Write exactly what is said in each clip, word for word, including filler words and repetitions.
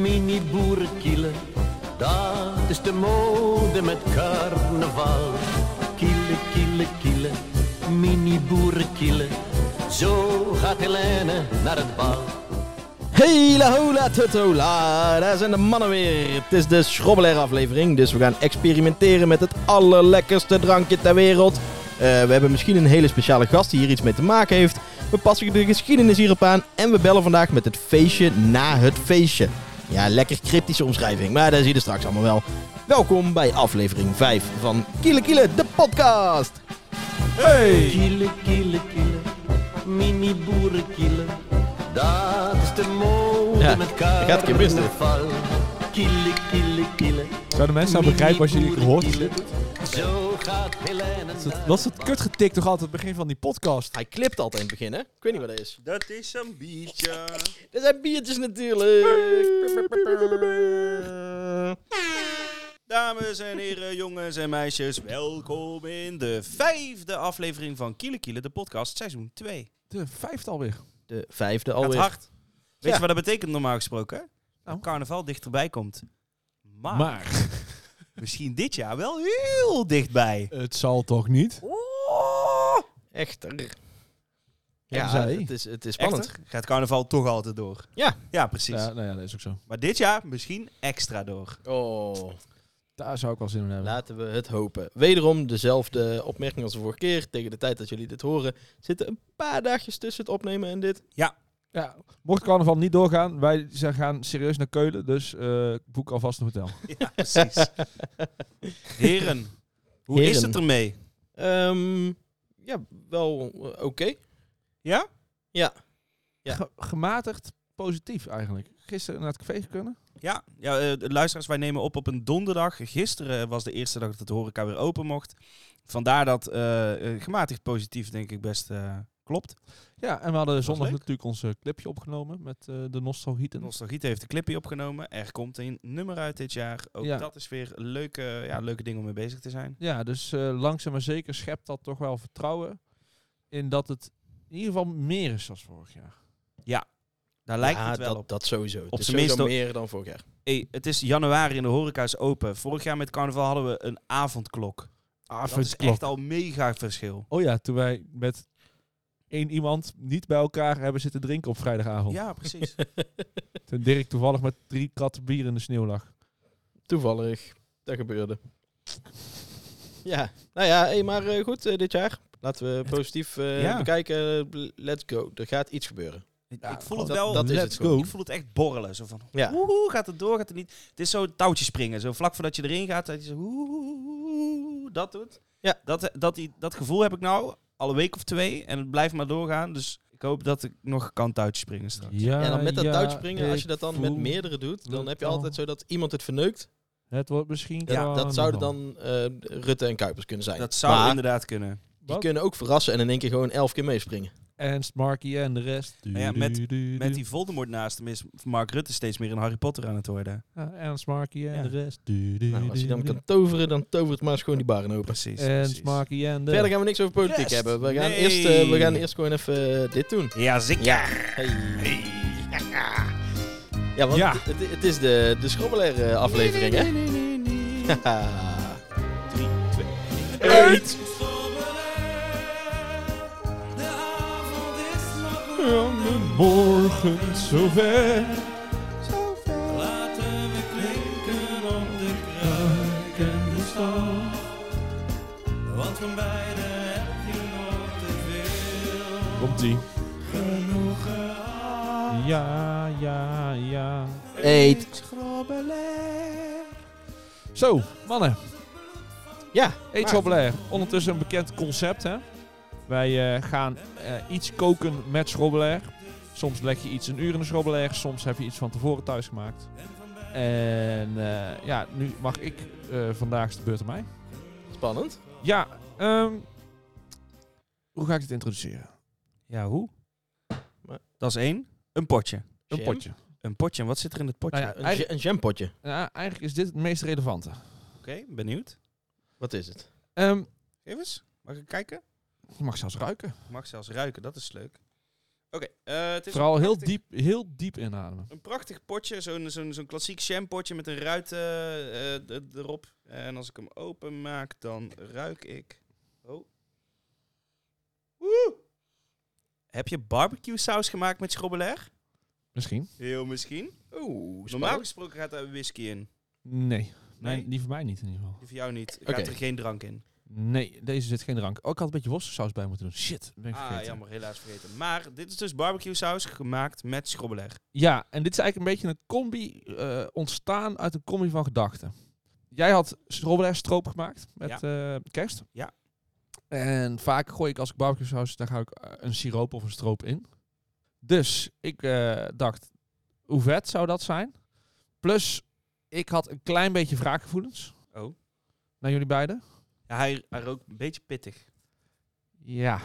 mini boerenkielen. Dat is de mode met carnaval. Kielen, kielen, kielen, mini boerenkielen. Zo gaat Helene naar het bal. Hela hola totola, daar zijn de mannen weer. Het is de Schrobbelair aflevering, dus we gaan experimenteren met het allerlekkerste drankje ter wereld. Uh, we hebben misschien een hele speciale gast die hier iets mee te maken heeft. We passen de geschiedenis hierop aan en we bellen vandaag met het feestje na het feestje. Ja, lekker cryptische omschrijving, maar dat zie je straks allemaal wel. Welkom bij aflevering vijf van Kiele Kiele, de podcast. Hey! Kiele, kiele, kiele, mini boerenkielen. Dat is de mode Ja, met gaat een keer mis, dit. carnaval. Kiele, kiele, kiele. Zouden mensen nou begrijpen als je die gehoord Mini hebt? boerenkielen. Zo gaat Helene naar Was het kut getikt toch altijd het begin van die podcast? Hij klipt altijd in het begin, hè? Ik weet niet wat dat is. Dat is een biertje. Dit zijn biertjes natuurlijk. Dames en heren, jongens en meisjes, welkom in de vijfde aflevering van Kiele Kiele, de podcast, seizoen twee. De vijfde alweer. De vijfde Gaat alweer. hard. Weet Ja. je wat dat betekent normaal gesproken? Hè? Nou. Carnaval dichterbij komt. Maar, Maar misschien dit jaar wel heel dichtbij. het zal toch niet? Oh, Echter. En Ja, zij? het is, het is spannend. echter? Gaat carnaval toch altijd door? Ja. Ja, precies. Ja, nou ja, dat is ook zo. Maar dit jaar misschien extra door. Oh, Daar zou ik wel zin in hebben. laten we het hopen. Wederom dezelfde opmerking als de vorige keer. Tegen de tijd dat jullie dit horen, zitten een paar dagjes tussen het opnemen en dit. Ja, mocht carnaval niet doorgaan, wij zijn gaan serieus naar Keulen, dus uh, boek alvast een hotel. Ja, precies. Heren, hoe Heren. is het ermee? Ehm, ja, wel uh, oké. Ja? Ja. Ja. Ge- gematigd positief eigenlijk. Gisteren naar het café kunnen. Ja, ja uh, de luisteraars, wij nemen op op een donderdag. Gisteren was de eerste dag dat de horeca weer open mocht. Vandaar dat uh, uh, gematigd positief denk ik best uh, klopt. Ja, en we hadden zondag leuk. natuurlijk ons uh, clipje opgenomen met uh, de Nostalgieten. Nostalgiet heeft de clipje opgenomen. Er komt een nummer uit dit jaar. Ook Ja. dat is weer een leuke, ja, leuke ding om mee bezig te zijn. Ja, dus uh, langzaam maar zeker schept dat toch wel vertrouwen in dat het in ieder geval meer is dan vorig jaar. Daar lijkt ja, het wel dat, op. dat sowieso. Het Op is zijn sowieso minst meer dan vorig jaar. Hey, het is januari en de horeca is open. Vorig jaar met carnaval hadden we een avondklok. Ah, Dat is echt al mega verschil. Oh ja, toen wij met één iemand niet bij elkaar hebben zitten drinken op vrijdagavond. Ja, precies. Toen Dirk toevallig met drie kratten bier in de sneeuw lag. Toevallig. Dat gebeurde. Ja, nou ja, hey, maar uh, goed, uh, dit jaar. Laten we positief uh, Ja. bekijken. Let's go. Er gaat iets gebeuren. Ik, Ja, ik voel het dat- wel. dat is let's het gewoon. go. Ik voel het echt borrelen. Zo van, Ja. woehoe, gaat het door, gaat het niet? Het is zo touwtje springen. Zo vlak voordat je erin gaat, dat je zo woehoe, dat doet. Ja. Dat, dat, die, dat gevoel heb ik nou al een week of twee. En het blijft maar doorgaan. Dus ik hoop dat ik nog kan touwtje springen straks. Ja, Ja, dan met dat ja, touwtje springen, als je ik dat dan voel met meerdere doet, dan het heb je al. altijd zo dat iemand het verneukt. Het wordt misschien... Ja, dat zouden carnaval. dan uh, Rutte en Kuipers kunnen zijn. Dat zou Maar inderdaad kunnen. die Wat? kunnen ook verrassen en in één keer gewoon elf keer meespringen. Ernst, Markie en de rest. Maar ja, met- Du- du- du- Met die Voldemort naast hem is Mark Rutte steeds meer een Harry Potter aan het worden. Ja, Ernst, Markie en Ja. de rest. Du- du- Nou, als hij dan du- kan toveren, dan tovert maar eens gewoon die baren open. Precies. Ernst, Markie en de Verder gaan we niks over politiek Rest. hebben. We gaan, Nee. eerst, uh, we gaan eerst gewoon even uh, dit doen. Ja, zeker. Ja. Hey. Ja, want Ja. Het, het is de, de Schrobbelair uh, aflevering, hè? Haha. Drie, twee, Eet! Morgen zover. Laten we klinken op de kruik en de stad. Want van beide heb je nog te veel. Komt-ie. Genoeg gehad. Ja, ja, ja. Eet. Zo, mannen. Ja. Eet maar- Schrobbelair. Ondertussen een bekend concept, hè. Wij uh, gaan uh, iets koken met Schrobbelair. Soms leg je iets een uur in de Schrobbelair. Soms heb je iets van tevoren thuis gemaakt. En uh, ja, nu mag ik uh, vandaag is de beurt aan mij. Spannend. Ja, um, hoe ga ik dit introduceren? Ja, hoe? Maar- Dat is één. Een potje. Een Jam? potje. Een potje. En wat zit er in het potje? Nou ja, Een, eigenlijk, ja, een jampotje. ja, eigenlijk is dit het meest relevante. Oké, benieuwd. Wat is het? Um, Geef eens. Mag ik kijken? je mag zelfs ruiken. Ik mag zelfs ruiken, dat is leuk. Oké, okay, uh, het is Vooral een heel prachtig, diep, heel diep inademen. Een prachtig potje, zo'n zo'n zo'n klassiek jampotje met een ruit uh, uh, d- erop. En als ik hem open maak, dan ruik ik... Oh. Woe! Heb je barbecue saus gemaakt met schrobbelair? Misschien. Heel misschien. Oeh, Normaal gesproken gaat daar whisky in. Nee. nee. Nee? Die voor mij niet in ieder geval. Die voor jou niet. Oké. Gaat er geen drank in? Nee, deze zit geen drank. Oh, ik had een beetje worstensaus bij moeten doen. Shit, ben ik Ah, vergeten. jammer. Helaas vergeten. Maar dit is dus barbecue saus gemaakt met schrobbelair. Ja, en dit is eigenlijk een beetje een combi uh, ontstaan uit een combi van gedachten. Jij had schrobbelair stroop gemaakt met ja. uh, kerst. Ja. En vaak gooi ik als ik barbecue saus, daar ga ik uh, een siroop of een stroop in. Dus ik uh, dacht, hoe vet zou dat zijn? Plus, ik had een klein beetje wraakgevoelens. Oh. Naar jullie beiden. Ja, hij, hij rookt een beetje pittig. Ja.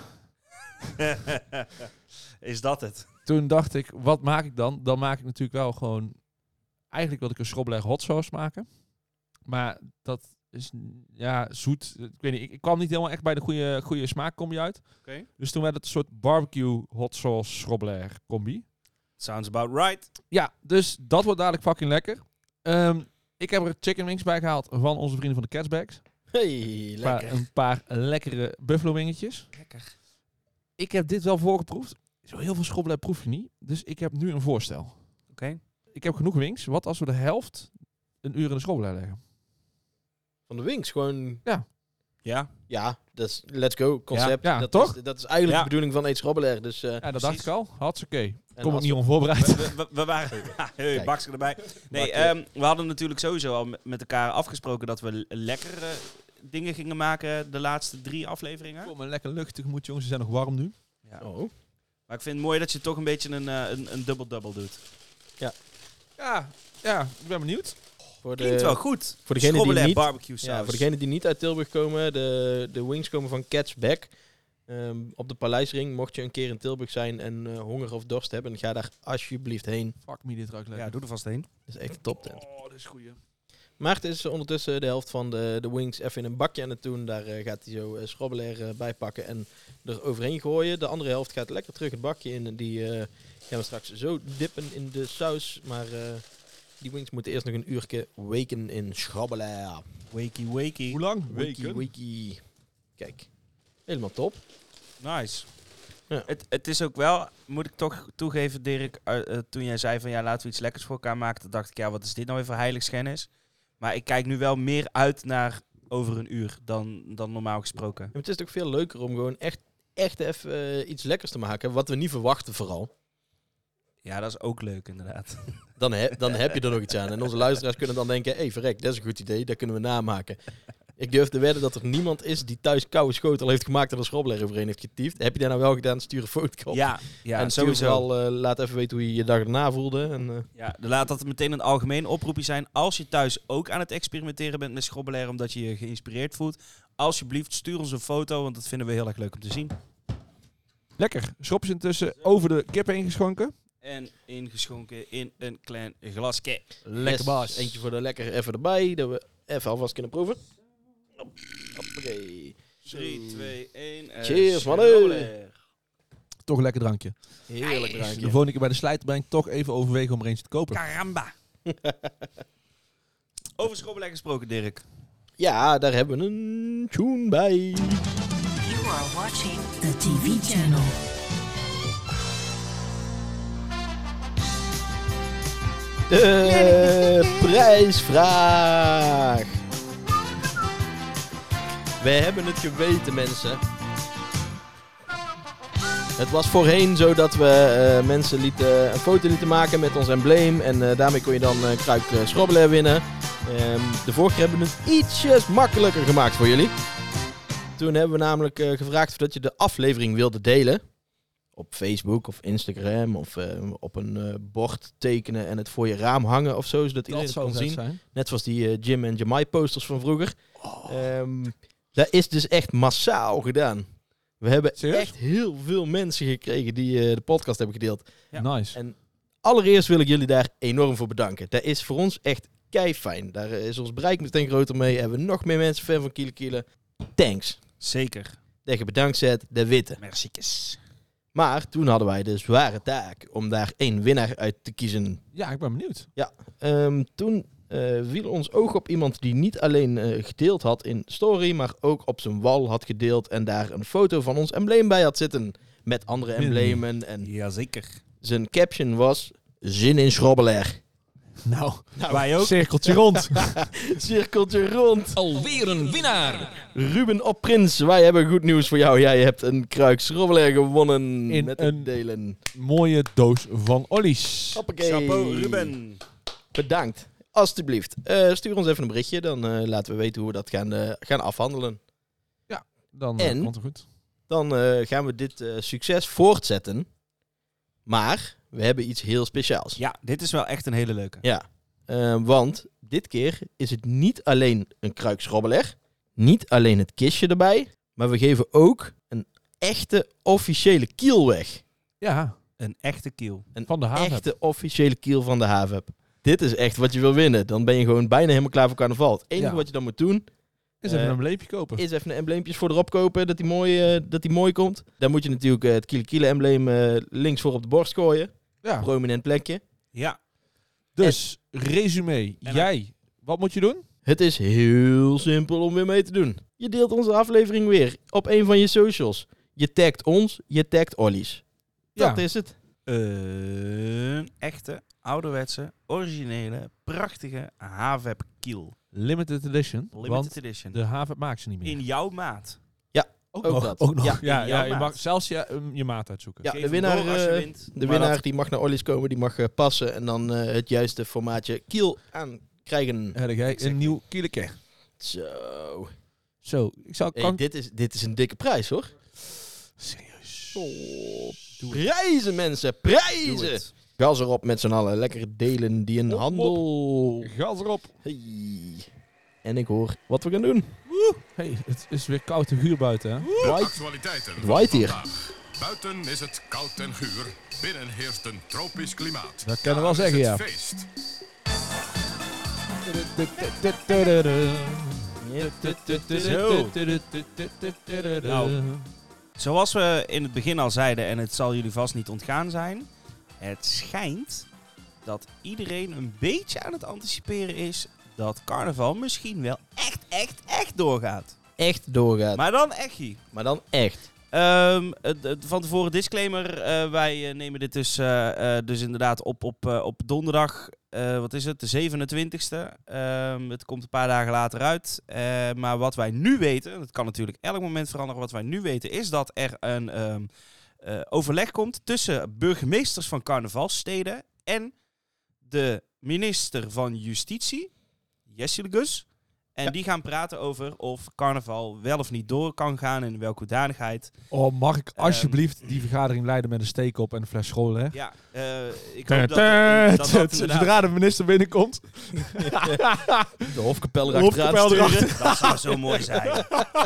Is dat het? Toen dacht ik, wat maak ik dan? Dan maak ik natuurlijk wel gewoon... Eigenlijk wilde ik een schrobbelair hot sauce maken. Maar dat is ja zoet. Ik weet niet, ik, ik kwam niet helemaal echt bij de goede, goede smaakcombi uit. Okay. Dus toen werd het een soort barbecue hot sauce schrobbelair combi. Sounds about right. Ja, dus dat wordt dadelijk fucking lekker. Um, ik heb er chicken wings bij gehaald van onze vrienden van de Catsbags. Hey, Een lekker. paar, een paar lekkere buffalo wingetjes. Lekker. Ik heb dit wel voorgeproefd. Zo heel veel schrobbelair proef je niet. Dus ik heb nu een voorstel. Oké. Okay. Ik heb genoeg wings. Wat als we de helft een uur in de schrobbelair leggen? Van de wings, gewoon... Ja. Ja, dat is let's go concept. Ja, ja, dat toch? Is, dat is eigenlijk Ja. de bedoeling van Eet Schrobbelair. Dus, uh, Ja, dat Precies. dacht ik al. Hartstikke. en Kom ik als niet we- onvoorbereid. We, we, we waren... hey, Kijk. bakje erbij. Nee, Bakje. um, we hadden natuurlijk sowieso al met- met elkaar afgesproken dat we l- lekkere dingen gingen maken de laatste drie afleveringen. Kom maar lekker luchtig moet, jongens. Ze zijn nog warm nu. Ja. Oh. Maar ik vind het mooi dat je toch een beetje een, uh, een, een double-double doet. Ja, ja, ik ben benieuwd. Voor Klinkt wel de, goed. voor degene die Schrobbelair niet... barbecue saus. Ja, voor degenen die niet uit Tilburg komen, de, de wings komen van Cat's Back. Um, op de Paleisring, mocht je een keer in Tilburg zijn en uh, honger of dorst hebben, ga daar alsjeblieft heen. Fuck me, dit ruikt lekker. Ja, doe er vast heen. Dat is echt een toptent. Oh, dat is goeie. Maarten is ondertussen de helft van de, de wings even in een bakje aan het doen. Daar uh, gaat hij zo uh, schrobbelair uh, bij pakken en er overheen gooien. De andere helft gaat lekker terug het bakje in en die uh, gaan we straks zo dippen in de saus. Maar uh, die wings moeten eerst nog een uurtje weken in schrobbelair. Wakey, wakey. Hoe lang? Wiki, wiki. Kijk, helemaal top. Nice. Ja. Het, het is ook wel, moet ik toch toegeven, Dirk, uh, uh, toen jij zei van ja, laten we iets lekkers voor elkaar maken, toen dacht ik, ja, wat is dit nou weer voor heiligschennis? Maar ik kijk nu wel meer uit naar over een uur dan, dan normaal gesproken. Ja, maar het is ook veel leuker om gewoon echt, echt even uh, iets lekkers te maken, wat we niet verwachten vooral. Ja, dat is ook leuk inderdaad. Dan, he, dan heb je er nog iets aan. En onze luisteraars kunnen dan denken, hé hey, verrek, dat is een goed idee, dat kunnen we namaken. Ik durf te wedden dat er niemand is die thuis koude schotel heeft gemaakt en er schrobbelair overheen heeft getiefd. Heb je dat nou wel gedaan? Stuur een foto op. Ja, ja en sowieso. Vooral, uh, laat even weten hoe je je dag erna voelde. En, uh, Ja, dan laat dat meteen een algemeen oproepje zijn. Als je thuis ook aan het experimenteren bent met schrobbelair, omdat je je geïnspireerd voelt, alsjeblieft stuur ons een foto, want dat vinden we heel erg leuk om te zien. Lekker. Schrob is intussen over de kip heen geschonken. En ingeschonken in een klein glasje. Lekker yes, baas. Eentje voor de lekker even erbij, dat we even alvast kunnen proeven. Hoppakee. drie, twee, één. Cheers, mannen. Toch een lekker drankje. Heerlijk De drankje. volgende keer bij de slijter ben ik toch even overwegen om er eentje te kopen. Caramba. Over schrobbelair gesproken, Dirk. Ja, daar hebben we een tune bij. You are watching the T V channel. De prijsvraag. We hebben het geweten, mensen. Het was voorheen zo dat we uh, mensen lieten, een foto lieten maken met ons embleem. En uh, daarmee kon je dan een kruik uh, schrobbelair winnen. Um, de vorige keer hebben we het ietsjes makkelijker gemaakt voor jullie. Toen hebben we namelijk uh, gevraagd of dat je de aflevering wilde delen. Op Facebook of Instagram of uh, op een uh, bord tekenen en het voor je raam hangen of zo. Zodat iedereen het kan zien. zijn. Net zoals die uh, Jim en Jamai posters van vroeger. Oh. Um, dat is dus echt massaal gedaan. We hebben Serieus? echt heel veel mensen gekregen die uh, de podcast hebben gedeeld. Ja. Nice. En allereerst wil ik jullie daar enorm voor bedanken. Dat is voor ons echt keifijn. Daar uh, is ons bereik meteen groter mee. Hebben we nog meer mensen fan van Kiele Kiele. Thanks. Zeker. Dat je bedankt zet, de witte. Merciekes. Maar toen hadden wij de zware taak om daar één winnaar uit te kiezen. Ja, ik ben benieuwd. Um, toen uh, viel ons oog op iemand die niet alleen uh, gedeeld had in story, maar ook op zijn wal had gedeeld en daar een foto van ons embleem bij had zitten. Met andere emblemen. En Jazeker. zijn caption was, zin in schrobbelair. Nou, Nou, wij ook. cirkeltje rond. Cirkeltje rond. Alweer een winnaar. Ruben op Prins, wij hebben goed nieuws voor jou. Jij hebt een kruik schrobbelair gewonnen In met een- het delen. Mooie doos van Ollies. Hoppakee. Chapeau, Ruben. Bedankt. Alsjeblieft. Uh, stuur ons even een berichtje, dan uh, laten we weten hoe we dat gaan, uh, gaan afhandelen. Dan uh, En? komt het goed. Dan uh, gaan we dit uh, succes voortzetten. Maar we hebben iets heel speciaals. Ja, dit is wel echt een hele leuke. Ja, uh, want dit keer is het niet alleen een kruik schrobbelair, niet alleen het kistje erbij, maar we geven ook een echte officiële kiel weg. Ja, Een echte kiel. Een van de haven. echte officiële kiel van de H V E P. Dit is echt wat je wil winnen. Dan ben je gewoon bijna helemaal klaar voor carnaval. Het enige Ja. wat je dan moet doen, Is even Uh, een bleepje kopen. is even een embleempjes voor erop kopen, dat die mooi, uh, dat die mooi komt. Dan moet je natuurlijk uh, het Kiele Kiele embleem uh, links voor op de borst gooien. Ja. Prominent plekje. Ja. Dus, resume. En- Jij, wat moet je doen? Het is heel simpel om weer mee te doen. Je deelt onze aflevering weer op een van je socials. Je tagt ons, je tagt Ollies. Dat Ja. is het. Een echte, ouderwetse, originele, prachtige H V E P kiel. Limited edition. Limited want edition. de H V E P maakt ze niet meer. In jouw maat. ook, ook nog, dat. Ook nog. Ja, Ja, in ja, jouw je maat. mag zelfs je, um, je maat uitzoeken. Ja, Geef de hem winnaar, door als je eh, wint. De Maar winnaar dat- die mag naar Ollies komen, die mag uh, passen en dan uh, het juiste formaatje kiel aankrijgen. Heb jij een nieuw kieleke. Zo. Zo, ik zou... Hey, Kan... dit, is, dit is een dikke prijs hoor. Serieus. Oh, prijzen mensen, Doe prijzen! het. Gas erop met z'n allen, lekker delen die een Hop, handel. Gas erop. Hey. En ik hoor wat we gaan doen. Hey, het is weer koud en guur buiten, hè? Waait. Actualiteiten Het van waait hier. vandaag. Buiten is het koud en guur. Binnen heerst een tropisch klimaat. Dat kan je wel Daar zeggen, is ja. het feest. Nou. Zoals we in het begin al zeiden, en het zal jullie vast niet ontgaan zijn. Het schijnt dat iedereen een beetje aan het anticiperen is dat carnaval misschien wel echt, echt, echt doorgaat. Echt doorgaat. Maar, Maar dan echt. maar dan echt. Ehm, het- het- van tevoren disclaimer. eh, wij eh, nemen dit dus, eh, eh, dus inderdaad op, op, eh, op donderdag. eh, wat is het? De zevenentwintigste. Ehm, het komt een paar dagen later uit. Eh, maar wat wij nu weten, dat kan natuurlijk elk moment veranderen. Wat wij nu weten is dat er een ehm, eh, overleg komt tussen burgemeesters van carnavalsteden en de minister van Justitie, Jesse de Gus. En Ja. die gaan praten over of carnaval wel of niet door kan gaan en in welke hoedanigheid. Oh, mag ik alsjeblieft die vergadering leiden met een steek op en een fles school, hè? Ja, eh, ik hoop dat, dat, dat, dat inderdaad- Zodra de minister binnenkomt. De hofkapel De erachteraan hofkapel sturen. erachter. dat zou zo mooi zijn.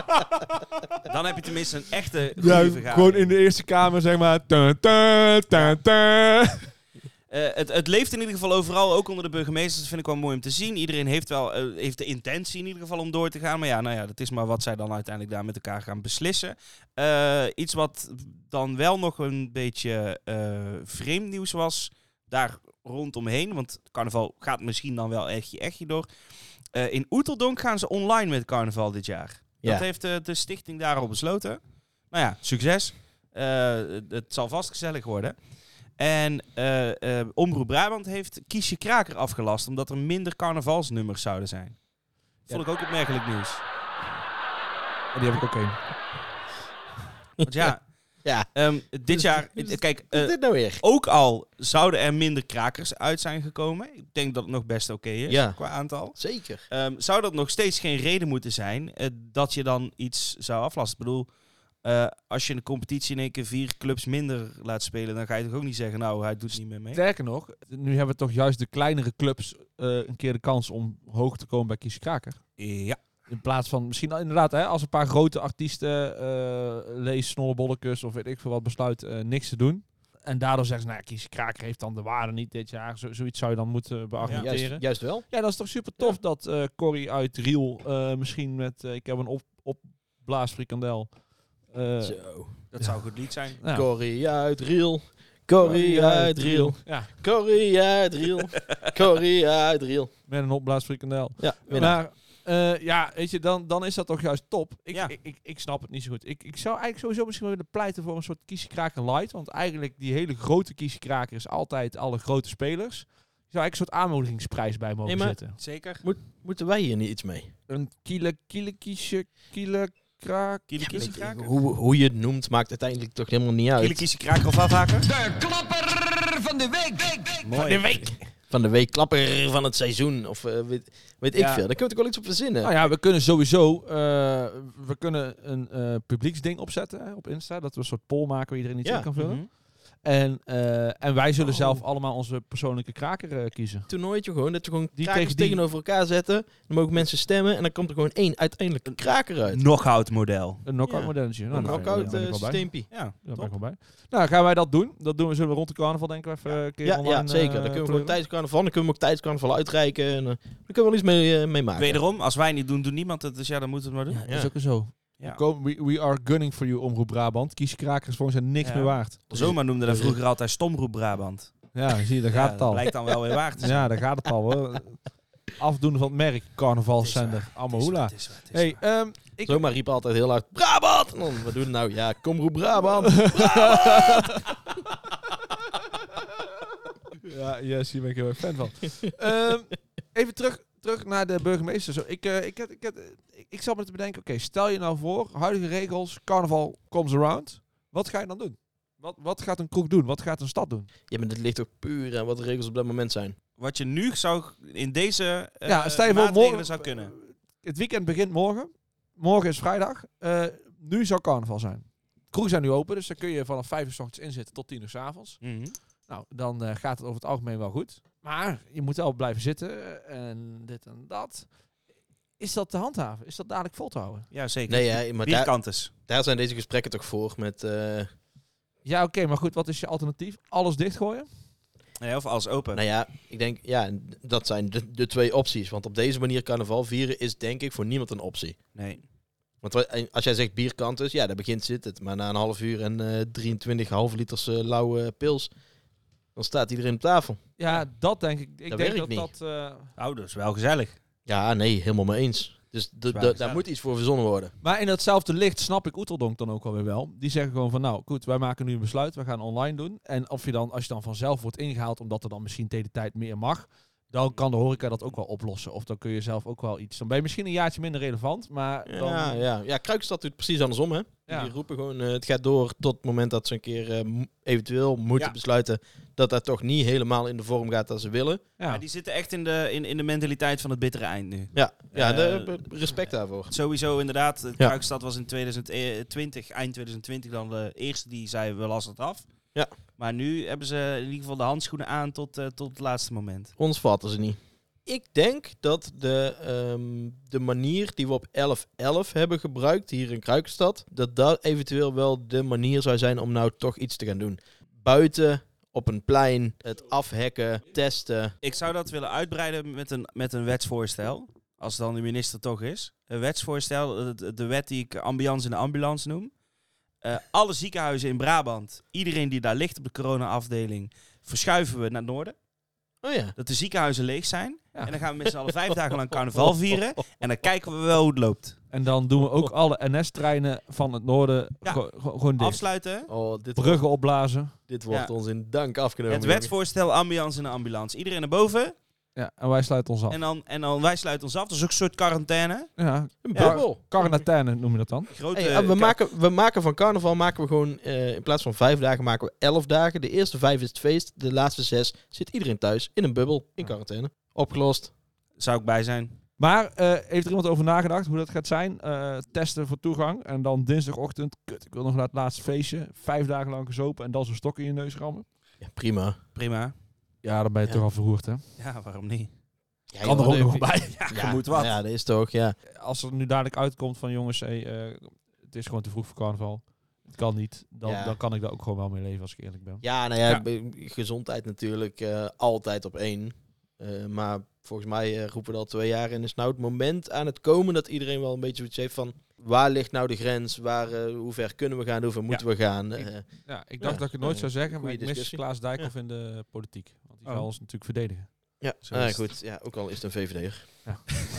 Dan heb je tenminste een echte goede Ja, vergadering. gewoon in de Eerste Kamer, zeg maar. Tun, tun, tun, tun. Eh, het, het leeft in ieder geval overal, ook onder de burgemeesters. Dat vind ik wel mooi om te zien. Iedereen heeft wel eh, heeft de intentie in ieder geval om door te gaan. Maar ja, nou ja, dat is maar wat zij dan uiteindelijk daar met elkaar gaan beslissen. Eh, iets wat dan wel nog een beetje eh, vreemd nieuws was, daar rondomheen. Want carnaval gaat misschien dan wel echtje echtje door. Eh, in Oeteldonk gaan ze online met carnaval dit jaar. Ja. Dat heeft de, de stichting daar al besloten. Nou ja, succes. Eh, het zal vast gezellig worden. En eh, eh, Omroep Brabant heeft Kies je Kraker afgelast, omdat er minder carnavalsnummers zouden zijn. Vond ik ook opmerkelijk nieuws. En die heb ik ook één. Want ja, Ja. ehm, dit jaar, eh, kijk, Wat is eh, dit nou weer? ook al zouden er minder krakers uit zijn gekomen, ik denk dat het nog best oké is Ja. qua aantal, Zeker. ehm, zou dat nog steeds geen reden moeten zijn eh, dat je dan iets zou aflasten. Ik bedoel, eh, als je in de competitie in één keer vier clubs minder laat spelen, dan ga je toch ook niet zeggen, nou, hij doet niet meer mee. Sterker nog, nu hebben toch juist de kleinere clubs eh, een keer de kans om hoog te komen bij Kies je Kraker. Ja. In plaats van, misschien al inderdaad, hè, als een paar grote artiesten, uh, Lees, Snolle Bollekes of weet ik veel wat, besluit uh, niks te doen. En daardoor zeggen ze, nou ja, Kies je Kraker heeft dan de waarde niet dit jaar. Zo, zoiets zou je dan moeten beargumenteren. Juist, Ja, juist wel. dat is toch super tof dat uh, Corrie uit Riel uh, misschien met, uh, ik heb een op, opblaasfrikandel, Uh, Zo. Dat Ja. zou een goed lied zijn. nou, Corrie uit Riel. Corrie uit Riel. Ja, Corrie uit Riel. Corrie uit Riel. met een opblaasfrikandel. Ja, winnaar. Maar uh, ja, weet je, dan, dan is dat toch juist top. Ik, Ja. ik, ik, ik snap het niet zo goed. Ik, ik zou eigenlijk sowieso misschien wel willen pleiten voor een soort kiesjekraker light. Want eigenlijk die hele grote kiesjekraker is altijd alle grote spelers. Er zou eigenlijk een soort aanmoedigingsprijs bij mogen Nee, maar- zitten. Zeker. Moeten wij hier niet iets mee? Een kiele, kiele kiesje, kiele kraak. Kiele kiezen kraken. Hoe, hoe je het noemt maakt uiteindelijk toch helemaal niet uit. Kiele kiezen kraken of afhaken? De klapper van de week. Mooi. Van de week klapper van het seizoen. Of uh, weet, weet ik Ja. veel. Daar kunnen we toch wel iets op verzinnen. Nou ja, we kunnen sowieso uh, we kunnen een uh, publieksding opzetten hè, op Insta. Dat we een soort poll maken waar iedereen iets Ja. in kan vullen. Mhm. En, uh, en wij zullen Oh. zelf allemaal onze persoonlijke kraker uh, kiezen. Toernooitje gewoon. Dat je gewoon Die krakers tegen die- tegenover elkaar zetten. Dan mogen mensen stemmen. En dan komt er gewoon één uiteindelijk een kraker uit. Knockout model. Een knockout Ja. modelletje. Nou, Een daar knockout ben ik uh, wel bij. systeempie. Ja, Daar ben top. ik wel bij. Nou, gaan wij dat doen. Dat doen we, zullen we rond de carnaval denk ik even een keer Ja, online, ja, zeker. uh, Dan kunnen we gewoon pleuren. tijdens carnaval. Dan kunnen we ook tijdens carnaval uitreiken. En, uh, daar kunnen we wel iets mee, uh, mee maken. Wederom, als wij niet doen, doet niemand het. Dus ja, dan moeten we het maar doen. Ja. Dat is ook zo. Ja. Kom, we, we are gunning for you, Omroep Brabant. Kies je krakers voor ons zijn niks Ja. meer waard. Zoma noemde dat vroeger altijd Stomroep Brabant. Ja, zie je, daar Ja, gaat het dat al. blijkt dan wel weer waar te zijn. Ja, daar gaat het al hoor. Afdoende van het merk, carnavalszender. Het is Amahula. waar, het is waar, het is Hey, waar. um, ik, Zomaar riep altijd heel hard Brabant! En dan, wat doen we nou? Ja, kom roep Brabant! ja, yes, hier ben ik heel erg fan van. um, even terug, terug naar de burgemeester. Zo, ik, uh, ik, had, ik, had, ik, ik zat me te bedenken, oké, okay, stel je nou voor, huidige regels, carnaval comes around. Wat ga je dan doen? Wat, wat gaat een kroeg doen? Wat gaat een stad doen? Ja, maar dit ligt ook puur aan wat de regels op dat moment zijn. Wat je nu zou in deze uh, ja, stel je voor, maatregelen morgen, zou kunnen. uh, het weekend begint morgen. Morgen is vrijdag. Uh, nu zou carnaval zijn. Kroegen zijn nu open, dus dan kun je vanaf vijf uur 's ochtends inzitten tot tien uur 's avonds. Mhm. Nou, dan uh, gaat het over het algemeen wel goed. Maar je moet wel blijven zitten en dit en dat. Is dat te handhaven? Is dat dadelijk vol te houden? Ja, zeker. Nee, ja, maar daar, Bierkantes. daar zijn deze gesprekken toch voor met... Uh, Ja, oké, okay, maar goed, wat is je alternatief? Alles dichtgooien? Nee, of alles open. nou ja, ik denk, ja, dat zijn de, de twee opties. Want op deze manier carnaval vieren is denk ik voor niemand een optie. Nee. Want wa- als jij zegt bierkantes, ja, daar begint zit het. Maar na een half uur en uh, drieëntwintig halve liters uh, lauwe pils, dan staat iedereen op tafel. Ja, dat denk ik. Ik Dat denk werkt dat niet. dat... Uh... Oh, dat is wel gezellig. Ja, nee, helemaal mee eens. Dus de, de, Zwaar daar gezellig. moet iets voor verzonnen worden. Maar in datzelfde licht snap ik Oeteldonk dan ook alweer wel. Die zeggen gewoon van, nou goed, wij maken nu een besluit. We gaan online doen. En of je dan, als je dan vanzelf wordt ingehaald, omdat er dan misschien tegen de tijd meer mag, dan kan de horeca dat ook wel oplossen. Of dan kun je zelf ook wel iets. Dan ben je misschien een jaartje minder relevant, maar dan... Ja, ja. ja, Kruikstad doet precies andersom, hè. Ja. Die roepen gewoon, uh, het gaat door tot het moment dat ze een keer uh, m- eventueel moeten Ja. besluiten dat dat toch niet helemaal in de vorm gaat dat ze willen. Ja. Maar die zitten echt in de, in, in de mentaliteit van het bittere eind nu. Ja, ja Eh, de, respect daarvoor. Sowieso inderdaad. De Ja. Kruikstad was in twintig twintig, eind twintig twintig dan de eerste die zei, we lassen het af. Ja. Maar nu hebben ze in ieder geval de handschoenen aan tot, uh, tot het laatste moment. Ons vatten ze niet. Ik denk dat de, um, de manier die we op elf elf hebben gebruikt hier in Kruikstad, dat dat eventueel wel de manier zou zijn om nou toch iets te gaan doen. Buiten, op een plein, het afhekken, testen. Ik zou dat willen uitbreiden met een, met een wetsvoorstel. Als dan de minister toch is. Een wetsvoorstel, de, de wet die ik ambiance in de ambulance noem. Uh, alle ziekenhuizen in Brabant, iedereen die daar ligt op de corona-afdeling, verschuiven we naar het noorden. Oh ja. Dat de ziekenhuizen leeg zijn. Ja. En dan gaan we met z'n allen vijf dagen lang carnaval vieren. En dan kijken we wel hoe het loopt. En dan doen we ook alle N S-treinen van het noorden Ja. go- go- gewoon dicht. Afsluiten. Oh, dit, Bruggen opblazen. dit wordt Ja. ons in dank afgenomen. Het wetsvoorstel ambiance in de ambulance. Iedereen naar boven. Ja, en wij sluiten ons af. En dan, en dan wij sluiten ons af. Dat is ook een soort quarantaine. Ja, Een Ja. bubbel. quarantaine noem je dat dan? Grote, Hey, en we, maken, we maken van carnaval maken we gewoon, uh, in plaats van vijf dagen, maken we elf dagen. De eerste vijf is het feest. De laatste zes zit iedereen thuis in een bubbel, in quarantaine. Opgelost. Zou ik bij zijn. Maar uh, heeft er iemand over nagedacht hoe dat gaat zijn? Uh, testen voor toegang. En dan dinsdagochtend, kut, ik wil nog naar het laatste feestje. Vijf dagen lang gezopen en dan zo'n stok in je neus rammen. Ja, prima. Prima. Ja, dan ben je Ja. toch al verroerd, hè? Ja, waarom niet? Ja, Kan er ook nog wel bij. Ja, Ja, je moet wat. Ja, dat is toch, ja. Als er nu dadelijk uitkomt van jongens, hey, uh, het is gewoon te vroeg voor carnaval. Het kan niet. Dan, Ja. dan kan ik daar ook gewoon wel mee leven als ik eerlijk ben. Ja, nou ja, Ja. be- gezondheid natuurlijk uh, altijd op één. Uh, maar volgens mij uh, roepen we al twee jaar en is nou het moment aan het komen dat iedereen wel een beetje zoiets heeft van waar ligt nou de grens, waar, uh, hoe ver kunnen we gaan, hoe ver moeten ja. we gaan. Uh, ik, ja, ik dacht ja. dat ik het nooit Ja. zou zeggen, maar Goeie ik mis discussie. Klaas Dijkhoff Ja. in de politiek. Want die Oh. zal ons natuurlijk verdedigen. ja, Zo ah, is goed. Ja, ook al is het een V V D'er. Ja.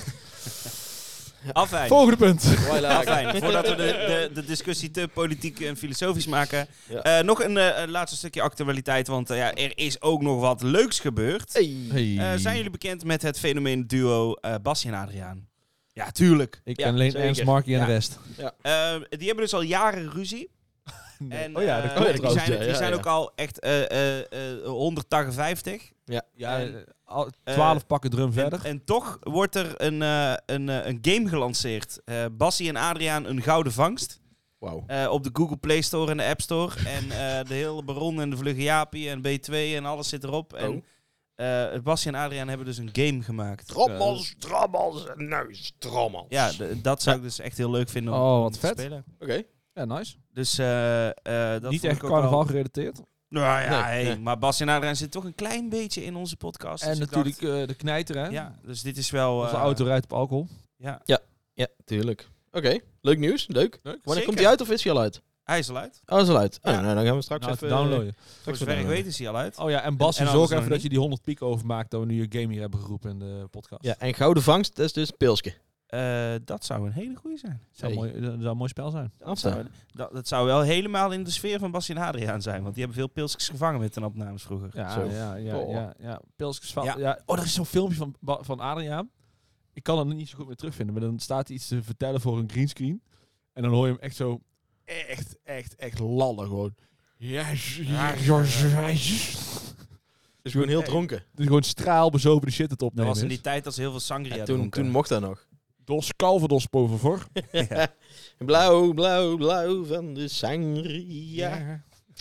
Afijn. Volgende punt. Afijn. Voordat we de, de, de discussie te politiek en filosofisch maken. Ja. Uh, nog een uh, laatste stukje actualiteit, want uh, ja, er is ook nog wat leuks gebeurd. Hey. Hey. Uh, zijn jullie bekend met het fenomeen duo uh, Bassie en Adriaan? Ja, tuurlijk. Ik Ja, ken alleen zeker. Ernst, Markie en Ja. de rest. Uh, die hebben dus al jaren ruzie. En, oh ja, dat uh, klopt die trouwens, zijn, ja, die ja, zijn ja. ook al echt uh, uh, uh, honderdtachtenvijftig. Ja. Ja, En, eh, al twaalf uh, pakken drum verder. En, en toch wordt er een, uh, een, uh, een game gelanceerd. Uh, Bassie en Adriaan, een gouden vangst. Wauw. Uh, op de Google Play Store en de App Store. en uh, de hele Baron en de Vlugge Jaapie en B twee en alles zit erop. Oh. En uh, Bassie en Adriaan hebben dus een game gemaakt. Trommels, trommels, neus, trommels. Ja, d- dat zou ik dus echt heel leuk vinden om, Oh, om wat te vet. spelen. Oké. Ja, nice. Dus uh, uh, dat Niet vond echt ik ook carnaval wel- gerelateerd. Nou ja, Nee, hey, nee. maar Bassie en Adriaan zitten toch een klein beetje in onze podcast. En Dus ik natuurlijk dacht, eh, de knijter, hè? ja, dus dit is wel... Onze uh, auto rijdt op alcohol. Ja, Ja, tuurlijk. Oké, leuk nieuws. Leuk. Leuk. Wanneer Zeker. komt hij uit of is hij al uit? hij is al uit. Oh, hij is al uit. Ja. Ah, nou, dan gaan we straks Nou, even... te downloaden. Voor straks zover ik even weet is hij al uit. Oh ja, en Bas, En zorg anders even nog dat niet. je die honderd piek overmaakt dat we nu een game hier hebben geroepen in de podcast. Ja, en gouden vangst, dat is dus pilsje. Uh, dat zou een hele goeie zijn. Dat zou, Hey. mooi, dat zou een mooi spel zijn. Dat zou, dat, dat zou wel helemaal in de sfeer van Bassie en Adriaan zijn. Want die hebben veel pilsjes gevangen met hun opnames vroeger. Ja, Zo. ja, ja, Oh. ja, ja. Pilsjes van, Ja. ja. Oh, er is zo'n filmpje van, Ba- van Adriaan. Ik kan het niet zo goed meer terugvinden, maar dan staat hij iets te vertellen voor een greenscreen. En dan hoor je hem echt zo, echt, echt, echt lallen gewoon. Yes, yes, yes, yes. Dus gewoon heel dronken. Dus gewoon straalbezopen de shit het Dat opnemen was in is. die tijd als heel veel sangria En toen, dronken. toen mocht dat nog. Dos calvados boven voor. Ja. Blauw, blauw, blauw van de sangria.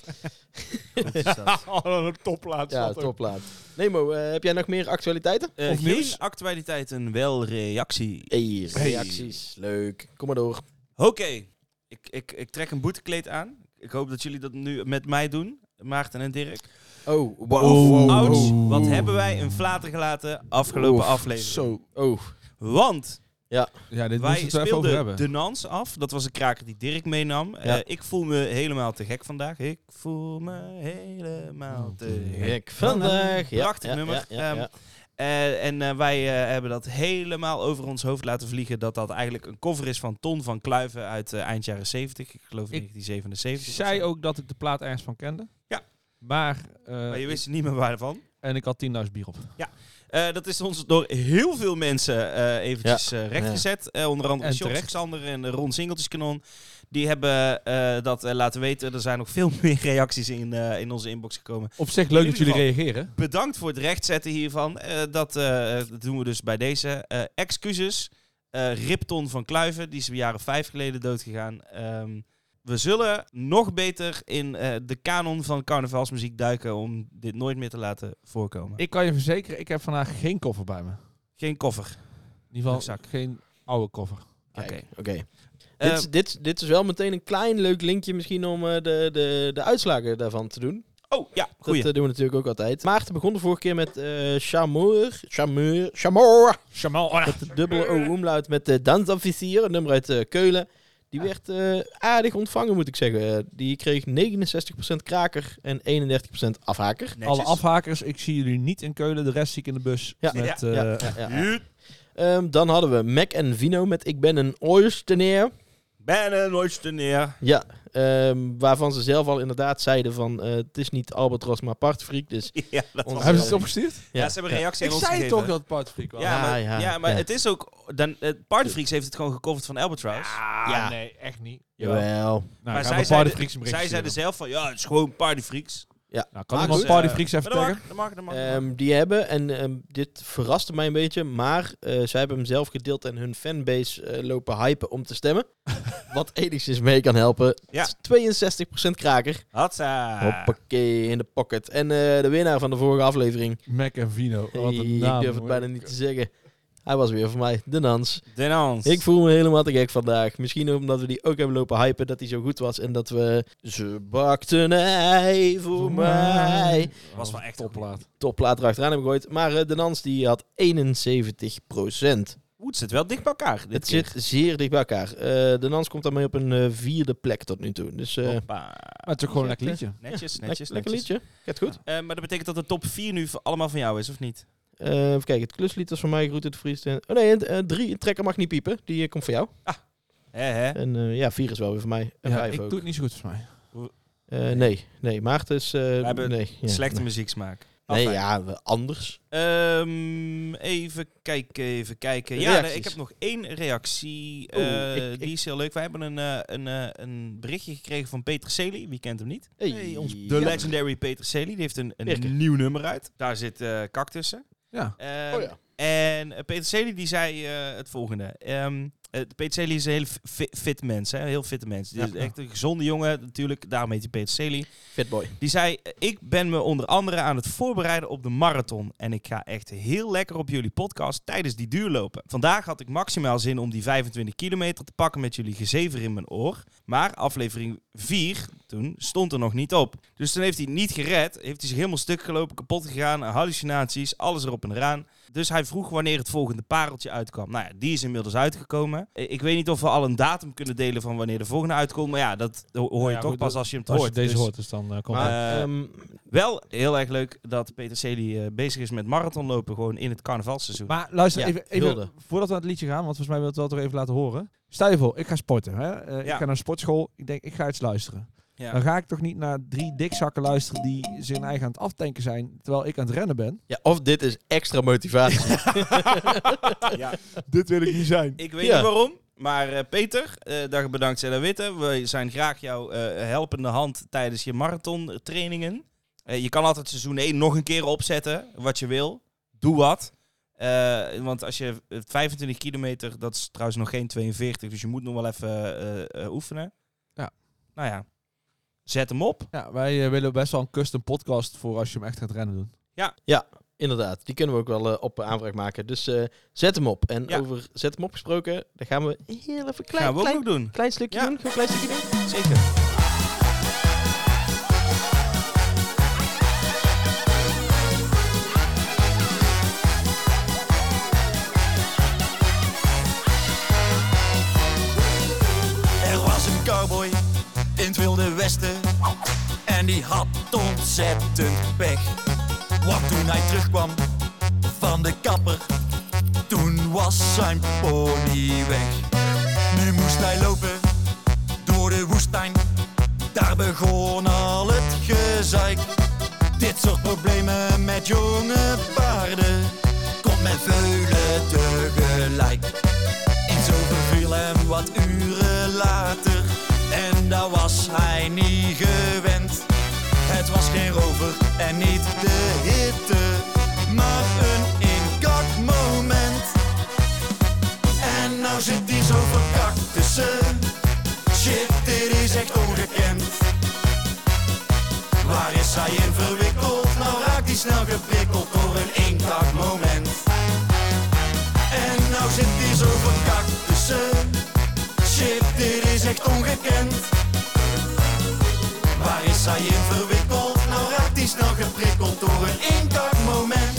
Goed is dat. Oh, een topplaats. Ja, topplaat. Nemo, uh, heb jij nog meer actualiteiten? Uh, Of geen nieuws? actualiteiten, wel reactie. Hey, reacties. Leuk. Kom maar door. Oké, ik, ik, ik trek een boetekleed aan. Ik hoop dat jullie dat nu met mij doen. Maarten en Dirk. Oh, wow. Oh. Ouch, Oh. wat hebben wij een flater gelaten afgelopen Oef, aflevering. Zo. Oh, Want Ja, dit wij moesten we het even over speelden hebben. de Nans af. Dat was een kraker die Dirk meenam. Ja. Uh, ik voel me helemaal te gek vandaag. Ik voel me helemaal te gek. gek vandaag. Ja, Prachtig ja, nummer. Ja, ja, Ehm, ja. Uh, en uh, wij uh, hebben dat helemaal over ons hoofd laten vliegen. Dat dat eigenlijk een cover is van Ton van Kluiven uit uh, eind jaren zeventig. Ik geloof Ik negentien zevenenzeventig. Ik of zei zo. ook dat ik de plaat ergens van kende. Ja. Maar, uh, Maar je wist niet meer waarvan. en ik had tienduizend bier op. Uh, dat is ons door heel veel mensen uh, eventjes uh, rechtgezet. Uh, onder andere En Sjors terecht. Xander en uh, Ron Singeltjeskanon. Die hebben uh, dat uh, laten weten. Er zijn nog veel meer reacties in, uh, in onze inbox gekomen. Op zich leuk In dat ieder jullie geval. reageren. Bedankt voor het rechtzetten hiervan. Uh, dat, uh, dat doen we dus bij deze. Uh, excuses. Uh, Ripton van Kluiven. Die is een jaren vijf geleden doodgegaan. Um, we zullen nog beter in uh, de kanon van carnavalsmuziek duiken. Om dit nooit meer te laten voorkomen. Ik kan je verzekeren, ik heb vandaag geen koffer bij me. In Geen koffer. ieder geval Rugzak. geen oude koffer. Kijk, Oké. oké. Uh, Dit, is- dit, dit is wel meteen een klein leuk linkje misschien om uh, de, de, de uitslagen daarvan te doen. Oh, ja. Goeie. Dat uh, doen we natuurlijk ook altijd. Maarten begon de vorige keer met uh, Chamour. Chamour. Chamour. Jamal. Met de dubbele O-umlaut met de Dansofficier. Een nummer uit uh, Keulen. Die werd uh, aardig ontvangen, moet ik zeggen. Uh, die kreeg negenenzestig procent kraker en eenendertig procent afhaker. Netjes. Alle afhakers, ik zie jullie niet in Keulen. De rest zie ik in de bus. Ja. Met, Ja, eh, ja, ja, ja. Juut. Um, dan hadden we Mac en Vino met Ik ben een Oysteneer. Ben een oyster Ja, um, waarvan ze zelf al inderdaad zeiden van uh, het is niet Albatros, maar Partfreak. Dus Ja, dat Onze- was Hebben ze Uh, het opgestuurd? ja, ze hebben een reactie Ik aan ons zei gegeven. toch dat het Partfreak was? Ja, Ja, maar, ja, ja, maar ja. het is ook... Dan, uh, Partyfreaks heeft het gewoon gecoverd van Albatross. Ah, Ja. nee, echt niet. jawel. Nou, maar gaan zij we zeiden, Partyfreaks een berichtje zij zeiden sturen. zelf van... Ja, het is gewoon Partyfreaks. Ja. Nou, kan Maar iemand goed, Partyfreaks uh, even maar dat taggen? mag, dat mag, dat mag. Um, die hebben, en um, dit verraste mij een beetje, maar uh, zij hebben hem zelf gedeeld en hun fanbase uh, lopen hypen om te stemmen. Wat enigszins mee kan helpen. Ja. tweeënzestig procent kraker. Hatsa. Hoppakee, in de pocket. En uh, de winnaar van de vorige aflevering. Mac en Vino. Wat Hey, een naam. ik durf het hoor. bijna niet te zeggen. hij was weer voor mij. De Nans. De Nans. Ik voel me helemaal te gek vandaag. Misschien omdat we die ook hebben lopen hypen dat hij zo goed was. En dat we... Ze bakte een ei voor, voor mij. was wel echt topplaat. Topplaat erachteraan hebben gegooid. Maar uh, de Nans die had eenenzeventig procent. Oeh, het zit wel dicht bij elkaar. Dit Het keer. zit zeer dicht bij elkaar. Uh, de Nans komt daarmee op een uh, vierde plek tot nu toe. Dus, uh, Hoppa. Maar het is ook gewoon een lekker liedje. Netjes, le- netjes, lekker netjes. liedje. Gaat goed. Uh, maar dat betekent dat de top vier nu v- allemaal van jou is, of niet? Uh, even kijken, het kluslied was van mij, Groet uit de Vries. Oh nee, uh, drie, een trekker mag niet piepen. Die uh, komt voor jou. Hè, hè? En uh, ja, vier is wel weer voor mij. En Ja, vijf ik ook. doe het niet zo goed volgens mij. Uh, nee, nee, Maarten is... Uh, We hebben nee, ja, Slechte nee. muzieksmaak. Nee, Afijn. ja, we- anders. Um, even kijken, even kijken. Ja, Reacties. nee, ik heb nog één reactie. Oeh, Uh, ik- die ik- is heel leuk. Wij hebben een, uh, een, uh, een berichtje gekregen van Peter Celi. Wie kent hem niet? Hey, Hey, ons- De legendary Peter Celi. Die heeft een, Werken. een nieuw nummer uit. Daar zit uh, Cactussen. Ja. Um, Oh ja. En uh, Peter Celi die zei uh, het volgende. Um, uh, Peter Celi is een heel fi- fit mens. Hè? Een heel fitte mens. Die is Ja. echt een gezonde jongen natuurlijk. Daarom heet hij Peter Celi. Fatboy. Die zei, ik ben me onder andere aan het voorbereiden op de marathon. En ik ga echt heel lekker op jullie podcast tijdens die duurlopen. Vandaag had ik maximaal zin om die vijfentwintig kilometer te pakken met jullie gezever in mijn oor. Maar aflevering vier, toen, stond er nog niet op. Dus toen heeft hij het niet gered. Heeft hij zich helemaal stuk gelopen, kapot gegaan. Hallucinaties, alles erop en eraan. Dus hij vroeg wanneer het volgende pareltje uitkwam. Nou ja, die is inmiddels uitgekomen. Ik weet niet of we al een datum kunnen delen van wanneer de volgende uitkomt. Maar ja, dat ho- hoor je Ja, toch goed, pas dat- als je hem Als je hoort. deze Dus- hoort, dus dan uh, komt het. Maar, Eh, ehm, Wel heel erg leuk dat Peter Celi uh, bezig is met marathonlopen gewoon in het carnavalseizoen. Maar luister, Ja, even, even hulde. voordat we naar het liedje gaan, want volgens mij wil ik het wel toch even laten horen. Stel je voor, ik ga sporten. Hè? Uh, Ik Ja. ga naar een sportschool. Ik denk, ik ga iets luisteren. Ja. Dan ga ik toch niet naar drie dikzakken luisteren die zijn eigen aan het aftanken zijn, terwijl ik aan het rennen ben. ja, of dit is extra motivatie. Ja. Dit wil ik niet zijn. Ik weet Ja. niet waarom, maar uh, Peter, uh, dag bedankt Zella Witte. We zijn graag jouw uh, helpende hand tijdens je marathontrainingen. Uh, je kan altijd seizoen één nog een keer opzetten, wat je wil. Doe wat. Uh, want als je uh, vijfentwintig kilometer, dat is trouwens nog geen tweeënveertig, dus je moet nog wel even uh, uh, oefenen. Ja. Nou ja, zet hem op. Ja, wij uh, willen best wel een custom podcast voor als je hem echt gaat rennen doen. Inderdaad, die kunnen we ook wel uh, op uh, aanvraag maken. Dus uh, zet hem op. En Ja. over zet hem op gesproken, dan gaan we heel even klein, Gaan we ook klein, nog doen. klein stukje Ja. doen. Gaan we een klein stukje doen? Zeker. Er was een cowboy in het wilde westen en die had ontzettend pech. Want toen hij terugkwam van de kapper, toen was zijn pony weg. Nu moest hij lopen door de woestijn, daar begon al het gezeik. Dit soort problemen met jonge paarden komt met veulen tegelijk. Iets overviel hem wat uren later en daar was hij niet gewend. Het was geen rover en niet de hitte, maar een inkakmoment. En nou zit hij zo verkakt tussen. Shit, dit is echt ongekend. Waar is hij in verwikkeld? Nou raakt hij snel geprikkeld door een inkakmoment. En nou zit hij zo verkakt tussen. Shit, dit is echt ongekend. Waar is hij in verwikkeld? Nou raakt hij snel geprikkeld door een inkakmoment.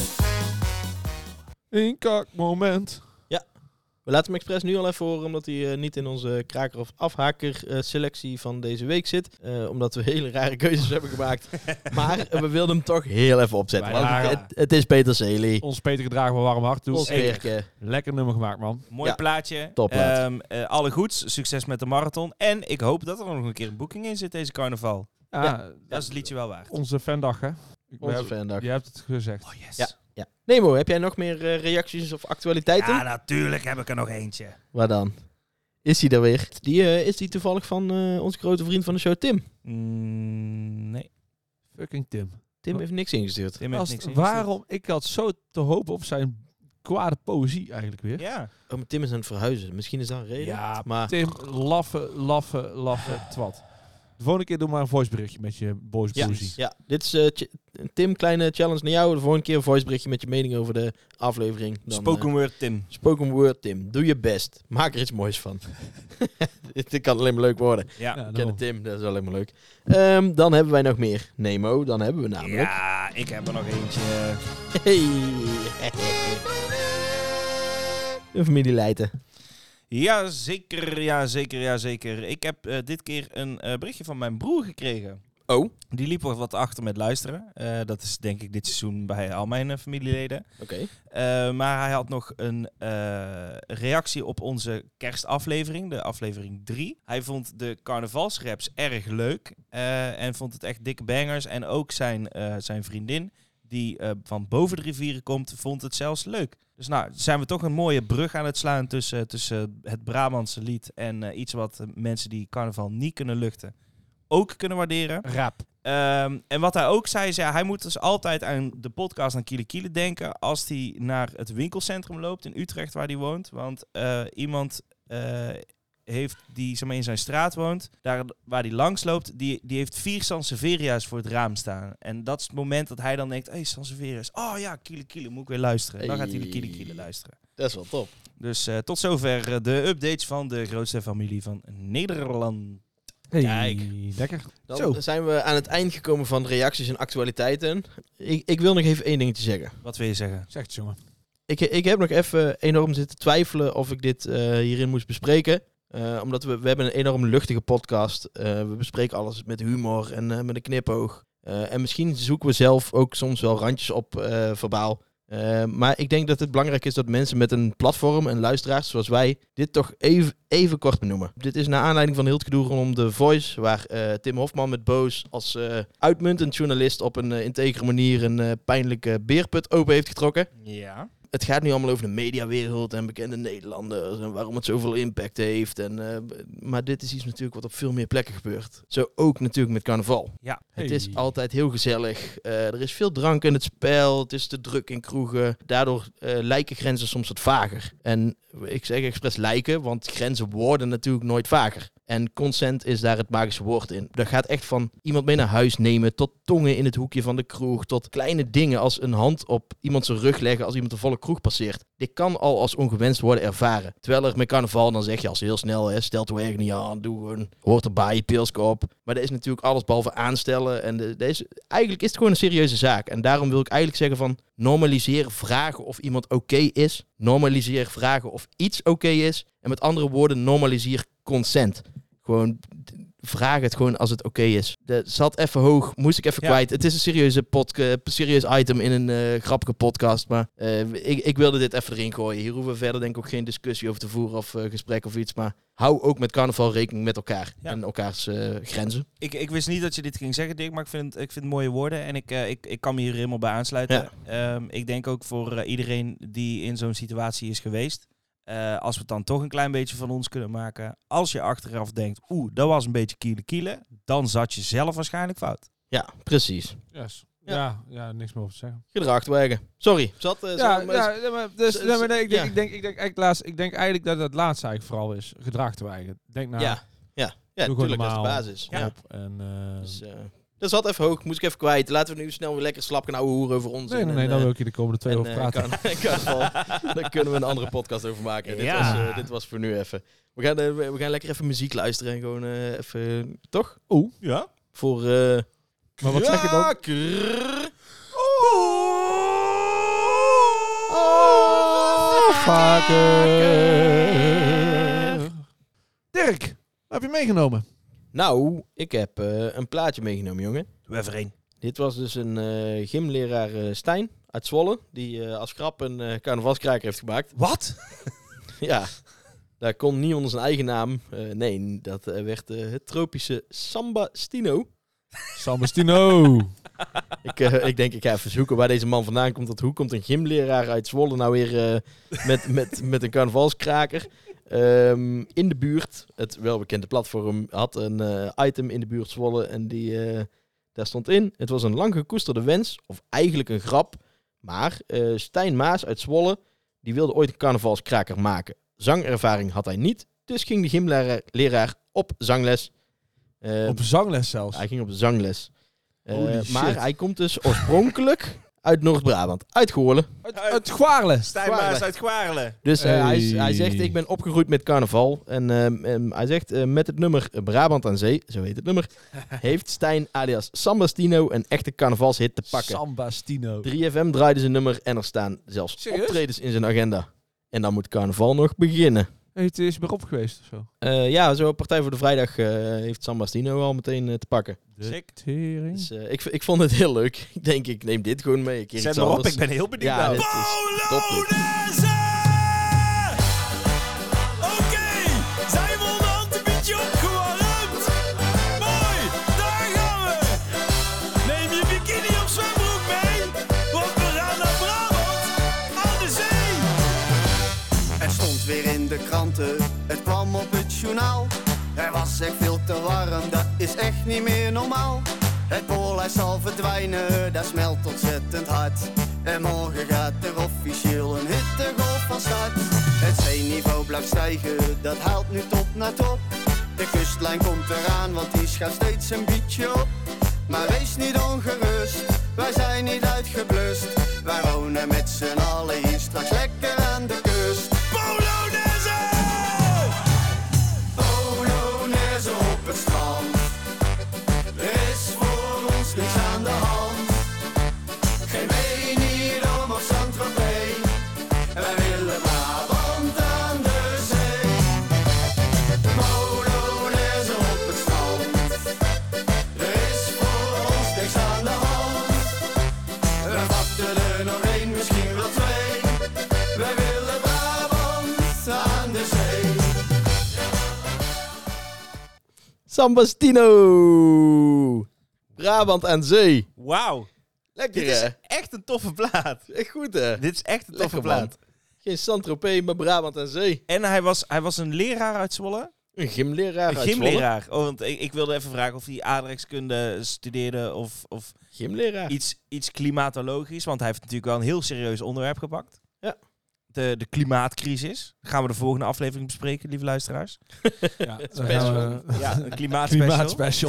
Inkakmoment. We laten hem expres nu al even horen, omdat hij uh, niet in onze kraker- of afhaker uh, selectie van deze week zit. Uh, omdat we hele rare keuzes hebben gemaakt. Maar uh, we wilden hem toch heel even opzetten. Wij Want waren- het, het is Peter Celi. Ons Peter gedragen we warm hart toe. Ons werken. Lekker nummer gemaakt, man. Mooi Ja. plaatje. Topplaat. Ehm, eh, alle goeds. Succes met de marathon. En ik hoop dat er nog een keer een boeking in zit deze carnaval. Ja, Ja. Dat is het liedje wel waard. onze fandag, hè? We Onze hebben- fandag. Je hebt het gezegd. Oh yes. Ja. Ja. Nemo, heb jij nog meer uh, reacties of actualiteiten? Ja, natuurlijk heb ik er nog eentje. Waar dan? Is hij er weer? Die, uh, is die toevallig van uh, onze grote vriend van de show, Tim? Mm, nee. Fucking Tim. Tim heeft niks ingestuurd. Tim heeft Gast, niks ingestuurd. waarom? Ik had zo te hopen op zijn kwade poëzie eigenlijk weer. Ja. Oh, maar Tim is aan het verhuizen. Misschien is dat een reden. Ja, maar Tim, laffe, laffe, laffe twat. De volgende keer doe maar een voiceberichtje met je boys Ja, bluesy. ja, dit is uh, ch- Tim, kleine challenge naar jou. De volgende keer een voiceberichtje met je mening over de aflevering. Dan, Spoken uh, word Tim. spoken word, Tim. Doe je best. Maak er iets moois van. Dit kan alleen maar leuk worden. Ja. Ja, Ik ken daarom. het, Tim. Dat is alleen maar leuk. Um, dan hebben wij nog meer. Nemo, dan hebben we namelijk... Ja, ik heb er nog eentje. Hey. Een familie Leijten. Ja, zeker, ja, zeker, ja, zeker. Ik heb uh, dit keer een uh, berichtje van mijn broer gekregen. Oh, Die liep wat achter met luisteren. Uh, dat is denk ik dit seizoen bij al mijn uh, familieleden. oké. Okay. Uh, maar hij had nog een uh, reactie op onze kerstaflevering, de aflevering drie. Hij vond de carnavalsraps erg leuk uh, en vond het echt dikke bangers. En ook zijn, uh, zijn vriendin, die uh, van boven de rivieren komt, vond het zelfs leuk. Dus nou, zijn we toch een mooie brug aan het slaan tussen, tussen het Brabantse lied en uh, iets wat uh, mensen die carnaval niet kunnen luchten ook kunnen waarderen. Rap. Um, en wat hij ook zei, is ja, hij moet dus altijd aan de podcast aan Kiele Kiele denken als hij naar het winkelcentrum loopt in Utrecht waar hij woont. Want uh, iemand uh, heeft die zeg maar, in zijn straat woont, daar waar hij langs loopt, die, die heeft vier Sanseveria's voor het raam staan. En dat is het moment dat hij dan denkt, hé, hey, Sanseveria's, oh ja, Kiele Kiele, moet ik weer luisteren. En dan gaat hij de Kiele Kiele luisteren. Dat is wel top. Dus uh, tot zover uh, de updates van de grootste familie van Nederland. Hey, Kijk. Lekker. Dan Zo. zijn we aan het eind gekomen van reacties en actualiteiten. Ik, ik wil nog even één dingetje zeggen. Wat wil je zeggen? Zeg het, jongen. Ik, ik heb nog even enorm zitten twijfelen of ik dit uh, hierin moest bespreken. Uh, omdat we, we hebben een enorm luchtige podcast. Uh, we bespreken alles met humor en uh, met een knipoog. Uh, en misschien zoeken we zelf ook soms wel randjes op uh, verbaal. Uh, maar ik denk dat het belangrijk is dat mensen met een platform en luisteraars zoals wij dit toch even, even kort benoemen. Dit is naar aanleiding van heel het gedoe rondom The Voice, waar uh, Tim Hofman met Boos als uh, uitmuntend journalist op een uh, integere manier een uh, pijnlijke beerput open heeft getrokken. Ja. Het gaat nu allemaal over de mediawereld en bekende Nederlanders en waarom het zoveel impact heeft. En, uh, maar dit is iets natuurlijk wat op veel meer plekken gebeurt. Zo ook natuurlijk met carnaval. Ja. Het Hey. is altijd heel gezellig. Uh, er is veel drank in het spel. Het is te druk in kroegen. Daardoor uh, lijken grenzen soms wat vager. En ik zeg expres lijken, want grenzen worden natuurlijk nooit vager. En consent is daar het magische woord in. Dat gaat echt van iemand mee naar huis nemen, tot tongen in het hoekje van de kroeg, tot kleine dingen als een hand op iemand zijn rug leggen als iemand de volle kroeg passeert. Dit kan al als ongewenst worden ervaren. Terwijl er met carnaval, dan zeg je als heel snel, hè, stel het erg niet aan, doe gewoon, hoort erbij, pilske op. Maar dat is natuurlijk alles behalve aanstellen. En de, de is, eigenlijk is het gewoon een serieuze zaak. En daarom wil ik eigenlijk zeggen van, normaliseer vragen of iemand oké okay is. Normaliseer vragen of iets oké okay is. En met andere woorden, normaliseer consent. Gewoon vraag het gewoon als het oké okay is. Dat zat even hoog, moest ik even Ja. kwijt. Het is een serieuze podca- serieus item in een uh, grappige podcast. Maar uh, ik, ik wilde dit even erin gooien. Hier hoeven we verder denk ik ook geen discussie over te voeren of uh, gesprek of iets. Maar hou ook met carnaval rekening met elkaar Ja. en elkaars uh, grenzen. Ik, ik wist niet dat je dit ging zeggen, Dirk, maar ik vind, ik vind het mooie woorden en ik, uh, ik, ik kan me hier helemaal bij aansluiten. Um, ik denk ook voor uh, iedereen die in zo'n situatie is geweest, uh, als we het dan toch een klein beetje van ons kunnen maken, als je achteraf denkt, oeh, dat was een beetje kiele kiele, dan zat je zelf waarschijnlijk fout. Ja, precies. Yes. Ja. Ja. Ja, niks meer over te zeggen. Gedrachtwagen. Sorry. Zat, uh, Ja, zat, maar- ja, ja, maar dus, z- nee, maar nee, ik, denk, ja. ik, denk, ik, denk eigenlijk laatst, ik denk eigenlijk dat het laatste eigenlijk vooral is. Gedrag te wijgen. Denk nou, ja, ja, ja, doe gewoon natuurlijk, dat is de normaal. basis. Ja. Ja. Op en, uh, Dus, uh, dat zat even hoog, moest ik even kwijt. Laten we nu snel weer lekker slap gaan ouwe hoeren over ons. nee, en, nee, nee, en, daar uh, wil ik je de komende twee en, over uh, praten. kan- carnaval. Daar kunnen we een andere podcast over maken. Dit, Ja. was, uh, dit was voor nu even. We gaan, uh, we we gaan lekker even muziek luisteren en gewoon uh, even, toch? Oeh, Ja? Voor... Uh, maar wat zeg je dan? Kraker. Oh, vaker. Dirk, wat heb je meegenomen? Nou, ik heb uh, een plaatje meegenomen, jongen. Doe even één. Dit was dus een uh, gymleraar uh, Stijn uit Zwolle, die uh, als grap een uh, carnavalskraker heeft gemaakt. Wat? Ja, daar kon niet onder zijn eigen naam. Uh, nee, dat uh, werd uh, het tropische Samba Stino. Sambastino. Ik, uh, ik denk, ik ga even zoeken waar deze man vandaan komt. Want hoe komt een gymleraar uit Zwolle nou weer uh, met, met, met een carnavalskraker? Um, in de buurt, het welbekende platform, had een uh, item in de buurt Zwolle. En die, uh, daar stond in, het was een lang gekoesterde wens, of eigenlijk een grap. Maar uh, Stijn Maas uit Zwolle, die wilde ooit een carnavalskraker maken. Zangervaring had hij niet, dus ging de gymleraar leraar op zangles. Uh, Op zangles zelfs. Hij ging op zangles. Uh, Holy maar shit. hij komt dus oorspronkelijk uit Noord-Brabant. Uit Goorlen. Uit, uit Gwaarle. Stijn Maas uit Gwaarle. Dus uh, Hey. hij, hij zegt, ik ben opgegroeid met carnaval. En um, um, hij zegt, uh, met het nummer Brabant aan Zee, zo heet het nummer, heeft Stijn alias Sambastino een echte carnavalshit te pakken. Sambastino. drie F M draaide zijn nummer en er staan zelfs Serieus? optredens in zijn agenda. En dan moet carnaval nog beginnen. Het is weer op geweest of zo. Uh, ja, zo Partij voor de Vrijdag uh, heeft Sambastino al meteen uh, te pakken. Sick. Tering. Dus uh, ik, ik vond het heel leuk. Ik denk, ik neem dit gewoon mee. Een keer Zet iets maar op, anders. ik ben heel benieuwd. Ja, nou. dit is top dit. Oké, zijn we onderhand een beetje opgewarmd? Mooi, daar gaan we. Neem je bikini of zwembroek mee, want we gaan naar Brabant aan de zee. Het stond weer in de kranten, het kwam op het journaal. Er was echt veel te warm, dat is echt niet meer normaal. Het poolijs zal verdwijnen, dat smelt ontzettend hard. En morgen gaat er officieel een hittegolf van start. Het zeeniveau blijft stijgen, dat haalt nu top naar top. De kustlijn komt eraan, want die schuift steeds een beetje op. Maar wees niet ongerust, wij zijn niet uitgeblust. Wij wonen met z'n allen hier straks lekker aan de kust. Polonaise! Polonaise op het strand. Er is voor ons niks aan de hand. Geen Benidorm of Saint-Tropez. Wij willen Brabant aan de zee. Polonaise op het strand. Er is voor ons niks aan de hand. We vatten er nog één, misschien wel twee. Wij willen Brabant aan de zee. Sambastino! Brabant aan Zee. Wauw. Lekker, Dit is hè? echt een toffe plaat. Echt goed, hè? Dit is echt een toffe Lekker, man. plaat. Geen Saint-Tropez, maar Brabant aan Zee. En hij was, hij was een leraar uit Zwolle. Een gymleraar Een uit Zwolle. gymleraar. Oh, want ik, ik wilde even vragen of hij aardrijkskunde studeerde of, of Gymleraar. iets, iets klimatologisch. Want hij heeft natuurlijk wel een heel serieus onderwerp gepakt. Ja. De, de klimaatcrisis. Dat gaan we de volgende aflevering bespreken, lieve luisteraars. Ja, Special. uh, Ja, een klimaatspecial. klimaatspecial.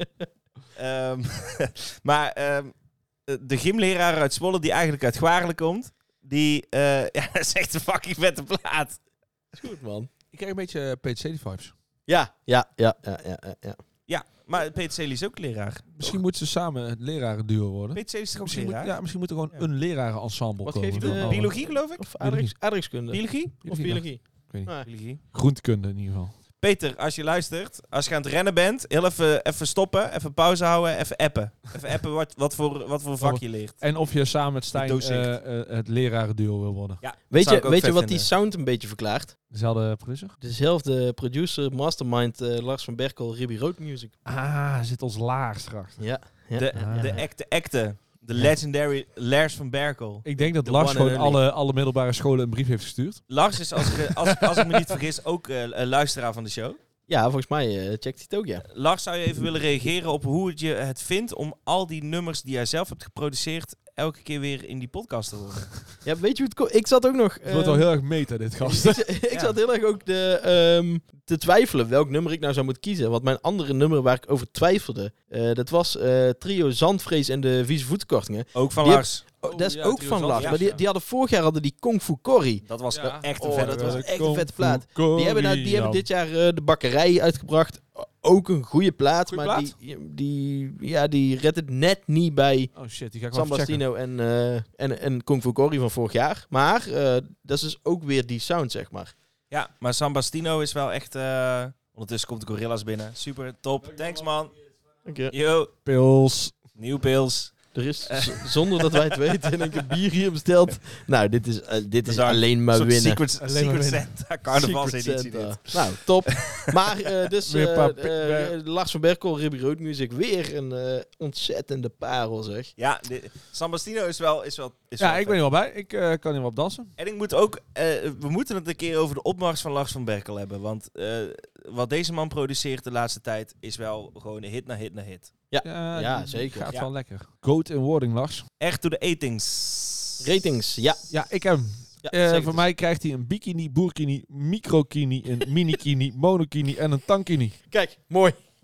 um, maar um, de gymleraar uit Zwolle, die eigenlijk uit Gwaarle komt, die uh, ja, dat is echt een fucking vette plaat. Is goed, man. Ik krijg een beetje P T C-vibes. Ja, ja, ja, ja, ja, ja, ja. Ja, maar Peter Celi is ook leraar. Misschien moeten ze samen het lerarenduo worden. Peter Celi is toch ook Misschien moet, leraar? ja, misschien moet er gewoon Ja. een lerarenensemble Wat komen. geeft van de- alle- Biologie, geloof ik? Of aardrijks- aardrijkskunde. Biologie? Of biologie. Ik weet niet. Ah. Biologie. Groentekunde in ieder geval. Peter, als je luistert, als je aan het rennen bent, heel even, even stoppen, even pauze houden, even appen. Even appen wat, wat, voor, wat voor vak je leert. En of je samen met Stijn doseert. eh, eh, het lerarenduo wil worden. Ja, Weet zou je, ik ook weet je vet wat die vinden. sound een beetje verklaart? Dezelfde producer? Dezelfde producer, mastermind, uh, Lars van Berkel, Ruby Road Music. Ah, zit ons laagst erachter. Ja. ja. De, Ah. de acte, acte. De legendary Lars van Berkel. Ik denk dat The Lars one and gewoon only. alle, alle middelbare scholen een brief heeft gestuurd. Lars is, als ik, als, als ik me niet vergis, ook uh, een luisteraar van de show. Ja, volgens mij uh, checkt hij het ook, ja. Lars, zou je even willen reageren op hoe het je het vindt om al die nummers die jij zelf hebt geproduceerd elke keer weer in die podcast te horen? Ja, weet je hoe het komt? Ik zat ook nog... Het wordt ehm, wel heel erg meta, dit gast. ik ik Ja. zat heel erg ook de, ehm, te twijfelen welk nummer ik nou zou moeten kiezen. Want mijn andere nummer waar ik over twijfelde, uh, dat was uh, Trio Zandvrees en de Vieze Voetkortingen. Ook van Die Lars. Oh, dat is ja, ook Trio van Lars. Zandvrees, Maar die, ja. die hadden vorig jaar hadden die Kung Fu Corrie. Dat was Ja. echt een Oh, vette dat was plaat. echt een vette plaat. Die hebben, nou, die hebben dit jaar uh, de bakkerij uitgebracht. Ook een goede plaat. Goeie maar plaat? Die, die, ja, die redt het net niet bij Oh shit, die ga ik wel even checken. Sambastino en, uh, en, en Kung Fu Corrie van vorig jaar. Maar uh, dat is dus ook weer die sound, zeg maar. Ja, maar Sambastino is wel echt... Uh, ondertussen komt de Gorillas binnen. Super, top. Thanks, man. Okay. Yo, Pils. nieuw pils. Er is, z- zonder dat wij het weten, in één keer bier hier besteld. Nou, dit is, uh, dit is Dat is alleen maar Een soort winnen. Secret, Alleen maar secret winnen. Santa carnavalseditie Secret dit. Santa. Nou, top. Maar uh, dus Weer uh, pap- uh, weer- Lars van Berkel, Ruby Road Music, weer een uh, ontzettende parel, zeg. Ja, dit- Sambastino is wel... Is wel is Ja, wel ik ben vet. er wel bij. Ik uh, kan hier wel op dansen. En ik moet ook... Uh, we moeten het een keer over de opmars van Lars van Berkel hebben. Want uh, wat deze man produceert de laatste tijd is wel gewoon hit na hit na hit. Ja, Ja, ja, die zeker. Gaat Ja. wel lekker. Goat in wording, Lars. Echt to the eightings. Ratings, ja. Ja, ik heb hem. ja Eh, zeker. voor mij krijgt hij een bikini, boerkini, microkini, een minikini, monokini en een tankini. Kijk, mooi.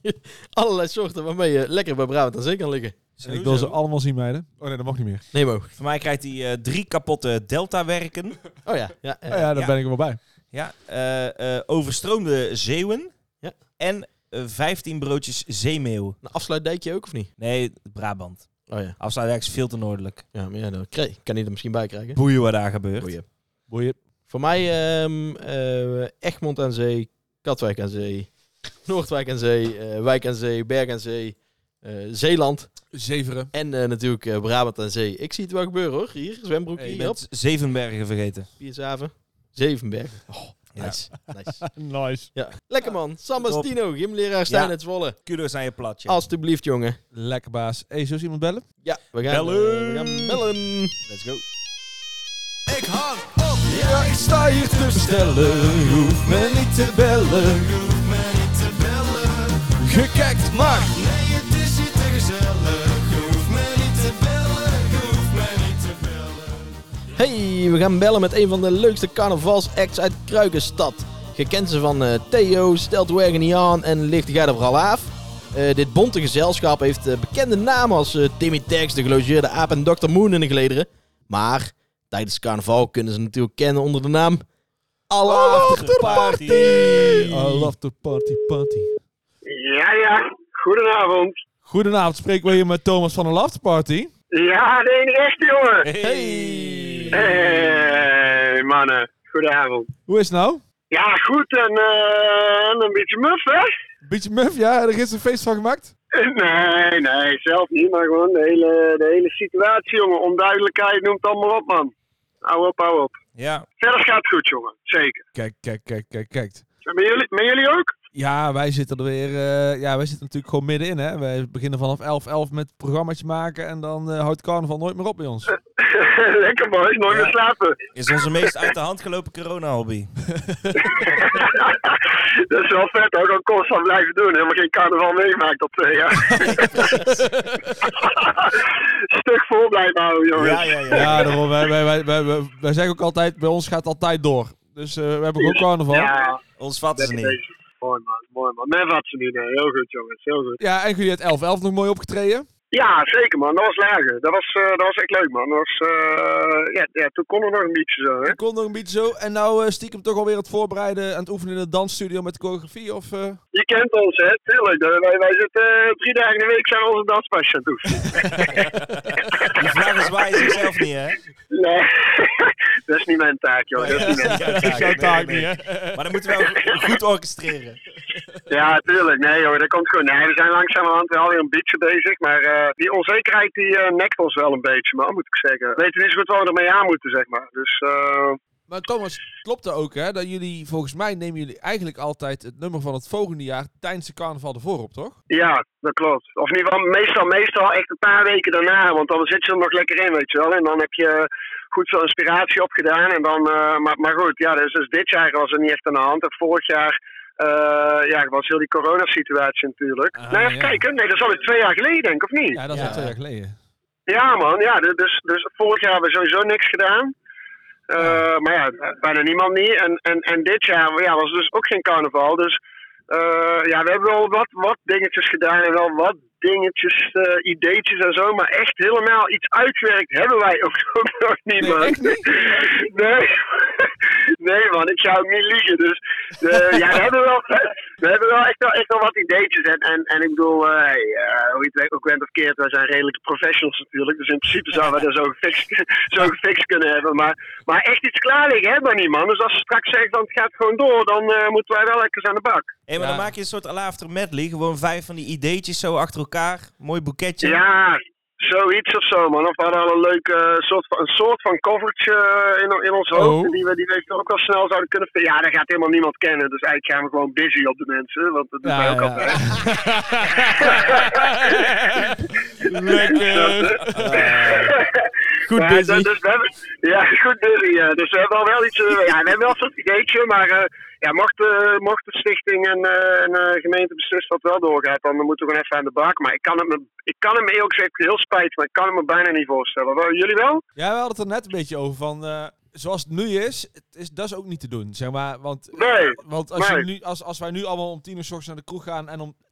Allerlei soorten waarmee je lekker bij Brabant aan zee kan liggen. En ik wil ze allemaal zien, meiden. Oh nee, dat mag niet meer. Nee, Mo. Voor mij krijgt hij uh, drie kapotte Delta-werken. Oh ja. Ja, ja. Oh ja, daar Ja. ben ik er wel bij. Ja, uh, uh, overstroomde zeeuwen. Ja. En uh, vijftien broodjes zeemeeuw. Een afsluitdijkje ook, of niet? Nee, Brabant. Oh ja. Afsluitdijk is veel te noordelijk. Ja, maar ja, dan krijg, kan hij er misschien bij krijgen. Boeien wat daar gebeurt. Boeien. Boeien. Voor mij um, uh, Egmond aan zee, Katwijk aan zee, Noordwijk aan zee, uh, Wijk aan zee, Berg aan zee, uh, Zeeland. Zeveren. En uh, natuurlijk uh, Brabant aan zee. Ik zie het wel gebeuren hoor. Hier, zwembroek Hey, je hier op. bent Zevenbergen vergeten. Piershaven. Zevenbergen. Oh, nice. nice. Nice. Ja. Lekker man. Samba Top. Stino, gymleraar Stijn Ja. uit Zwolle. Kudos aan je platje. Alsjeblieft jongen. Lekker baas. Hey, zullen ze iemand bellen? Ja, we gaan Bellen. uh, we gaan bellen. Let's go. Ik hang op. Ja, ik sta hier te bestellen. Je hoeft me niet te bellen. Je hoeft me niet te bellen. Je kijkt maar. Nee, het is hier te gezellig. Je hoeft me niet te bellen. Je hoeft me niet te bellen. Hey, we gaan bellen met een van de leukste carnavalsacts uit Kruikenstad. Je kent ze van uh, Theo, Stelt de Werken niet aan en Ligt jij er vooral af. Uh, dit bonte gezelschap heeft uh, bekende namen als uh, Timmy Tex, de gelogeerde aap en dokter Moon in de gelederen. Maar tijdens carnaval kunnen ze natuurlijk kennen onder de naam Afterparty. I love the party party. Ja, ja. Goedenavond. Goedenavond, spreken we hier met Thomas van de Afterparty. Ja, de enige echte jongen. Hey! Hey, mannen. Goedenavond. Hoe is het nou? Ja, goed en uh, een beetje muf, hè? Beetje muf, ja? Er is een feest van gemaakt? Nee, nee, zelf niet, maar gewoon de hele, de hele situatie, jongen. Onduidelijkheid, noem het allemaal op, man. Hou op, hou op. Ja. Verder gaat het goed, jongen. Zeker. Kijk, kijk, kijk, kijk, kijk. Met jullie, met jullie ook? Ja, wij zitten er weer. Uh, ja, wij zitten natuurlijk gewoon middenin, hè? Wij beginnen vanaf elf elf met het programmaatje maken en dan uh, houdt carnaval nooit meer op bij ons. Lekker, boys. Nooit Ja. meer slapen. Is onze meest uit de hand gelopen corona-hobby. Dat is wel vet, ook al constant blijven doen. Helemaal geen carnaval meemaakt op twee jaar. Stuk vol blijven houden, jongens. Ja, ja, ja. Ja, daarom. Wij, wij, wij, wij, wij, wij zeggen ook altijd, bij ons gaat het altijd door. Dus uh, we hebben gewoon carnaval. Ja, Ons vatten ze lekker niet. bezig. Mooi man, mooi man. Nee, wat ze niet. Nee. Heel goed, jongens. Heel goed. Ja, en jullie het elf elf nog mooi opgetreden. Ja, zeker man. Dat was lager. Dat was, uh, dat was echt leuk man. Dat was, uh, ja, ja, toen kon er nog een beetje zo, hè. Ik kon nog een beetje zo. En nou uh, stiekem toch alweer het voorbereiden aan het oefenen in de dansstudio met de choreografie? Of, uh... Je kent ons, hè. Tuurlijk. Wij, wij zitten uh, drie dagen in de week zijn we onze danspasjes aan het oefenen. Die vraag is waar je zichzelf niet, hè? Nee, dat is niet mijn taak, joh. Dat is niet mijn taak. Jouw taak niet, hè? Maar dan moeten we wel goed orchestreren. Ja, tuurlijk. Nee, joh, dat komt goed. Nee, we zijn langzamerhand wel weer een beetje bezig. Maar uh, die onzekerheid die uh, nekt ons wel een beetje, man, moet ik zeggen. We weten niet zo goed waar we ermee aan moeten, zeg maar. Dus, uh... Maar Thomas, klopt er ook, hè? Dat jullie, volgens mij nemen jullie eigenlijk altijd het nummer van het volgende jaar tijdens de carnaval ervoor op, toch? Ja, dat klopt. Of in ieder geval meestal, meestal echt een paar weken daarna. Want dan zit je er nog lekker in, weet je wel. En dan heb je goed veel inspiratie opgedaan. En dan, uh, maar, maar goed, ja, dus, dus dit jaar was er niet echt aan de hand. En vorig jaar uh, ja, was heel die coronasituatie natuurlijk. Ah, nou, even ja. kijken. Nee, dat is alweer twee jaar geleden, denk ik, of niet? Ja, dat is Ja. al twee jaar geleden. Ja, man. Ja, dus, dus vorig jaar hebben we sowieso niks gedaan. Uh, maar ja, bijna niemand niet. En, en, en dit jaar ja, was dus ook geen carnaval. Dus uh, ja, we hebben wel wat, wat dingetjes gedaan en wel wat dingetjes, uh, ideetjes en zo. Maar echt helemaal iets uitgewerkt hebben wij ook, ook nog niet, Nee, man. echt niet? Nee. Nee, man. Ik zou ook niet liegen. Dus uh, ja, we hebben wel, we hebben wel echt wel, echt wel wat ideetjes. En, en, en ik bedoel, uh, hey, uh, hoe je het ook bent of keert, wij zijn redelijke professionals natuurlijk. Dus in principe zouden we dat zo gefixt, zo gefixt kunnen hebben. Maar, maar echt iets klaar liggen hebben we niet, man. Dus als ze straks zeggen van het gaat gewoon door, dan uh, moeten wij wel lekker aan de bak. Hé, hey, maar Ja. dan maak je een soort Alaafter medley. Gewoon vijf van die ideetjes zo achter elkaar. Mooi boeketje. Ja, zoiets of zo, man. Of we hadden al een leuk uh, soort van, een soort van covertje uh, in, in ons hoofd. Oh. Die we, die we ook wel snel zouden kunnen vinden. Ja, dat gaat helemaal niemand kennen. Dus eigenlijk gaan we gewoon busy op de mensen. Want dat doen wij ook altijd. Lekker. Goed Ja, busy. dus, dus we hebben, ja, goed busy. Ja. Dus we hebben al wel iets. Uh, ja, we hebben wel zo'n ideetje, maar uh, ja, mocht, uh, mocht de stichting en, uh, en uh, gemeente beslissen dat het wel doorgaat, dan moeten we gewoon even aan de bak. Maar ik kan het me, ik kan het me eerlijk gezegd heel spijtig, maar ik kan het me bijna niet voorstellen. Wel, jullie wel? Ja, we hadden het er net een beetje over van, uh, zoals het nu is, het is, dat is ook niet te doen, zeg maar. Want, Nee. want als, nee. je nu, als, als wij nu allemaal om tien uur 's ochtends naar de kroeg gaan en om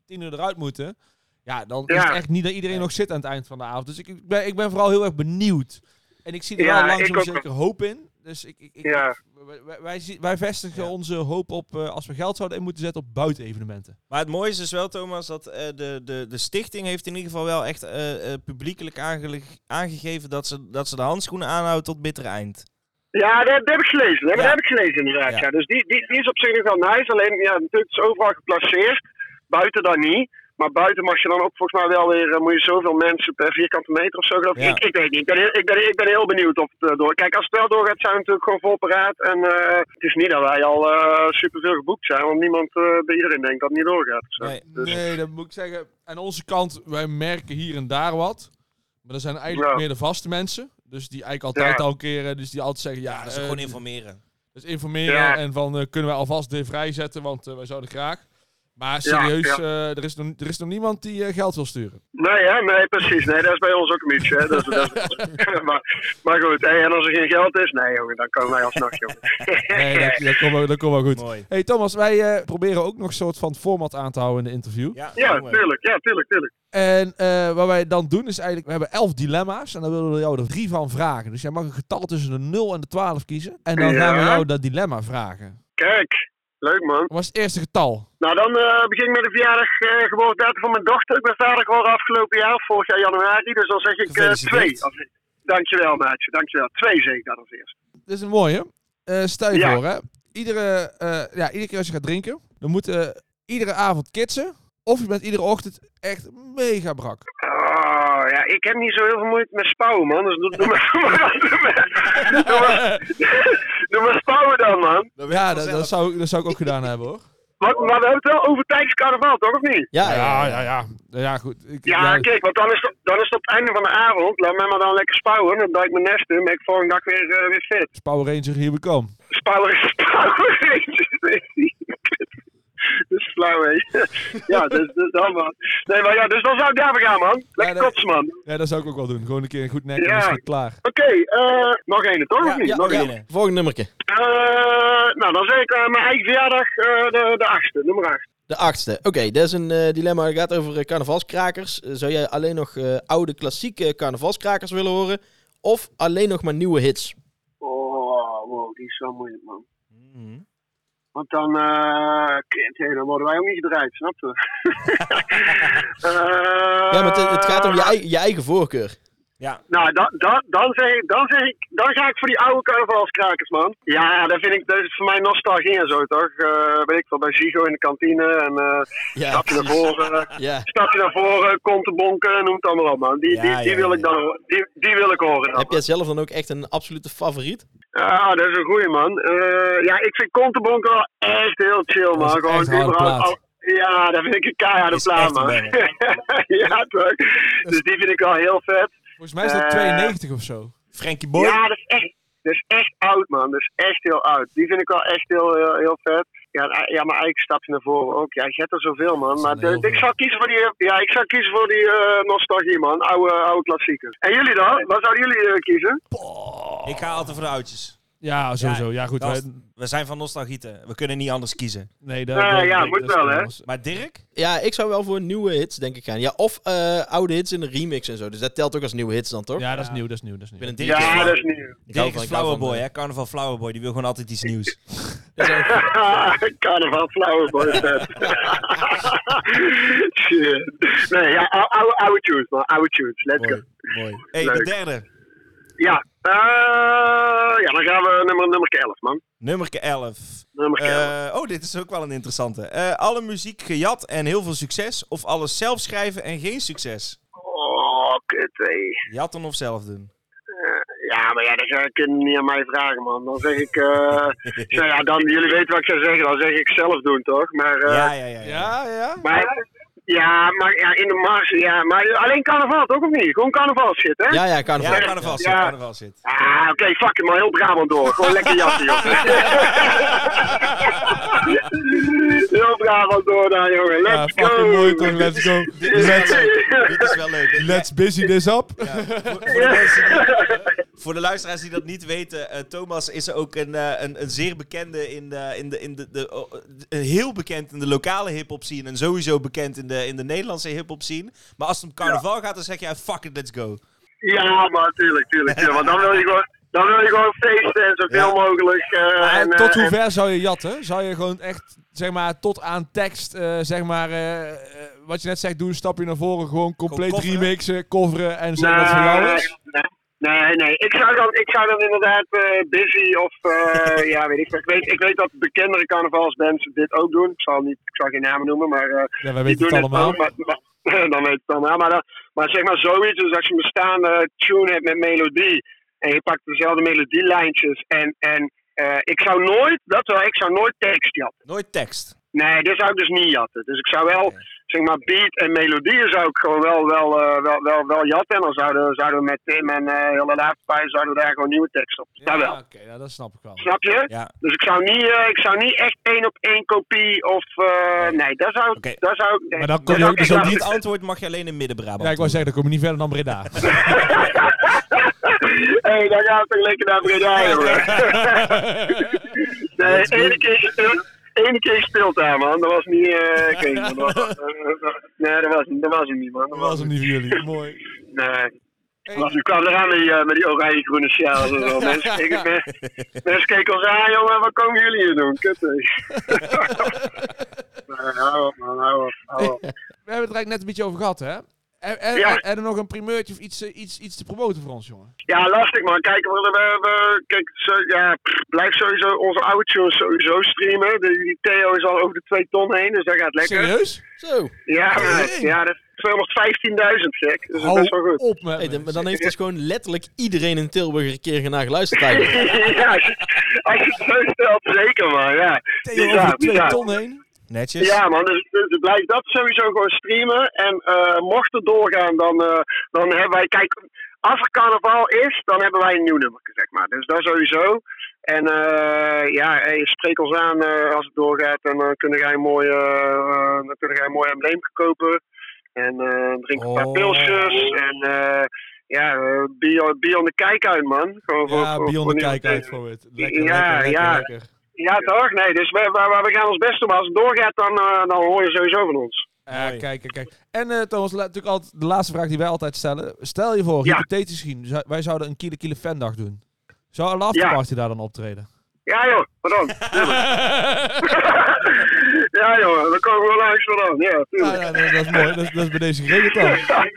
tien uur eruit moeten. Ja, dan Ja. is het echt niet dat iedereen nog zit aan het eind van de avond. Dus ik, ik, ben, ik ben vooral heel erg benieuwd. En ik zie er Ja, wel langzaam ik ook zeker hoop in. Dus ik, ik, ik, Ja. wij, wij, wij, zie- wij vestigen onze hoop op, uh, als we geld zouden in moeten zetten, op buitenevenementen. Maar het mooie is dus wel, Thomas, dat uh, de, de, de stichting heeft in ieder geval wel echt uh, uh, publiekelijk aange- aangegeven dat ze, dat ze de handschoenen aanhouden tot bittere eind. Ja, dat, dat heb ik gelezen. Dat, Ja. dat heb ik gelezen inderdaad. Ja. Ja. Dus die, die, die is op zich nog wel nice. Alleen, ja, natuurlijk is het overal geplaceerd. Buiten dan niet. Maar buiten mag je dan ook volgens mij wel weer, uh, moet je zoveel mensen per vierkante meter of zo. Geloof ik. Ja. Ik, ik weet niet. Ik ben, heel, ik, ben, ik ben heel benieuwd of het uh, door. Kijk, als het wel doorgaat, zijn we natuurlijk gewoon vol paraat. En uh, het is niet dat wij al uh, superveel geboekt zijn. Want niemand uh, bij iedereen denkt dat het niet doorgaat. Zo. Nee. Dus, Nee, dat moet ik zeggen. Aan onze kant, wij merken hier en daar wat. Maar er zijn eigenlijk Ja. meer de vaste mensen. Dus die eigenlijk altijd Ja. al een keer, uh, dus die altijd zeggen, ja, Ja, dat is uh, gewoon informeren. Dus informeren Ja. en van, uh, kunnen wij alvast dit vrijzetten, want uh, wij zouden graag. Maar serieus, Ja, ja. uh, er, is nog, er is nog niemand die uh, geld wil sturen. Nee, hè? Nee, precies. Nee, dat is bij ons ook een beetje. Hè? Dat is, dat is, maar, maar goed, hey, en als er geen geld is, nee jongen, dan komen wij alsnog, jongen. Nee, dat, dat komt wel, dat komt wel goed. Mooi. Hey Thomas, wij uh, proberen ook nog een soort van format aan te houden in de interview. Ja, Ja, mooi. tuurlijk. Ja, tuurlijk, tuurlijk. En uh, wat wij dan doen is eigenlijk, we hebben elf dilemma's en dan willen we jou er drie van vragen. Dus jij mag een getal tussen de nul en de twaalf kiezen. En dan Ja. gaan we jou dat dilemma vragen. Kijk, leuk man. Wat was het eerste getal? Nou, dan uh, begin ik met de verjaardag, uh, geboortedatum van mijn dochter. Ik ben vader geworden afgelopen jaar, vorig jaar januari. Dus dan zeg ik uh, Gefeliciteerd. twee. Als ik- Dankjewel, maatje. Dankjewel. Twee zeg ik dan als eerste. Dit is een mooie. Uh, stel je Ja. voor, hè. Iedere, uh, ja, iedere keer als je gaat drinken, dan moet uh, iedere avond kitsen. Of je bent iedere ochtend echt mega brak. Oh, ja, ik heb niet zo heel veel moeite met spouwen, man. Dus doe, doe, maar, doe, maar, doe, maar, doe, maar, doe maar spouwen dan, man. Ja, dat, dat, zou, ik- dat zou ik ook gedaan hebben, hoor. Maar, maar we hebben het wel over tijdens carnaval, toch? Of niet? Ja, ja, Ja, ja. ja, ja. Ja, goed. Ik, Ja, kijk, want dan is, het, dan is het op het einde van de avond. Laat mij maar dan lekker spouwen. Dan duik ik mijn nest in. Ben ik volgende dag weer, uh, weer fit. Power Ranger, here we come. Spouwen is spouwen. Dat is flauw, hè. Ja, dus, dus dan, man. Nee, maar ja, dus dan zou ik daarvoor gaan, man. Lekker nee. kotsen, man. Ja, dat zou ik ook wel doen. Gewoon een keer een goed nek en Ja. dan is het klaar. Oké, eh, nog één, toch? Ja, of niet? ja, nog ja. één. Volgende nummertje. Eh, nou, dan zeg ik uh, mijn eigen verjaardag, uh, de, de achtste, nummer acht. De achtste. Oké, dat is een uh, dilemma. Het gaat over uh, carnavalskrakers. Uh, zou jij alleen nog uh, oude klassieke carnavalskrakers willen horen? Of alleen nog maar nieuwe hits? Oh, wow, die is zo moeilijk, man. Mhm. Want dan, uh, kind, hey, dan worden wij ook niet gedraaid, snap je? uh, Ja, maar het, het gaat om je, ei- je eigen voorkeur. Ja. Nou, dan, dan, dan, zeg ik, dan, zeg ik, dan ga ik voor die oude carnavalskrakers, man. Ja, dat vind ik, dat is voor mij nostalgie en zo, toch? Uh, weet ik wel, bij Zigo in de kantine en uh, Ja, stapje naar precies. voren, Ja. stapje naar voren, kontebonken, noem het allemaal op, man. Die, Ja, die, die ja, wil ja, ik dan, ho- die, die wil ik horen dan. Heb jij zelf dan ook echt een absolute favoriet? Ja, dat is een goeie, man. Uh, ja, ik vind kontebonken wel echt heel chill, man. Dat is Gewoon echt een harde überhaupt plaat. al- Ja, dat vind ik een keiharde Is plaat, echt een man. banger. Ja, toch? Dus die vind ik wel heel vet. Volgens mij is dat Eh, tweeënnegentig of zo. Frankie Boy. Ja, dat is, echt, dat is echt oud, man. Dat is echt heel oud. Die vind ik wel echt heel, heel, heel vet. Ja, en- ja, maar eigenlijk stap je naar voren ook. Ja, je hebt er zoveel, man. Maar zijn er de- heel ik, veel. zou kiezen voor die, ja, ik zou kiezen voor die uh, nostalgie, man. Oude, oude klassiekers. En jullie dan? Wat zouden jullie uh, kiezen? Ik ga altijd voor de oudjes. Ja, sowieso. Ja, goed. Gast, wij- we zijn van nostalgieten. We kunnen niet anders kiezen. nee, dat, Nee, dat- ja, dat- moet dat is wel, hè? anders. Maar Dirk? Ja, ik zou wel voor nieuwe hits denk ik gaan. Ja, of uh, oude hits in een remix en zo. Dus dat telt ook als nieuwe hits dan, toch? Ja, dat is nieuw, dat is nieuw, dat is Ik nieuw. ben een Dirk. Ja, dat is nieuw. Ik hou Dirk van- is ik hou Flowerboy, van, hè? Carnaval Flowerboy. Die wil gewoon altijd iets nieuws. Dat is ook- Carnaval flauwe boy. vet. Shit. Nee, ja, ou- oude, oude tunes, man. Oude tunes. Let's go. Mooi. Mooi. Hey, Leuk. de derde. Ja, uh, ja, dan gaan we nummer, nummer elf, man. Nummer elf. Nummer elf. Eh, oh, dit is ook wel een interessante. Eh, alle muziek gejat en heel veel succes. Of alles zelf schrijven en geen succes. Oh, kut, hé. Jatten of zelf doen. Eh, ja, maar ja, dat ga ik niet aan mij vragen, man. Dan zeg ik, eh nou ja, dan, jullie weten wat ik zou zeggen, dan zeg ik zelf doen, toch? Maar, eh, Ja, ja, ja. ja. Ja, ja. maar, ja, maar ja, in de mars, ja, maar alleen carnaval, toch, of niet? Gewoon carnaval shit, hè? Ja, ja, carnaval. Ja, carnaval zit, Ja. carnaval zit. Ah, oké, fuck it, maar heel Brabant door. Gewoon lekker jassen, joh. Heel Brabant door daar, jongen. Let's Ja, go. fucking mooi toch, let's go. Dit is wel Let's, leuk. Dit is wel leuk. let's busy this up. Ja, voor, voor de mensen die, Voor de luisteraars die dat niet weten, uh, Thomas is ook een, uh, een, een zeer bekende in de, in de, in de, de uh, uh, heel bekend in de lokale hip-hop scene en sowieso bekend in de, in de Nederlandse hip-hop scene. Maar als het om carnaval ja. gaat, dan zeg je, fuck it, let's go. Ja, maar tuurlijk, tuurlijk. tuurlijk. Want dan wil je gewoon, dan wil je gewoon feesten en zoveel ja. mogelijk. Uh, en, tot uh, hoe ver en... zou je jatten? Zou je gewoon echt, zeg maar, tot aan tekst, uh, zeg maar, uh, uh, wat je net zegt, doe een stapje naar voren, gewoon compleet gewoon remixen, coveren en zeggen dat het voor jou is? Nee. Nee, nee. Ik zou dan, ik zou dan inderdaad uh, Busy of, uh, ja, weet ik, ik weet Ik weet dat bekendere carnavalsbands dit ook doen. Ik zal, niet, ik zal geen namen noemen, maar... Uh, ja, wij weten het allemaal. Ook, maar, maar, dan weet je het allemaal. Maar, dan, maar zeg maar zoiets, dus als je een bestaande tune hebt met melodie en je pakt dezelfde melodielijntjes en, en uh, ik zou nooit, dat wel, ik zou nooit tekst jatten. Nooit tekst? Nee, dat zou ik dus niet jatten. Dus ik zou wel, okay. zeg maar, beat en melodieën zou ik gewoon wel, wel, uh, wel, wel, wel jatten. En dan zouden, zouden we met Tim en uh, hele laatste zouden we daar gewoon nieuwe tekst op. Ja, dat wel. Oké, okay, ja, dat snap ik wel. Snap je? Ja. Dus ik zou niet, uh, ik zou niet echt één op één kopie of, uh, nee, dat zou, okay. dat zou nee, maar dan kom je ook dus op dit antwoord mag je alleen in Midden-Brabant. Ja, ik wou zeggen, dan kom je niet verder dan Breda. Hé, hey, dan gaan we toch lekker naar Breda, jongen. Nee, één keer... Eén keer gespeeld daar, man. Dat was niet... Uh, ik weet niet, man. Dat was, uh, nee, dat was, dat was hem niet, man. Dat was hem niet voor jullie. Mooi. Nee. Hey. Nu kwam eraan met die, uh, met die oranje-groene sjaal. mensen, keken, mensen keken ons aan, jongen. Wat komen jullie hier doen? Kut, nee, hou op, man. Hou op. Hou op. Hey, we hebben het er eigenlijk net een beetje over gehad, hè? En, en, ja. en er nog een primeurtje of iets, iets, iets te promoten voor ons, jongen? Ja, lastig, man. Kijk, we, we, we, kijk zo, ja, pff, blijf sowieso onze oude tunes sowieso streamen. De, die Theo is al over de twee ton heen, dus dat gaat lekker. Serieus? Zo. Ja, maar, ja, dat is tweehonderdvijftienduizend, gek. Dus dat is best wel goed. Op met hey, dan, dan heeft dus gewoon letterlijk iedereen in Tilburg een keer naar geluisterd eigenlijk. Ja, als je, als je het zo stelt, zeker, man. Ja. Theo over de twee ton heen? Netjes. Ja, man, dus, dus blijf dat sowieso gewoon streamen. En uh, mocht het doorgaan, dan, uh, dan hebben wij... Kijk, als er carnaval is, dan hebben wij een nieuw nummer, zeg maar. Dus dat sowieso. En uh, ja, hey, spreek ons aan uh, als het doorgaat. En dan uh, kunnen wij een mooi, uh, dan kunnen wij een mooi embleem kopen. En uh, drinken een paar oh. pilsjes. En uh, ja, uh, be, be on the kijkuit, man. Gewoon voor, ja, voor, be on the kijkuit voor het. Lekker, ja, lekker, ja. lekker, lekker. Ja, toch? Nee, dus we, we, we gaan ons best doen. Maar als het doorgaat, dan, uh, dan hoor je sowieso van ons. Ja, uh, kijk, kijk. En uh, Thomas, natuurlijk altijd de laatste vraag die wij altijd stellen. Stel je voor, ja. hypothetisch gezien, wij zouden een Kiele Kiele Fandag doen. Zou een afterparty ja. daar dan optreden? Ja joh, pardon. Ja joh, dan komen we langs vandaan. Ja, tuurlijk. Ja, ja, dat, dat is mooi. Dat is, dat is bij deze geregeld dan.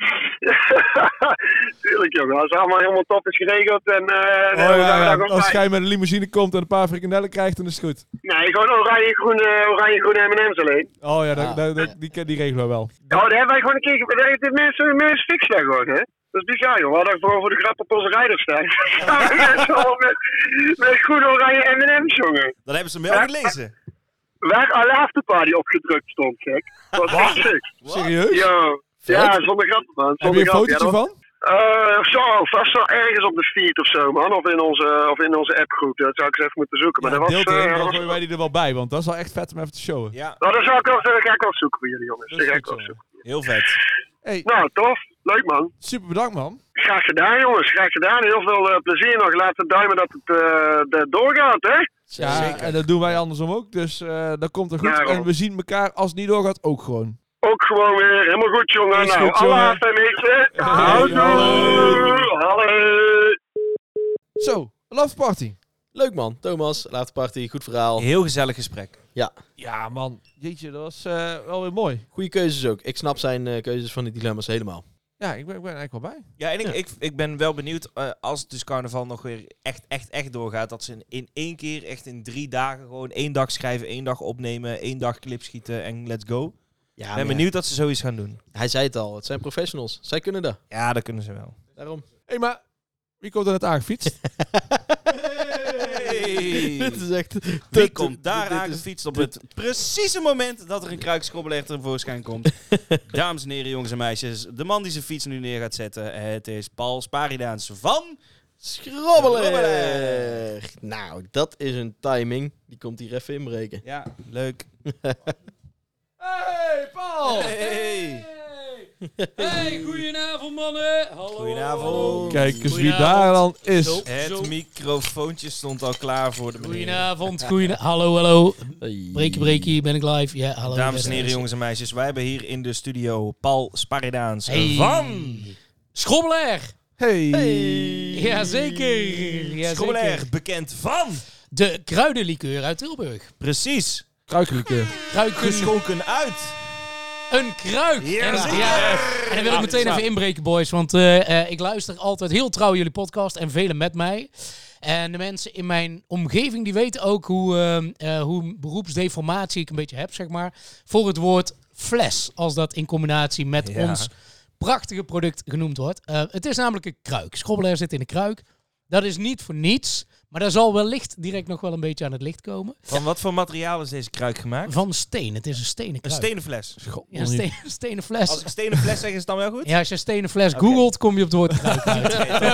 Tuurlijk jongen, als het allemaal helemaal top is geregeld en... Uh, oh, ja, ja, ja. Als jij met een limousine komt en een paar frikandellen krijgt, dan is het goed. Nee, gewoon oranje-groene oranje, M en M's alleen. Oh ja, dat, dat, dat, die, die regelen we wel. Oh, daar hebben wij gewoon een keer... De mensen, mensen fixen wij gewoon, hè. Dat is bizar, joh. We hadden gewoon voor de grap op onze rijders staan. Mensen allemaal met, met groene oranje M en M's, jongen. Dan hebben ze hem wel gelezen. Waar alle afterparty opgedrukt stond, gek. Dat was echt sick. Serieus? Yo. Ja, zonder grap, man. Heb je een fotootje ja, van? Uh, zo, vast wel ergens op de feed of zo, man. Of in onze, of in onze appgroep. Dat zou ik eens even moeten zoeken. Maar ja, dat was, uh, uh, dan gooien wij die er wel bij, want dat is wel echt vet om even te showen. Ja. Nou, dat zou ik wel, dat ga ik wel zoeken voor jullie, jongens. Dat ga ik wel zoeken. Heel vet. Hey. Nou, tof. Leuk, man. Super bedankt, man. Graag gedaan, jongens. Graag gedaan. Heel veel uh, plezier nog. Laat het duimen dat het uh, doorgaat, hè? Ja, zeker. En dat doen wij andersom ook. Dus uh, dat komt er goed. Nou, en we zien elkaar, als het niet doorgaat, ook gewoon. Ook gewoon weer. Helemaal goed, jongen. Is nou, Allah, mensen. Hallo. Hallo. Zo, Love Party. Leuk, man. Thomas, Love Party. Goed verhaal. Heel gezellig gesprek. Ja. Ja, man. Jeetje, dat was uh, wel weer mooi. Goeie keuzes ook. Ik snap zijn uh, keuzes van die dilemma's helemaal. Ja, ik ben, ik ben eigenlijk wel bij. Ja, en ik, ja. ik, ik ben wel benieuwd, uh, als het dus carnaval nog weer echt, echt, echt doorgaat, dat ze in, in één keer, echt in drie dagen, gewoon één dag schrijven, één dag opnemen, één dag clip schieten en let's go. Ja, ik ben benieuwd ja. dat ze zoiets gaan doen. Hij zei het al, het zijn professionals. Zij kunnen dat. Ja, dat kunnen ze wel. Daarom. Hé, hey, maar wie komt er net aangefietst? Hey. Dit is echt... Wie komt daar aangefietst op het precieze moment dat er een kruikschrobbeler tevoorschijn komt? Dames en heren, jongens en meisjes, de man die zijn fiets nu neer gaat zetten, het is Paul Sparidaans van... Schrobbeler! Nou, dat is een timing. Die komt hier even inbreken. Ja, leuk. Hey, Paul! Hey! Hey! Hey, goedenavond mannen. Hallo. Goedenavond. Kijk eens wie daar dan is. Zo, Het zo. microfoontje stond al klaar voor de meneer. Goedenavond, goedenavond. Hallo, hallo. Breekie, breekie, ben ik live. Ja, hallo. Dames en heren, jongens en meisjes. Wij hebben hier in de studio Paul Sparidaans hey. van... Schrobbelair. Hey. hey. Jazeker. Ja, Schrobbelair, bekend van... De kruidenlikeur uit Tilburg. Precies. Kruikenlikeur. Kruiken... Geschonken uit... Een kruik. Ja, en, ja, en dan wil ik meteen even inbreken, boys. Want uh, uh, ik luister altijd heel trouw jullie podcast en velen met mij. En de mensen in mijn omgeving die weten ook hoe, uh, uh, hoe beroepsdeformatie ik een beetje heb, zeg maar. Voor het woord fles, als dat in combinatie met ja. ons prachtige product genoemd wordt. Uh, het is namelijk een kruik. Schrobbelair zit in een kruik. Dat is niet voor niets. Maar daar zal wellicht direct nog wel een beetje aan het licht komen. Van wat voor materiaal is deze kruik gemaakt? Van steen. Het is een stenen kruik. Een stenen fles. God, ja, een steen, stenen fles. Als ik stenen fles zeg, is het dan wel goed? Ja, als je stenen fles okay. googelt, kom je op het woord kruik uit.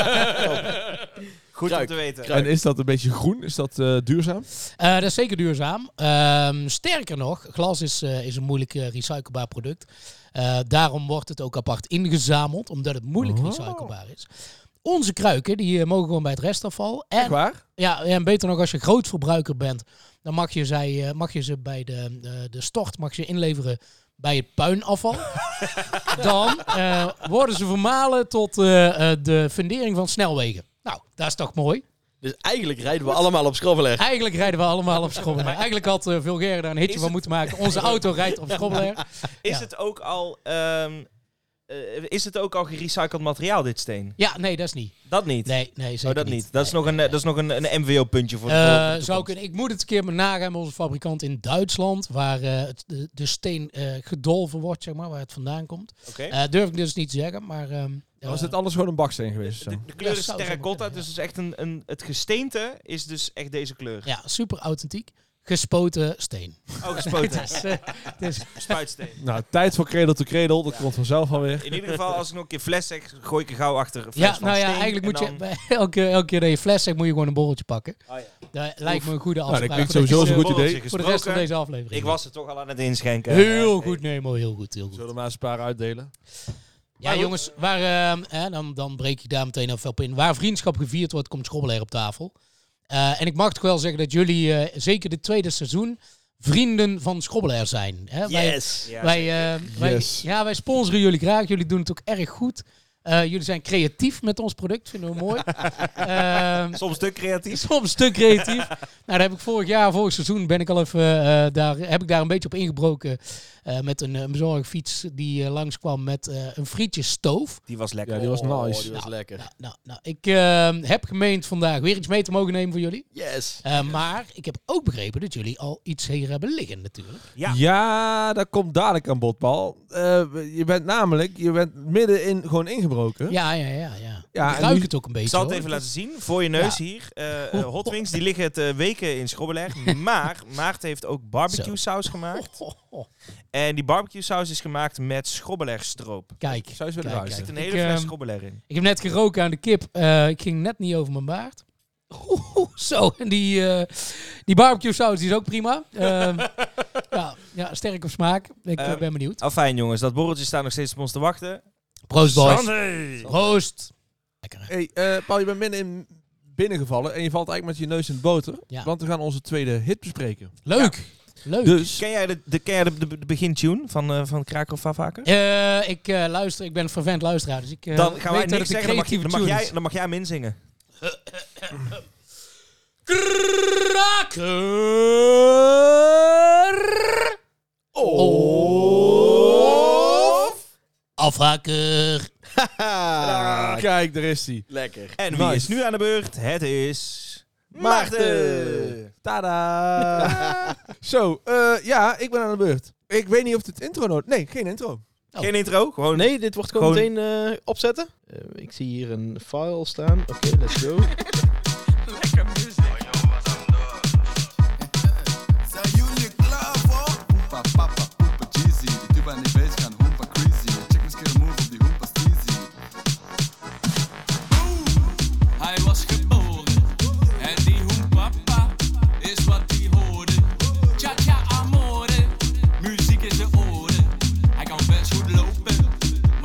Goed kruik. om te weten. En is dat een beetje groen? Is dat uh, duurzaam? Uh, dat is zeker duurzaam. Uh, sterker nog, glas is, uh, is een moeilijk uh, recyclebaar product. Uh, daarom wordt het ook apart ingezameld, omdat het moeilijk oh. recyclebaar is. Onze kruiken, die uh, mogen gewoon bij het restafval. En, Echt waar? Ja, en beter nog als je grootverbruiker bent, dan mag je, zij, uh, mag je ze bij de, uh, de stort mag je inleveren bij het puinafval. Dan uh, worden ze vermalen tot uh, uh, de fundering van snelwegen. Nou, dat is toch mooi? Dus eigenlijk rijden we allemaal op Schrobbelair. Eigenlijk rijden we allemaal op Schrobbelair. Eigenlijk had uh, Vulgaire daar een hitje is van het... moeten maken. Onze auto rijdt op Schrobbelair. Is ja. het ook al... Um, uh, is het ook al gerecycled materiaal, dit steen? Ja, nee, dat is niet. Dat niet? Nee, nee zeker oh, dat niet. niet. Dat is nee, nog een, nee. dat is nog een, een M V O-puntje voor de uh, volgende. Zou kunnen. Ik moet het een keer met nagaan met onze fabrikant in Duitsland, waar uh, het, de, de steen uh, gedolven wordt, zeg maar, waar het vandaan komt. Okay. Uh, durf ik dus niet te zeggen, maar... Um, Uh, was het anders gewoon een baksteen geweest? De, de, de kleur ja, is terracotta, dus het is echt een, een, het gesteente is dus echt deze kleur. Ja, super authentiek. Gespoten steen. Oh, gespoten. het is, uh, het is Spuitsteen. Nou, tijd voor cradle to cradle. Dat ja. komt vanzelf alweer. In ieder geval, als ik nog een keer fles zeg, gooi ik er gauw achter een fles ja, van nou ja, steen. eigenlijk moet dan... je bij elke, elke keer dat je fles zegt, moet je gewoon een borreltje pakken. Oh, ja. Dat lijkt me een goede afspraak. Nou, dat klinkt sowieso een goed idee. Voor de rest van deze aflevering. Ik was er toch al aan het inschenken. Heel goed, nee, maar heel goed. Heel goed. Zullen we maar eens een paar uitdelen? Ja, maar jongens, waar, uh, eh, dan, dan breek ik daar meteen even op in. Waar vriendschap gevierd wordt, komt Schrobbelair op tafel. Uh, en ik mag toch wel zeggen dat jullie, uh, zeker dit tweede seizoen, vrienden van Schrobbelair zijn. Hè? Yes! Wij, ja, wij, uh, wij, yes. ja, wij sponsoren jullie graag. Jullie doen het ook erg goed. Uh, jullie zijn creatief met ons product, vinden we mooi. uh, soms te creatief. Soms te creatief. Nou, daar heb ik vorig jaar, vorig seizoen, ben ik al even, uh, daar, heb ik daar een beetje op ingebroken. Uh, met een uh, bezorgfiets die uh, langskwam met uh, een frietjesstoof. Die was lekker. Ja, die was nice. Oh, die was nou, lekker. Nou, nou, nou. Ik uh, heb gemeend vandaag weer iets mee te mogen nemen voor jullie. Yes. Uh, maar ik heb ook begrepen dat jullie al iets hier hebben liggen natuurlijk. Ja, ja dat komt dadelijk aan bod, Paul. Uh, je bent namelijk, je bent middenin gewoon ingebroken. Ja, ja, ja. ja. ja ik ruik nu, het ook een beetje. Ik zal het hoor. even laten zien. Voor je neus ja. hier. Uh, uh, Hot Wings, die liggen het uh, weken in Schrobbelair. Maar Maarten heeft ook barbecue saus gemaakt. Oh, oh, oh. En die barbecue saus is gemaakt met Schrobbelair stroop. Kijk, zou je willen Er zit een hele ik, fles um, Schrobbelair in. Ik heb net geroken aan de kip. Uh, ik ging net niet over mijn baard. Oeh, zo, en die, uh, die barbecue saus die is ook prima. Uh, ja, ja, sterk op smaak. Ik uh, ben benieuwd. Oh, fijn jongens, dat borreltje staat nog steeds op ons te wachten. Proost boys. Sandy. Proost. Lekker. Hey, uh, Paul, je bent middenin binnengevallen en je valt eigenlijk met je neus in het boter. Ja. Want we gaan onze tweede hit bespreken. Leuk. Ja. Leuk. Dus, ken jij de, de, ken jij de, de, de begintune van, uh, van Kraker of Vavaker? Uh, ik uh, luister, ik ben een fervent luisteraar, dus ik uh, Dan gaan wij weet niks dat zeggen, dan mag, je, dan, mag jij, dan mag jij hem inzingen. Kraker of afhaker. ah, kijk, daar is hij. Lekker. En wie nice. is nu aan de beurt? Het is... Maarten! Tada! Zo, uh, ja, ik ben aan de beurt. Ik weet niet of het intro nodig... Nee, geen intro. Oh. Geen intro? Gewoon... Nee, dit wordt gewoon, gewoon... meteen uh, opzetten. Uh, ik zie hier een file staan. Oké, okay, let's go. Lekker muziek. Zijn jullie klaar voor? Hoempa, papa, hoempa, cheesy. Die tuba en die bass gaan hoempa crazy. Check eens keer move op die hoempa steezy. Hij was geboren. En die hoempapa is wat hij hoorde. Tja, tja, amore. Muziek in de oren. Hij kan best goed lopen.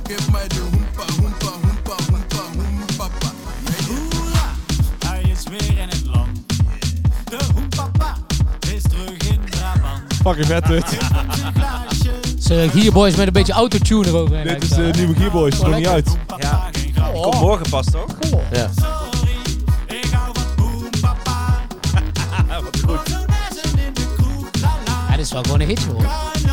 Geef mij de hoempa, hoempa, hoempa, hoempa, hoempapa. Hoera, hij is weer in het land. De hoempapa is terug in Brabant. Fucking vet dit. Ze Gearboys met een beetje autotune eroverheen. Dit is de nieuwe Gearboys, het is nog niet uit. Ja, die komt morgen pas, toch? Ja. Wat goed. Ja, dit is wel gewoon een hitje hoor.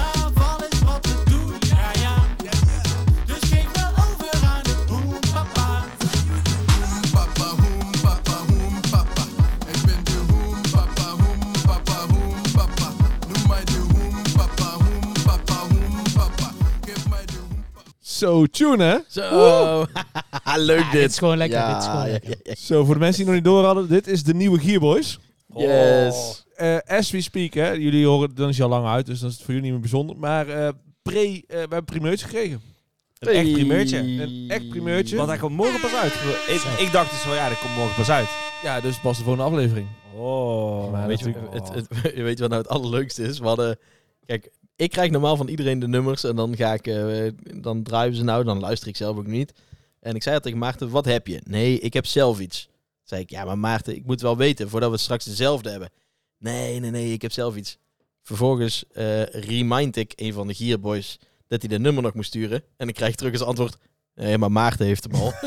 Zo, tune hè? Zo. Leuk Ja, dit. dit is gewoon lekker. Ja, dit is gewoon ja, lekker. ja, ja. Zo, voor de mensen die nog niet door hadden, dit is de nieuwe Gearboys. Yes. Uh, as we speak, hè. Jullie horen, dan is hij al lang uit, dus dat is voor jullie niet meer bijzonder. Maar uh, pre, uh, we hebben primeurtje gekregen. Een echt primeurtje. Een echt primeurtje. Want hij komt morgen pas uit. Ik, ik dacht dus wel, ja, dat komt morgen pas uit. Ja, dus pas de volgende aflevering. Oh. Maar Weet je, natuurlijk- het, het, weet je wat nou het allerleukste is? We hadden... Kijk, ik krijg normaal van iedereen de nummers en dan ga ik... Uh, dan draaien ze nou, dan luister ik zelf ook niet. En ik zei al tegen Maarten, wat heb je? Nee, ik heb zelf iets. Toen zei ik, ja, maar Maarten, ik moet wel weten voordat we straks dezelfde hebben. Nee, nee, nee, ik heb zelf iets. Vervolgens uh, remind ik een van de Gearboys dat hij de nummer nog moest sturen. En ik krijg terug als antwoord, nee, maar Maarten heeft hem al.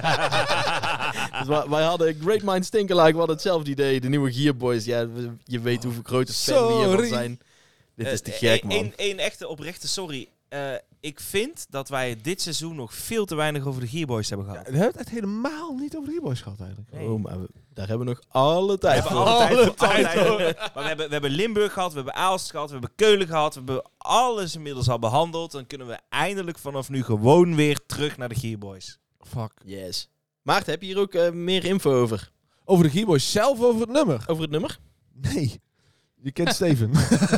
Dus wij, wij hadden Great Minds Think Alike, we hadden hetzelfde idee. De nieuwe Gearboys, ja, we- je weet hoeveel grote fan we hiervan Sorry. zijn. Dit is te Eh, gek, een- man. een- een echte oprechte sorry. Uh, ik vind dat wij dit seizoen nog veel te weinig over de Gearboys hebben Ja, gehad. we hebben het helemaal niet over de Gearboys gehad eigenlijk. Nee. Oh, maar we- daar hebben we nog alle tijd We hebben voor. alle tijd Alle voor, alle tijd tijd voor. voor. Maar we hebben, we hebben Limburg gehad, we hebben Aalst gehad, we hebben Keulen gehad. We hebben alles inmiddels al behandeld. Dan kunnen we eindelijk vanaf nu gewoon weer terug naar de Gearboys. Fuck. Yes. Maarten, heb je hier ook uh, meer info over? Over de Gearboys zelf, over het nummer? Over het nummer? Nee. Je kent Steven.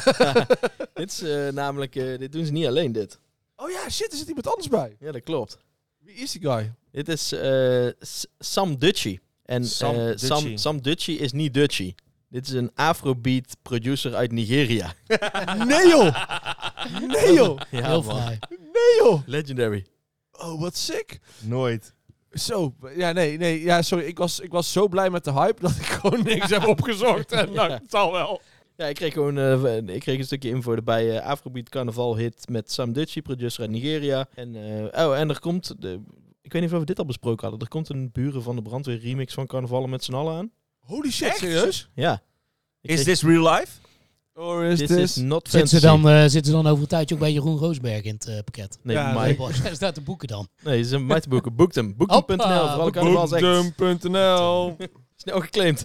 Dit is uh, namelijk, uh, dit doen ze niet alleen, dit. Oh ja, shit, er zit iemand anders bij. Ja, dat klopt. Wie is die guy? Dit is uh, S- Sam Dutchy. En Sam uh, Dutchy. Sam, Sam Dutchy is niet Dutchy. Dit is een Afrobeat producer uit Nigeria. Nee joh! Nee joh! Ja, Heel man. fraai. Nee joh! Legendary. Oh, wat sick. Nooit. Zo, ja, nee, nee, ja, sorry. Ik was, ik was zo blij met de hype dat ik gewoon niks heb opgezocht. En nou, het zal wel. Ja, ik kreeg gewoon uh, ik kreeg een stukje info erbij. Uh, Afrobeat carnaval hit met Sam Dutchy, producer uit Nigeria. En, uh, oh, en er komt, de, ik weet niet of we dit al besproken hadden. Er komt een Buren van de Brandweer remix van Carnaval met z'n allen aan. Holy shit, Echt? serieus? Ja. Ik Is kreeg- this real life? Or is This this... is not Zitten fantasy. ze, dan, uh, zitten ze dan over een tijdje ook bij Jeroen Roosberg in het uh, pakket? Nee, Ja, maar, nee. Hij staat te boeken dan. nee, ze zijn mij te boeken. Boekt hem. Boekt hem punt n l voor alle carnavalsacts. Boekdum punt n l Snel geclaimd.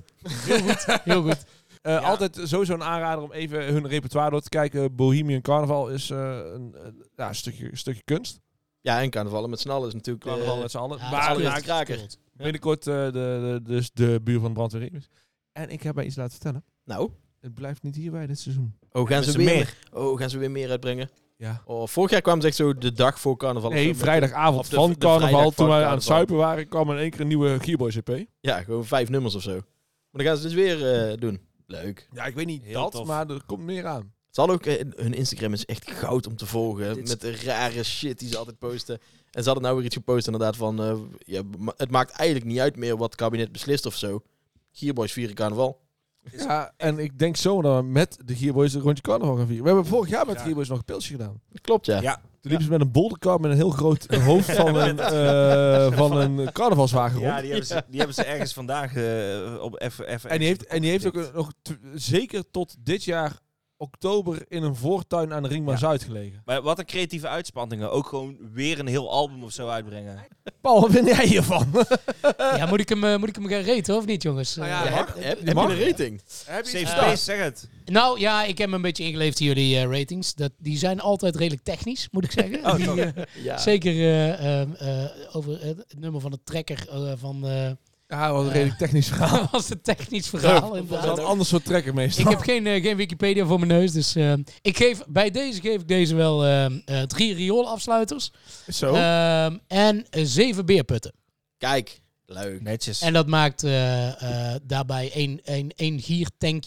Heel goed. Uh, Altijd sowieso een aanrader om even hun repertoire door te kijken. Bohemian Carnaval is uh, een, uh, ja, een, stukje, een stukje kunst. Ja, en carnaval met z'n allen is natuurlijk... uh, Carnaval met z'n allen. Ja, maar alle ja, is kraker. binnenkort uh, de, de, dus de buur van de brandweer remix. En ik heb mij iets laten vertellen. Nou, Het blijft niet hierbij dit seizoen. oh, gaan Met ze z'n weer meer. Oh, gaan ze weer meer uitbrengen? Ja. Oh, vorig jaar kwamen ze echt zo de dag voor carnaval. of zo Nee, met- vrijdagavond of de- van de carnaval. vrijdag Toen van wij aan het carnaval. zuipen waren, kwam in één keer een nieuwe Gearboys E P. Ja, gewoon vijf nummers of zo. Maar dan gaan ze dus weer uh, doen. Leuk. Ja, ik weet niet Heel dat, tof. maar er komt meer aan. Het zal ook, uh, hun Instagram is echt goud om te volgen. Dit- Met de rare shit die ze altijd posten. En ze hadden nou weer iets gepost inderdaad van... Uh, ja, ma- het maakt eigenlijk niet uit meer wat het kabinet beslist of zo. Gearboys vieren carnaval. Ja, en ik denk zo dat we met de Gearboys een rondje carnaval gaan vieren. We hebben vorig jaar met de Ja. Gearboys nog een pilsje gedaan. Dat klopt, ja. Ja. Toen liepen ze met een bolderkar met een heel groot hoofd van een, eh, van een carnavalswagen rond. Ja, die hebben, ze, die hebben ze ergens vandaag uh, op even... even En die heeft, en die heeft ook een- nog t- zeker tot dit jaar oktober in een voortuin aan de Ringbaan Ja. Zuid gelegen. Maar wat een creatieve uitspanningen. Ook gewoon weer een heel album of zo uitbrengen. Paul, wat vind jij hiervan? Ja, moet ik hem, uh, moet ik hem gaan raten of niet, jongens? Nou ja, Uh, mag. Heb, heb, Je heb mag. je een rating? Heb je Safe iets Space, zeg het. Nou ja, ik heb me een beetje ingeleefd in jullie uh, ratings. Dat, die zijn altijd redelijk technisch, moet ik zeggen. Oh, Die, toch? uh, Ja. Zeker uh, um, uh, over het nummer van de trekker uh, van... Uh, Ja, wat een redelijk technisch verhaal. dat was een technisch verhaal. Er inderdaad. zat een ander soort trekker meestal. Ik heb geen, uh, geen Wikipedia voor mijn neus, dus uh, ik geef, bij deze geef ik deze wel uh, uh, drie rioolafsluiters. Zo. Uh, en uh, zeven beerputten. Kijk, leuk. Netjes. En dat maakt uh, uh, daarbij één, één, één giertankje.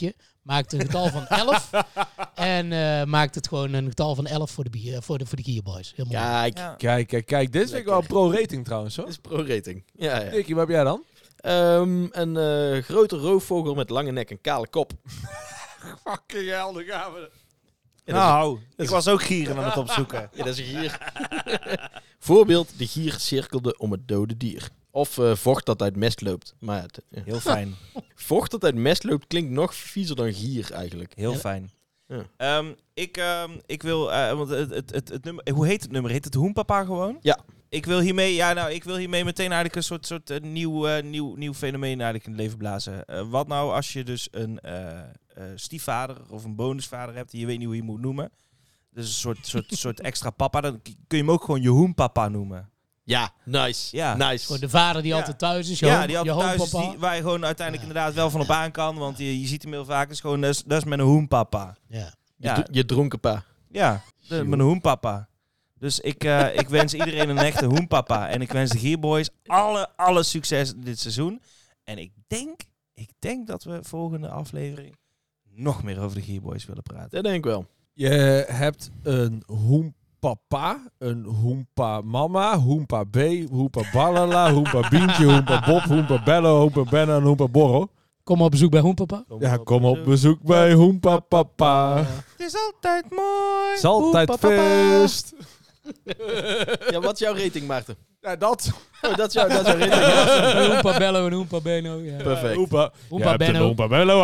maakt een getal van elf. En uh, maakt het gewoon een getal van elf voor de, bier, voor de, voor de Gearboys. Heel mooi. Kijk. Ja. Kijk, kijk, kijk. Dit vind ik wel een pro-rating trouwens, hoor. Dit is pro-rating. Ja, ja. Dikkie, wat heb jij dan? Um, een uh, grote roofvogel met lange nek en kale kop. Fucking hell, dan gaan we... Ja, nou, ik is... was ook gieren aan het opzoeken. Ja, dat is een gier. Voorbeeld, de gier cirkelde om het dode dier. Of uh, vocht dat uit mest loopt. Maar het, ja. Heel fijn. Vocht dat uit mest loopt klinkt nog viezer dan gier eigenlijk. Heel ja. fijn. Ja. Um, ik, um, ik wil, uh, want het, het, het, het nummer, hoe heet het nummer? Heet het Hoenpapa gewoon? Ja. Ik wil hiermee, ja, nou, ik wil hiermee meteen eigenlijk een soort, soort uh, nieuw, uh, nieuw, nieuw fenomeen eigenlijk in het leven blazen. Uh, wat nou als je dus een uh, uh, stiefvader of een bonusvader hebt en je weet niet hoe je moet noemen. Dus een soort, soort, soort extra papa. Dan kun je hem ook gewoon je hoenpapa noemen. Ja, nice. Ja. nice. Voor de vader die ja. altijd thuis is. Ja, die altijd thuis is, die, waar je gewoon uiteindelijk ja. inderdaad wel van op aan kan. Want je, je ziet hem heel vaak. Het is gewoon, dat is, dat is met een hoenpapa. Ja. Ja. Je, je dronken pa. Ja, de, met een hoenpapa. Dus ik, uh, ik wens iedereen een echte hoenpapa. En ik wens de Gearboys alle, alle succes dit seizoen. En ik denk, ik denk dat we volgende aflevering nog meer over de Gearboys willen praten. Dat denk ik wel. Je hebt een hoenpapa, een hoenpa mama, hoenpa B, hoenpa balala, hoenpa Bientje, hoenpa Bob, hoenpa Bello, hoenpa Benna en hoenpa Borro. Kom op bezoek bij Hoenpapa. Kom ja, kom op bezoek bij Hoenpapa. Het is altijd mooi. Het is altijd feest. Ja, wat is jouw rating, Maarten? Ja, dat. Oh, dat is jouw, dat is jouw rating. Hoenpa Bello en Hoenpa Benno. Ja. Perfect. Hoenpa, Hoenpa Benno. Hoenpa Bello.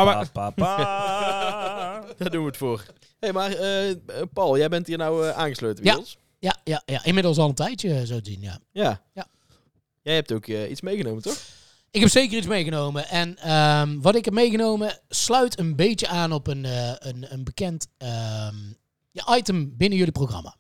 Daar doen we het voor. Hé, hey, maar uh, Paul, jij bent hier nou uh, aangesloten bij ja. ons. Ja, ja, ja. Inmiddels al een tijdje, zo te zien, ja. Ja. ja. Jij hebt ook uh, iets meegenomen, toch? Ik heb zeker iets meegenomen. En um, wat ik heb meegenomen sluit een beetje aan op een, uh, een, een bekend um, ja, item binnen jullie programma.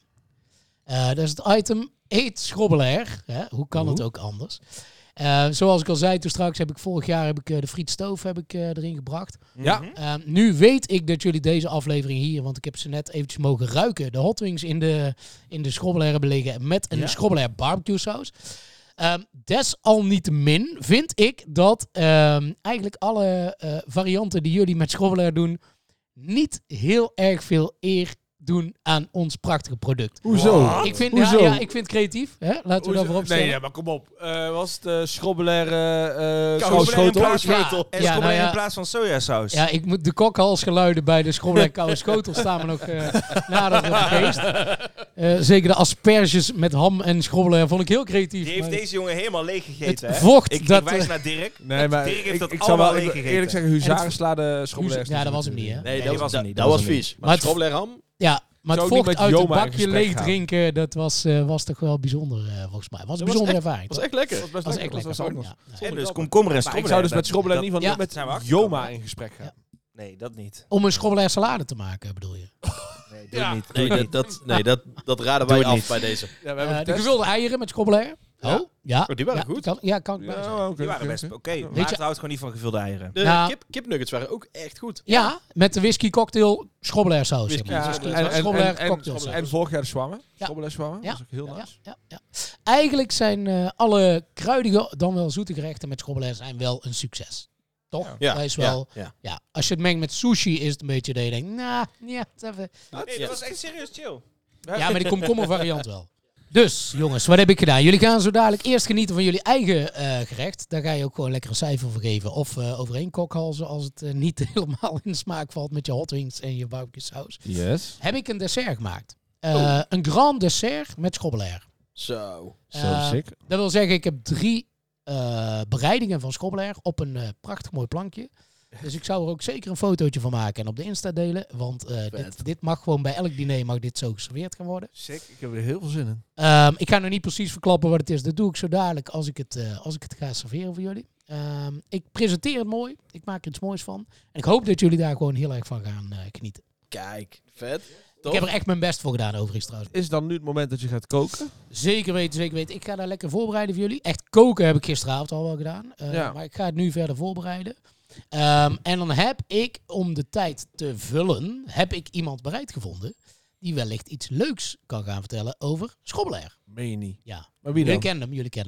Uh, dat is het item Eet Schrobbelair. Hè? Hoe kan Oeh. het ook anders? Uh, zoals ik al zei, toen straks heb ik vorig jaar heb ik, uh, de frietstoof heb ik, uh, erin gebracht. Ja. Uh, nu weet ik dat jullie deze aflevering hier, want ik heb ze net eventjes mogen ruiken, de hot wings in de, in de Schrobbelair hebben liggen met een ja. Schrobbelair barbecue saus. Um, desalniettemin vind ik dat um, eigenlijk alle uh, varianten die jullie met Schrobbelair doen niet heel erg veel eer doen aan ons prachtige product. Hoezo? Ik vind, Hoezo? Ja, ja, ik vind het creatief. Hè? Laten we dat voorop stellen. Nee, ja, maar kom op. Uh, was het uh, Schrobbelair uh, kousschotel? Ja, en ja, nou ja, in plaats van sojasaus. Ja, ik moet de kokhalsgeluiden bij de Schrobbelair koude schotel staan me nog uh, nader op de geest. Uh, zeker de asperges met ham en Schrobbelair vond ik heel creatief. Die heeft deze jongen helemaal leeg gegeten. Het vocht ik, dat... Ik wijs naar Dirk. Nee, maar Dirk heeft ik, dat ik allemaal zou wel leeg eerlijk zeggen, Huzarenslade Schrobbelair. Ja, dat was hem niet, hè? Nee, nee dat was hem niet. Dat was vies. Maar Schrobbelair ham? Ja. Maar het vocht uit het bakje leeg gaan. drinken, dat was, uh, was toch wel bijzonder, uh, volgens mij. Was een bijzondere echt, ervaring. was echt lekker. Dat was, was echt lekker. lekker. Was ja, ja. En dus komkommer en Schrobbelair. Ik zou dus met Schrobbelair in ieder geval niet ja. met Joma in gesprek gaan. Ja. Nee, dat niet. Om een Schrobbelair salade te maken, bedoel je? Nee, doe ja. niet. Nee, dat, dat, nee dat, dat raden wij af niet. Bij deze. Ja, we uh, hebben de gevulde eieren met Schrobbelair. Ja. Oh, ja. Oh, die waren ja, goed. Kan, ja, kan ik ja, ja, okay, Die waren okay, best oké. Okay. okay. Maar het houdt gewoon niet van gevulde eieren. De nou, kip, kipnuggets waren ook echt goed. Ja, met de whisky cocktail Schrobbelair saus. Whisky, ja, ja, en, en, en, Schrobbelair en, cocktail en, en vorig jaar de Schwammen. Ja. Schrobbelair Schwammen. Ja. Dat is ook heel ja, nice. Ja, ja, ja. Eigenlijk zijn uh, alle kruidige, dan wel zoete gerechten met Schrobbelair zijn wel een succes. Toch? Ja. Dat is wel, ja, ja. ja. Als je het mengt met sushi is het een beetje dat je denkt, nou, nah, ja, even. Nee, dat was echt serieus chill. Ja, maar die komkommer variant wel. Dus, jongens, wat heb ik gedaan? Jullie gaan zo dadelijk eerst genieten van jullie eigen uh, gerecht. Daar ga je ook gewoon lekker een cijfer voor geven. Of uh, overheen kokhalzen als het uh, niet helemaal in de smaak valt met je hot wings en je barbecue saus. Yes. Heb ik een dessert gemaakt. Uh, oh. Een grand dessert met Schrobbelair. Zo. Uh, Zo sick. Dat wil zeggen, ik heb drie uh, bereidingen van Schrobbelair op een uh, prachtig mooi plankje. Dus ik zou er ook zeker een fotootje van maken en op de Insta delen. Want uh, dit, dit mag gewoon bij elk diner mag dit zo geserveerd gaan worden. Sick. Ik heb er heel veel zin in. Um, ik ga nog niet precies verklappen wat het is. Dat doe ik zo dadelijk als ik het, uh, als ik het ga serveren voor jullie. Um, ik presenteer het mooi. Ik maak er iets moois van. En ik hoop dat jullie daar gewoon heel erg van gaan uh, genieten. Kijk, vet. Ik heb er echt mijn best voor gedaan overigens trouwens. Is dan nu het moment dat je gaat koken? Zeker weten, zeker weten. Ik ga daar lekker voorbereiden voor jullie. Echt koken heb ik gisteravond al wel gedaan. Uh, ja. Maar ik ga het nu verder voorbereiden. Um, en dan heb ik, om de tijd te vullen, heb ik iemand bereid gevonden die wellicht iets leuks kan gaan vertellen over Schrobbelair. Meen je niet? Ja. Maar wie dan? Jullie kennen hem, jullie kennen hem.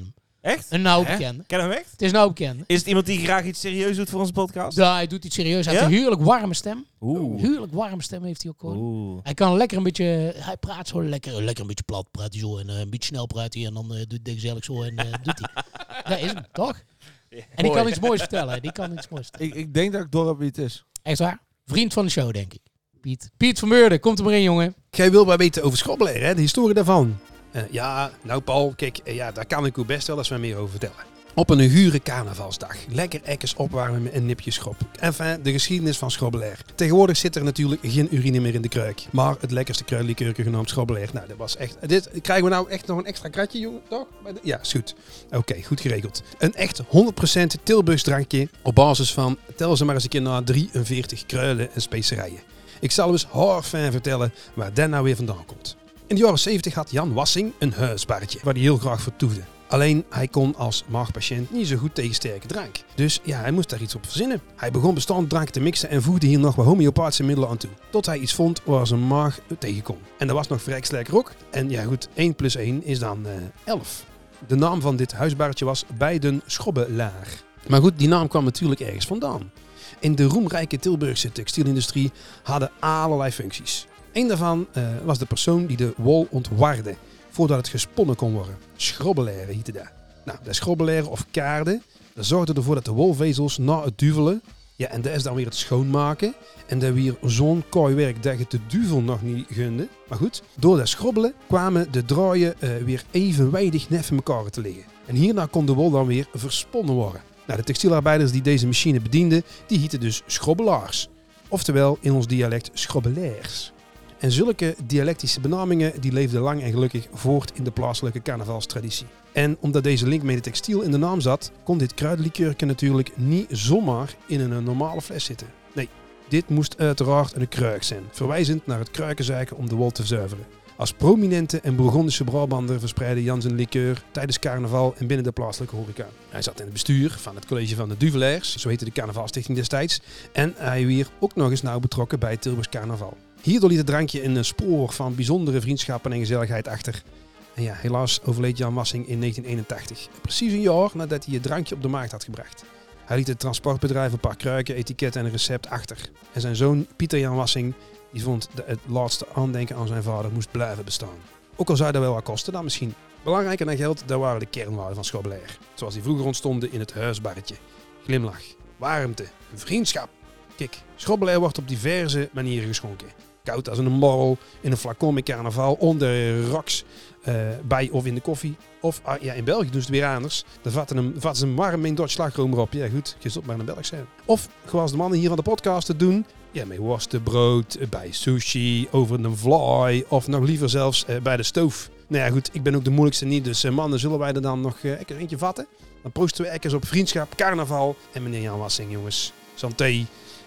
Echt? Een nauw Hè? bekende. Ken je hem echt? Het is nou bekend. Is het iemand die graag iets serieus doet voor onze podcast? Ja, hij doet iets serieus. Hij heeft Ja? een heerlijk warme stem. Oeh. Heerlijk warme stem heeft hij ook gewoon. Oeh. Hij kan lekker een beetje... Hij praat zo lekker, lekker een beetje plat. Praat hij zo en uh, een beetje snel praat hij. En dan uh, doet hij gezellig zo en uh, doet hij. Dat is hem, toch? En die Mooi. kan iets moois vertellen. Die kan iets moois vertellen. Ik, ik denk dat ik door heb wie het is. Echt waar? Vriend van de show, denk ik. Piet. Piet van Meurden, komt er maar in, jongen. Jij wil maar weten over Schrobbelair, hè? De historie daarvan. Uh, ja, nou Paul, kijk, uh, ja, daar kan ik u best wel eens wat meer over vertellen. Op een gure carnavalsdag. Lekker ekkers opwarmen met een nipje schrob. Enfin, de geschiedenis van Schrobbelair. Tegenwoordig zit er natuurlijk geen urine meer in de kruik. Maar het lekkerste kruidlikeurke genaamd Schrobbelair. Nou, dat was echt... Dit, krijgen we nou echt nog een extra kratje, jongen? Toch? Ja, is goed. Oké, okay, goed geregeld. Een echt honderd procent Tilburgs drankje op basis van, tel ze maar eens een keer na, drieënveertig kruiden en specerijen. Ik zal eens haarfijn vertellen waar dat nou weer vandaan komt. In de jaren zeventig had Jan Wassing een huisbarretje waar hij heel graag vertoefde. Alleen hij kon als maagpatiënt niet zo goed tegen sterke drank. Dus ja, hij moest daar iets op verzinnen. Hij begon bestaande dranken te mixen en voegde hier nog wat homeopathische middelen aan toe. Tot hij iets vond waar zijn maag tegen kon. En dat was nog vrij lekker ook. En ja goed, één plus één is dan uh, elf. De naam van dit huisbarretje was Beiden Schrobbelaar. Maar goed, die naam kwam natuurlijk ergens vandaan. In de roemrijke Tilburgse textielindustrie hadden allerlei functies. Eén daarvan uh, was de persoon die de wol ontwarde voordat het gesponnen kon worden. Schrobbelaire heette dat. Nou, de schrobbelaire of kaarde, dat zorgde ervoor dat de wolvezels na het duvelen, ja, en dat is dan weer het schoonmaken, en dat weer zo'n kooi werk dat je de duvel nog niet gunde. Maar goed, door dat schrobbelen kwamen de draaien uh, weer evenwijdig neffen elkaar te liggen. En hierna kon de wol dan weer versponnen worden. Nou, de textielarbeiders die deze machine bedienden, die hieten dus schrobbelaars. Oftewel in ons dialect schrobbelairs. En zulke dialectische benamingen die leefden lang en gelukkig voort in de plaatselijke carnavalstraditie. En omdat deze link met de textiel in de naam zat, kon dit kruidenlikeurke natuurlijk niet zomaar in een normale fles zitten. Nee, dit moest uiteraard een kruik zijn, verwijzend naar het kruikenzeiken om de wol te zuiveren. Als prominente en Bourgondische Brabander verspreidde Jan zijn likeur tijdens carnaval en binnen de plaatselijke horeca. Hij zat in het bestuur van het college van de Duvelaars, zo heette de carnavalstichting destijds, en hij weer ook nog eens nauw betrokken bij het Tilburgs carnaval. Hierdoor liet het drankje een spoor van bijzondere vriendschappen en gezelligheid achter. En ja, helaas overleed Jan Wassing in negentien eenentachtig. Precies een jaar nadat hij het drankje op de markt had gebracht. Hij liet het transportbedrijf een paar kruiken, etiketten en een recept achter. En zijn zoon Pieter Jan Wassing die vond dat het laatste aandenken aan zijn vader moest blijven bestaan. Ook al zou dat wel wat kosten dan misschien. Belangrijker dan geld, dat waren de kernwaarden van Schrobbelair. Zoals die vroeger ontstonden in het huisbarretje. Glimlach, warmte, vriendschap. Kijk, Schrobbelair wordt op diverse manieren geschonken. Koud als een borrel, in een flacon met carnaval, onder rocks, uh, bij of in de koffie. Of uh, ja, in België doen ze het weer anders. Dan vatten, hem, vatten ze hem warm in Dutch slagroom op. Ja goed, je zult maar een Belg zijn. Of, zoals de mannen hier aan de podcast het doen, ja, met worstenbrood, bij sushi, over een fly of nog liever zelfs uh, bij de stoof. Nou ja goed, ik ben ook de moeilijkste niet, dus uh, mannen, zullen wij er dan nog uh, een eentje vatten? Dan proosten we ekkers op vriendschap, carnaval en meneer Jan Wassing, jongens. Santé. Uh,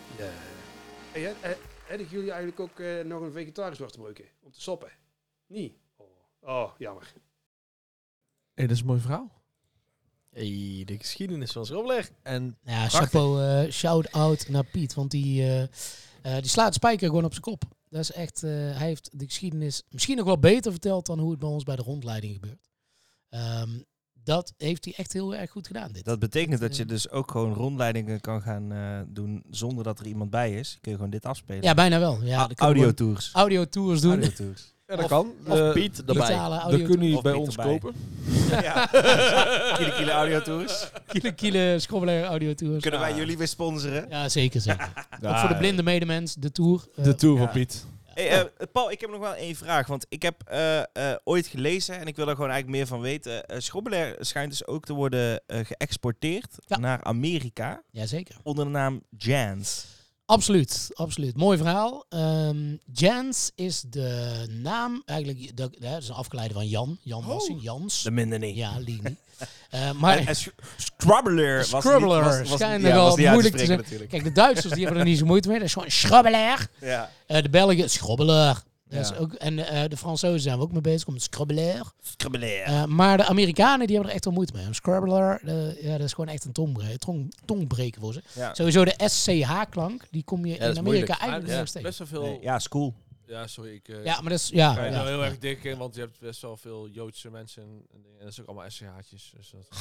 hey, uh, uh, Hebben jullie eigenlijk ook uh, nog een vegetarisch worstenbroodje om te soppen? Nee. Oh, oh jammer. Hey, dat is een mooi verhaal. Hey, de geschiedenis van Schrobbelair. En ja, chapeau, uh, shout-out naar Piet, want die, uh, uh, die slaat de spijker gewoon op zijn kop. Dat is echt, uh, hij heeft de geschiedenis misschien nog wel beter verteld dan hoe het bij ons bij de rondleiding gebeurt. Um, dat heeft hij echt heel erg goed gedaan. Dit. Dat betekent dat je dus ook gewoon rondleidingen kan gaan uh, doen zonder dat er iemand bij is. Kun je gewoon dit afspelen. Ja, bijna wel. Ja, A- audiotours. Audiotours doen. Audiotours. Ja, dat of, kan. Of uh, Piet erbij. Dat kun je of bij Piet ons erbij. kopen. Ja. Kiele Kiele Audiotours. Kiele Kiele Schrobbelair Audiotours. Kunnen wij ja. jullie weer sponsoren? Ja, zeker. zeker. Ja, ook voor de blinde medemens, de Tour. Uh, de Tour ja. van Piet. Hey, uh, Paul, ik heb nog wel één vraag. Want ik heb uh, uh, ooit gelezen, en ik wil er gewoon eigenlijk meer van weten. Uh, Schrobbelair schijnt dus ook te worden uh, geëxporteerd ja. naar Amerika. Jazeker. Onder de naam Jans. Absoluut, absoluut. Mooi verhaal. Um, Jans is de naam, eigenlijk, dat, dat is een afgeleide van Jan. Jan Wassing, oh. Jans. De minder niet. Ja, lief niet. Uh, maar en, en Schrobbelair was Schrobbelair was, was, schijnt ja, nogal was moeilijk te zijn. Natuurlijk. Kijk, de Duitsers die hebben er niet zo moeite mee. Dat is gewoon Schrobbelair. Ja. Uh, de Belgen, Schrobbelair. Ja. Dat is ook, en uh, de Fransozen zijn we ook mee bezig om Schrobbelair. Schrobbelair. Uh, maar de Amerikanen die hebben er echt wel moeite mee. Schrobbelair, uh, ja, dat is gewoon echt een tongbre- tong, tongbreken voor ze. Ja. Sowieso de S C H-klank, die kom je Ja, in Amerika eigenlijk ja, nog steeds. Best wel veel... Nee, ja, school. Ja, sorry. Ik, uh, ja, maar dat is... Ja, ga je ja, er heel ja. erg dik in, want je hebt best wel veel Joodse mensen. En, en dat is ook allemaal S C H'tjes. Dus dat...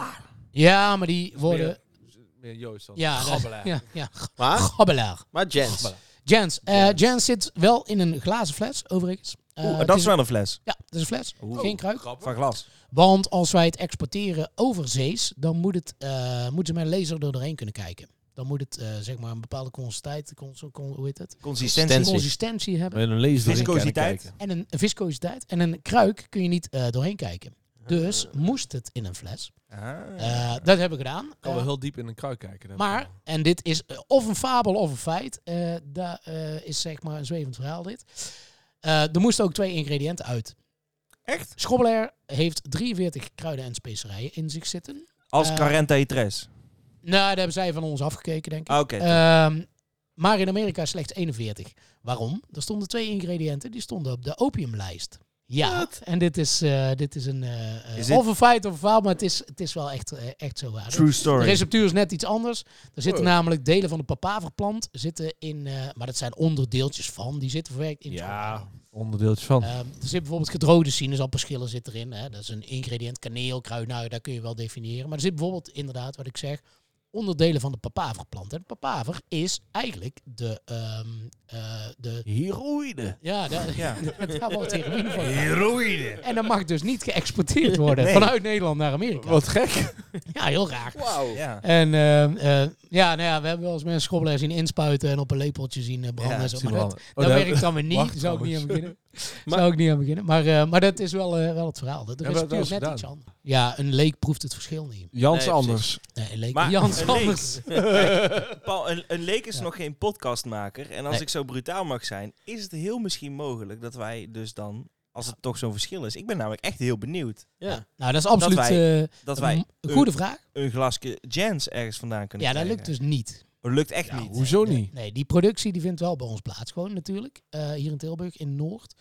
Ja, maar die worden... Meer, meer Joods dan. Ja, Gabbelaar. Ja, ja. Maar? Gabbelaar. Maar Jens. Jens. Uh, Jens zit wel in een glazen fles, overigens. Uh, Oeh, dat is wel een fles. Ja, dat is een fles. Oeh. Geen kruik. Van glas. Want als wij het exporteren over zees, dan moet het, uh, moeten ze met een laser er doorheen kunnen kijken. Dan moet het uh, zeg maar een bepaalde consisteit, cons con, hoe heet het? Consistentie. Consistentie hebben. Met een laser viscositeit. En een, een viscositeit. En een kruik kun je niet uh, doorheen kijken. Dus moest het in een fles. Ah. Uh, dat hebben we gedaan. Kan uh, wel heel diep in een kruik kijken. Maar, en dit is uh, of een fabel of een feit. Uh, daar uh, is zeg maar een zwevend verhaal dit. Uh, er moesten ook twee ingrediënten uit. Echt? Schrobbelair heeft drieënveertig kruiden en specerijen in zich zitten. Als Uh, Carenta y tres. Nou, daar hebben zij van ons afgekeken, denk ik. Ah, oké, okay, um, maar in Amerika slechts eenenveertig. Waarom? Er stonden twee ingrediënten, die stonden op de opiumlijst. Ja, What? En dit is, uh, dit is een uh, is of een feit of een verhaal, maar het is, het is wel echt, uh, echt zo waar. True story. De receptuur is net iets anders. Er zitten Oh. namelijk delen van de papaverplant zitten in, uh, maar dat zijn onderdeeltjes van, die zitten verwerkt in. Ja, onderdeeltjes van. Uh, er zit bijvoorbeeld gedroogde sinaasappelschillen zit erin. Hè. Dat is een ingrediënt, kaneel, kruid, nou, daar kun je wel definiëren. Maar er zit bijvoorbeeld inderdaad, wat ik zeg, onderdelen van de papaverplant. En de papaver is eigenlijk de... Um, uh, de heroïne. Ja, da, ja. daar wordt heroïne van. Heroïne. En dat mag dus niet geëxporteerd worden Nee. vanuit Nederland naar Amerika. Wat gek. Ja, heel raar. Wauw. Ja. En uh, uh, ja, nou ja, we hebben wel eens mensen schrobbelaar zien inspuiten en op een lepeltje zien uh, branden. Ja, en zo. zie Maar wel. dat, Oh, dat daar- werkt dan weer niet. Wacht Zou ik niet aan trouwens. beginnen. Maar- Zou ik niet aan beginnen. Maar, uh, maar dat is wel, uh, wel het verhaal. De Hebben we dat receptuur is wel net eens iets anders. Ja, een leek proeft het verschil niet. Jans Nee, anders. Nee, een leek Maar Jans een anders. leek, Kijk, Paul, een, een leek is Ja. nog geen podcastmaker. En als Nee. ik zo brutaal mag zijn, is het heel misschien mogelijk dat wij dus dan, als het toch zo'n verschil is. Ik ben namelijk echt heel benieuwd. Ja. Nou, dat is absoluut Dat wij- uh, Dat wij een, een goede een, vraag. een glasje Jans ergens vandaan kunnen Ja, dat krijgen. lukt dus niet. Dat lukt echt Ja, niet. Hoezo Nee, niet? Nee, die productie die vindt wel bij ons plaats, gewoon natuurlijk. Uh, hier in Tilburg, in Noord.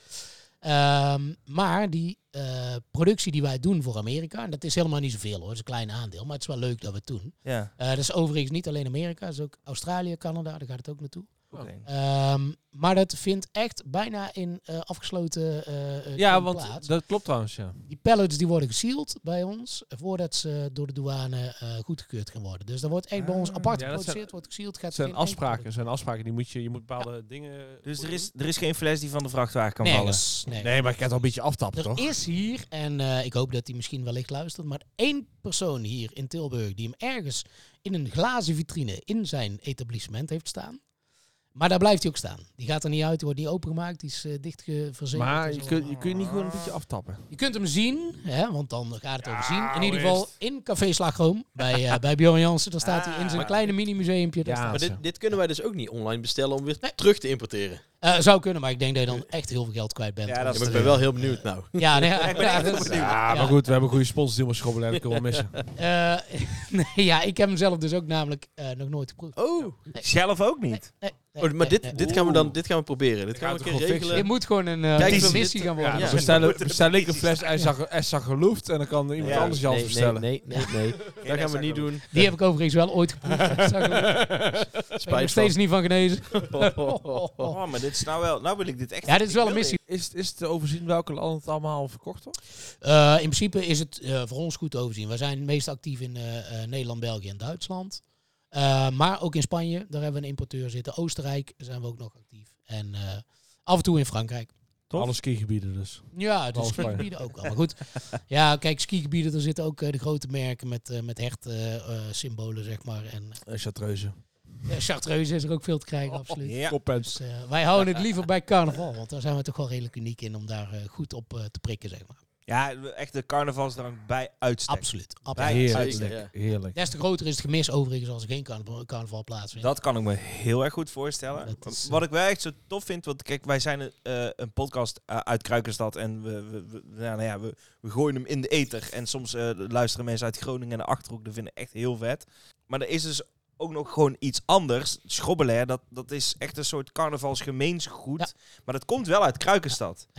Um, maar die uh, productie die wij doen voor Amerika, en dat is helemaal niet zoveel hoor, het is een klein aandeel, maar het is wel leuk dat we het doen. Ja. Uh, dat is overigens niet alleen Amerika, dat is ook Australië, Canada, daar gaat het ook naartoe. Okay. Um, maar dat vindt echt bijna in uh, afgesloten uh, Ja, want plaats. dat klopt trouwens, ja. Die pallets die worden gesealed bij ons voordat ze door de douane uh, goedgekeurd gaan worden. Dus dat wordt echt bij ons apart Ja, dat geproduceerd, zijn- wordt gesealed. Gaat Het zijn geen enkel afspraken, product. zijn afspraken. Die moet je, je moet bepaalde dingen... Dus er is, er is geen fles die van de vrachtwagen kan Nergens, vallen? nee. Nee, maar ik kan het al een beetje aftappen, Er toch? is hier, en uh, ik hoop dat hij misschien wellicht luistert, maar één persoon hier in Tilburg die hem ergens in een glazen vitrine in zijn etablissement heeft staan. Maar daar blijft hij ook staan. Die gaat er niet uit, die wordt niet opengemaakt, die is uh, dichtgeverzekerd. Maar en je zo. kunt je, kun je niet gewoon een beetje aftappen. Je kunt hem zien, hè, want dan gaat het over zien. In hoe ieder is geval het? in Café Slagroom bij, uh, bij Bjorn Jansen. Daar staat hij in zijn Ah. kleine mini-museumpje. Daar Ja. staat Maar hij. dit, dit kunnen wij dus ook niet online bestellen om weer Nee. terug te importeren. Uh, zou kunnen, maar ik denk dat je dan echt heel veel geld kwijt bent. Ja, Want- dat Ja, maar ik ben wel heel benieuwd nou. Ja, nee, ik ben ja, echt dat is- benieuwd. Ja, maar goed, we hebben een goede sponsordeal met Schrobbelaar, dat kunnen we wel missen. Uh, nee, ja, ik heb hem zelf dus ook namelijk uh, nog nooit geproefd. Oh, Zelf ook niet? Nee, nee, oh maar nee, dit, nee. dit gaan we dan dit gaan we proberen. Dit gaan gaan we we een keer toch regelen. Dit moet gewoon een uh, Kijk, een dit- missie gaan worden. Ja, Ja. we bestellen, we bestellen ik een fles Essa geloofd en dan kan iemand Ja, anders Jans nee, bestellen. Nee, nee, nee, nee. Dat gaan we niet doen. Die heb ik overigens wel ooit geproefd. Dat zag ik ook. Ben ik nog Spijt steeds van. niet van genezen. Oh, maar dit is nou wel... Nou wil ik dit echt... Ja, dit is wel ik een wil missie. Is, is te overzien welke landen het allemaal verkocht wordt? Uh, in principe is het uh, voor ons goed te overzien. We zijn meest actief in uh, uh, Nederland, België en Duitsland. Uh, maar ook in Spanje, daar hebben we een importeur zitten. Oostenrijk zijn we ook nog actief. En uh, af en toe in Frankrijk. Tof. Alle skigebieden dus. Ja, de Behalve Spanje. skigebieden ook al. Maar goed, ja, kijk, skigebieden, daar zitten ook uh, de grote merken met, uh, met hecht uh, uh, symbolen, zeg maar. En Uh, Chartreuse. uh, Chartreuse is er ook veel te krijgen, absoluut. Ja. Koppens. Dus, uh, wij houden het liever bij carnaval, want daar zijn we toch wel redelijk uniek in om daar uh, goed op uh, te prikken, zeg maar. Ja, echt de carnavalsdrank bij uitstek. Absoluut. Bij absoluut. uitstek. Heerlijk. ja. Heerlijk. Des te groter is het gemis overigens als er geen carnaval, carnaval plaatsvindt. Dat kan ik me heel erg goed voorstellen. Dat is, uh, Wat ik wel echt zo tof vind, want kijk, wij zijn een, uh, een podcast uh, uit Kruikenstad en we, we, we, nou ja, we, we gooien hem in de ether. En soms uh, luisteren mensen uit Groningen en de Achterhoek, dat vinden echt heel vet. Maar er is dus ook nog gewoon iets anders. Schrobbelair, dat, dat is echt een soort carnavalsgemeengoed. Ja. Maar dat komt wel uit Kruikenstad. Ja.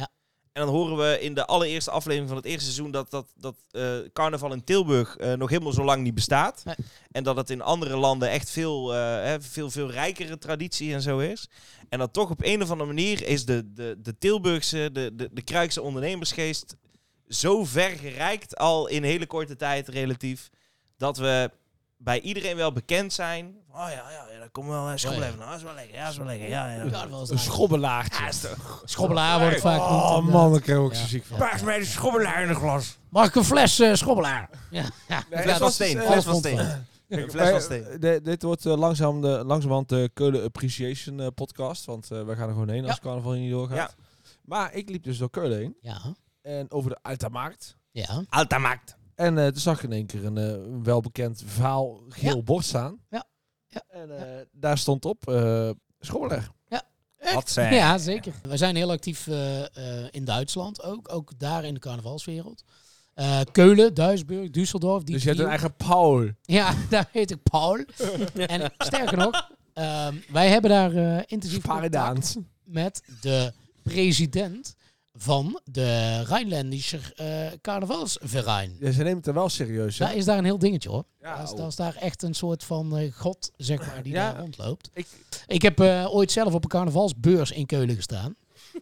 En dan horen we in de allereerste aflevering van het eerste seizoen dat, dat, dat uh, carnaval in Tilburg uh, nog helemaal zo lang niet bestaat. Nee. En dat het in andere landen echt veel, uh, hè, veel, veel rijkere traditie en zo is. En dat toch op een of andere manier is de, de, de Tilburgse, de, de, de Kruikse ondernemersgeest zo ver gereikt al in hele korte tijd relatief, dat we bij iedereen wel bekend zijn. Oh ja, ja, ja, daar komt wel een schobbelaar. Nou, dat is wel lekker. Ja, dat is wel lekker. Ja, ja. ja, een schobbelaartje. Ja, schobbelaar wordt vaak genoemd. Oh man, daar krijg ik ook zo ziek van. Paas mij de schobbelaar in een glas. Mag ik een fles uh, schobbelaar? Ja, ja. Nee, fles van steen. Fles van steen. Fles van steen. Dit wordt uh, langzaam de, langzamerhand de Keulen Appreciation uh, podcast. Want uh, wij gaan er gewoon heen als ja. carnaval niet doorgaat. Ja. Maar ik liep dus door Keulen heen. Ja. En over de Altamarkt. Ja. Altamarkt. En uh, toen zag ik in één keer een uh, welbekend verhaal geel ja. bord staan. Ja. ja. En uh, ja. daar stond op uh, schobbelaar. Ja. Wat zijn? Ja, zeker. We zijn heel actief uh, uh, in Duitsland ook. Ook daar in de carnavalswereld. Uh, Keulen, Duisburg, Düsseldorf. Die dus je hebt een eigen Paul. Ja, daar heet ik Paul. En sterker nog, uh, wij hebben daar uh, intensief contact met de president van de Rijnländische uh, carnavalsverein. Ja, ze nemen het er wel serieus, hè? Daar is daar een heel dingetje, hoor. Ja, dat, is, dat is daar echt een soort van uh, god, zeg maar, die ja, daar rondloopt. Ik, ik heb uh, ooit zelf op een carnavalsbeurs in Keulen gestaan.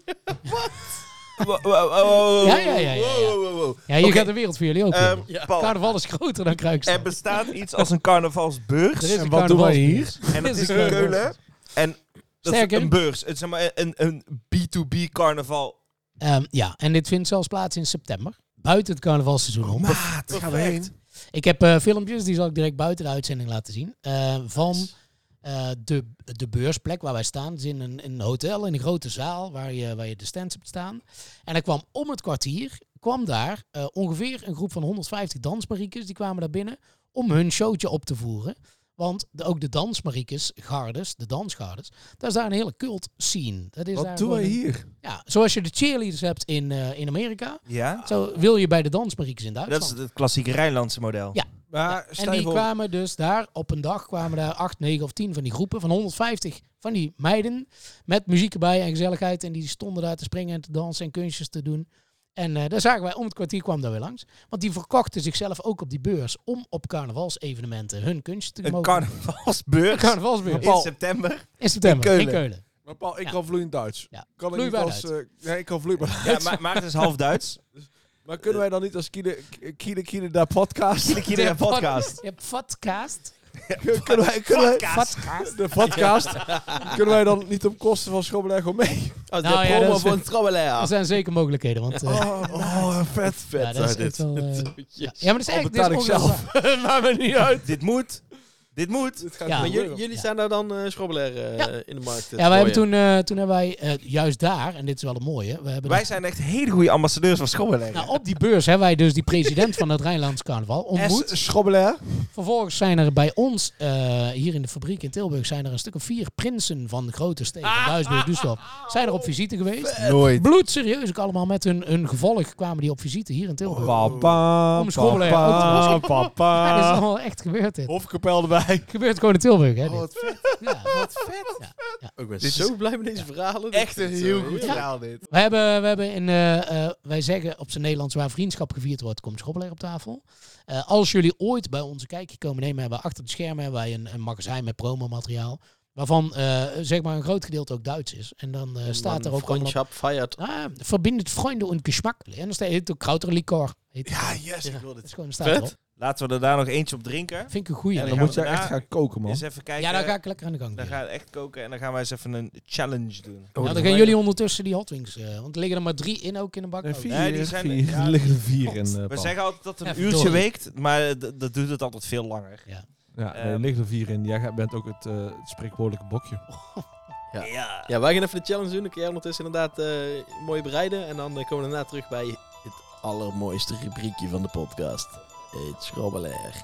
Wat? Wow, wow, wow, ja, ja, ja. Ja, ja. Wow, wow, wow. ja hier okay. gaat de wereld voor jullie ook. Um, ja. Carnaval is groter dan Kruikstad. Er bestaat iets als een carnavalsbeurs. Er is een en wat doen wij hier? En dat is in Keulen. En dat is een beurs. Het is zeg maar een, een B to B carnaval. Um, ja, en dit vindt zelfs plaats in september. Buiten het carnavalseizoen om. Maat, gaan we heen. Ik heb uh, filmpjes, die zal ik direct buiten de uitzending laten zien. Uh, van uh, de, de beursplek waar wij staan. Het is in een, in een hotel, in een grote zaal, waar je, waar je de stands hebt staan. En er kwam om het kwartier, kwam daar uh, ongeveer een groep van honderdvijftig dansmariekes. Die kwamen daar binnen om hun showtje op te voeren. Want de, ook de dansmariekes, gardes, de dansgardes, daar is daar een hele cult scene. Dat is Wat daar doen wij een, hier? Ja, zoals je de cheerleaders hebt in, uh, in Amerika. Ja. Zo wil je bij de dansmariekes in Duitsland. Dat is het klassieke Rijnlandse model. Ja. Maar ja. En die voor... kwamen dus daar op een dag, kwamen daar acht, negen of tien van die groepen van honderdvijftig van die meiden. Met muziek erbij en gezelligheid. En die stonden daar te springen en te dansen en kunstjes te doen. En uh, daar zagen wij, om het kwartier kwam daar weer langs. Want die verkochten zichzelf ook op die beurs om op carnavalsevenementen hun kunstjes te een mogen. Carnavalsbeurs? Een carnavalsbeurs. In september? In september, in Keulen. In Keulen. Maar Paul, ik ja. kan vloeiend Duits. Ja. Kan vloeibaar ik niet als... Uh, nee, ik kan vloeibaar Duits. Ja, maar, maar het is half Duits. Maar kunnen wij dan niet als Kiede, Kiede, Kiede daar podcast? Kiede, Kiede daar podcast. Je hebt podcast. kunnen wij, kunnen wij, podcast. De podcast. Kunnen wij dan niet op kosten van Schobbelaar gewoon mee? Oh, nou, ja, promo van Schobbelaar. Er zijn zeker mogelijkheden. Want, uh, oh, oh, vet, vet. Ja, dat is echt wel, uh, ja. ja, maar dat is echt... Dit ik zelf. Maakt me niet uit. Dit moet. Dit moet. Dit gaat ja. Maar jullie, jullie staan daar dan uh, Schobbelaar uh, ja. in de markt. Ja, wij hebben toen, uh, toen hebben wij uh, juist daar, en dit is wel een mooie. We hebben wij zijn echt hele goede ambassadeurs van Schobbelaar. Nou, op die beurs hebben wij dus die president van het Rijnlands Carnaval ontmoet. Schobbelaar. Vervolgens zijn er bij ons, uh, hier in de fabriek in Tilburg, zijn er een stuk of vier prinsen van grote steden, ah, Duisburg, Düsseldorf, zijn er op visite geweest. Nooit. Bloedserieus, ook allemaal met hun, hun gevolg kwamen die op visite hier in Tilburg. Papa, om Schobbelaar ook te papa. Ja, dat is allemaal echt gebeurd dit. Hofkapel erbij. Gebeurt gewoon in Tilburg, hè? Oh, wat vet. Ja, wat vet. Ja, ja. Ik ben dit zo blij met deze verhalen. Echt een heel goed ja. verhaal, dit. We hebben, we hebben in, uh, uh, wij zeggen op zijn Nederlands, waar vriendschap gevierd wordt, komt Schobbelaar op tafel. Uh, als jullie ooit bij ons een kijkje komen nemen, hebben we achter de schermen hebben wij een, een magazijn met promomateriaal. Waarvan uh, zeg maar een groot gedeelte ook Duits is. En dan uh, staat er ook Vriendschap feiert. Ah, verbindet vrienden en geschmack. En dan staat het ook Krauterlikor. Ja, yes, ja, ik wil dit. Gewoon, staat erop. Laten we er daar nog eentje op drinken. Vind ik een goeie. En dan, dan moet je echt gaan koken, man. Eens even kijken. Ja, dan ga ik lekker aan de gang. Dan ga ik echt koken en dan gaan wij eens even een challenge doen. Oh, nou, dan gaan jullie ondertussen die Hot Wings. Uh, want er liggen er maar drie in ook in de bak. Nee, vier, nee, die zijn vier. Ja, er liggen er vier in. Uh, we Paul. zeggen altijd dat het een ja, uurtje door. weekt, maar d- dat duurt het altijd veel langer. Ja, ja um, er liggen er vier in. Jij bent ook het, uh, het spreekwoordelijke bokje. Ja. Ja. ja, wij gaan even de challenge doen. Dan kun jij ondertussen inderdaad uh, mooi bereiden. En dan uh, komen we daarna terug bij het allermooiste rubriekje van de podcast. Het Schobbelaar.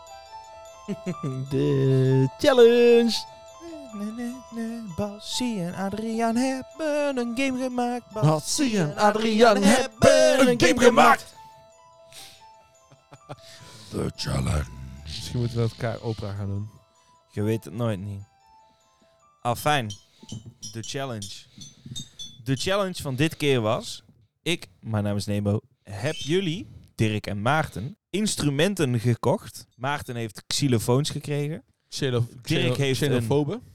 De challenge. Nee, nee, nee. Bassie en Adriaan hebben een game gemaakt. Bassie en Adriaan hebben een game gemaakt. The challenge. Misschien moeten we met elkaar opera gaan doen. Je weet het nooit niet. Ah, fijn. De challenge. De challenge van dit keer was Ik, mijn naam is Nemo, heb jullie, Dirk en Maarten, instrumenten gekocht. Maarten heeft xylofoons gekregen. Xylo- Dirk xylo- heeft xylofoben. een...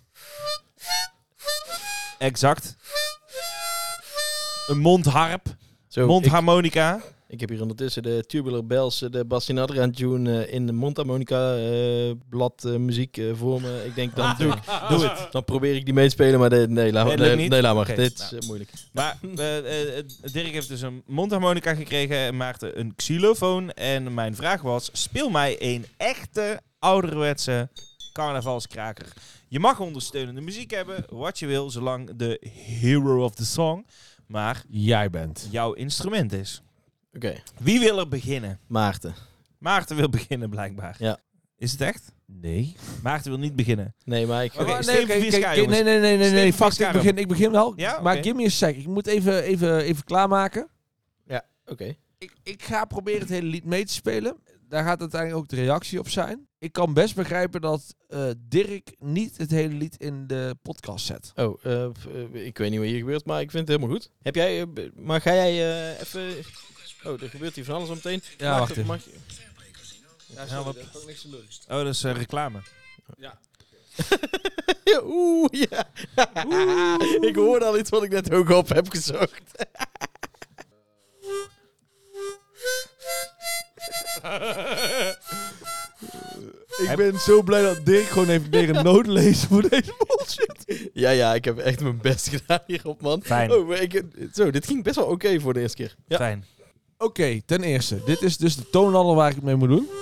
Exact. Een mondharp. Zo, mondharmonica. Ik, ik heb hier ondertussen de Tubular Bells, de Bastien Adriaan tune uh, in de mondharmonica uh, blad uh, muziek uh, voor me. Ik denk, dan doe ik, Doe het. Dan probeer ik die mee te spelen, maar de, nee, laat, Nee, nee, lukt nee, niet? nee, laat maar. Oké, Dit nou. is uh, moeilijk. Maar uh, uh, Dirk heeft dus een mondharmonica gekregen en Maarten een xylofoon. En mijn vraag was, speel mij een echte ouderwetse carnavalskraker. Je mag ondersteunende muziek hebben, wat je wil, zolang de hero of the song maar jij bent. Jouw instrument is. Oké. Okay. Wie wil er beginnen? Maarten. Maarten wil beginnen, blijkbaar. Ja. Is het echt? Nee. Maarten wil niet beginnen. Nee, maar ik... Oké, Okay, okay, nee, okay, okay, nee, nee, nee, nee, nee. Fuck, ik begin, ik begin wel. Ja? Maar Okay. give me a sec. Ik moet even, even, even klaarmaken. Ja, oké. Okay. Ik, ik ga proberen het hele lied mee te spelen. Daar gaat uiteindelijk ook de reactie op zijn. Ik kan best begrijpen dat uh, Dirk niet het hele lied in de podcast zet. Oh, uh, uh, ik weet niet wat hier gebeurt, maar ik vind het helemaal goed. Heb jij... Uh, maar ga jij uh, even... Oh, er gebeurt hier van alles om meteen. Ja, mag, wacht even. Mag je... Ja, sorry, wat... dat is ook niks te doen. Oh, dat is uh, reclame. Ja. Oeh, ja. Oeh. Ik hoorde al iets wat ik net ook op heb gezocht. Ik ben zo blij dat Dirk gewoon even weer een noot leest voor deze bullshit. Ja, ja, ik heb echt mijn best gedaan hierop, man. Fijn. Oh, maar ik, zo, dit ging best wel oké okay voor de eerste keer. Ja. Fijn. Oké, okay, ten eerste. Dit is dus de toonladder waar ik het mee moet doen.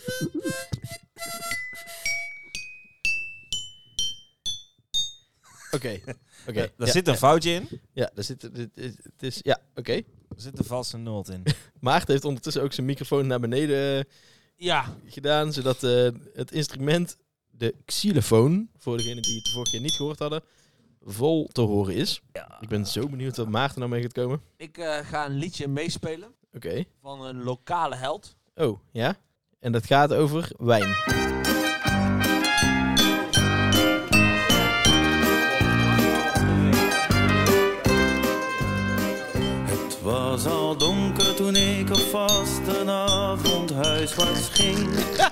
Oké. Okay. Okay. Ja, daar ja, zit een ja. foutje in. Ja, daar zit... Het is, het is, ja, oké. Okay. Er zit een valse noot in. Maarten heeft ondertussen ook zijn microfoon naar beneden ja. gedaan, zodat uh, het instrument, de xylofoon, voor degenen die het de vorige keer niet gehoord hadden, vol te horen is. Ja. Ik ben zo benieuwd wat Maarten nou mee gaat komen. Ik uh, ga een liedje meespelen. Oké. Okay. Van een lokale held. Oh, ja? En dat gaat over wijn. Het was al donker toen ik op vastenavond huiswaarts ging.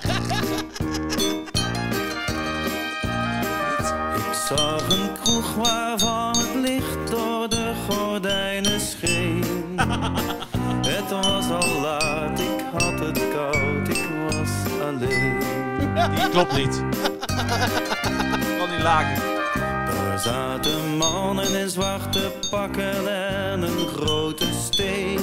Ik zag een kroeg waarvan het licht door de gordijnen scheen. Het was al laat, ik had het koud, ik was alleen. Die klopt niet. Van die lagen. Er zaten mannen in zwarte pakken en een grote steek.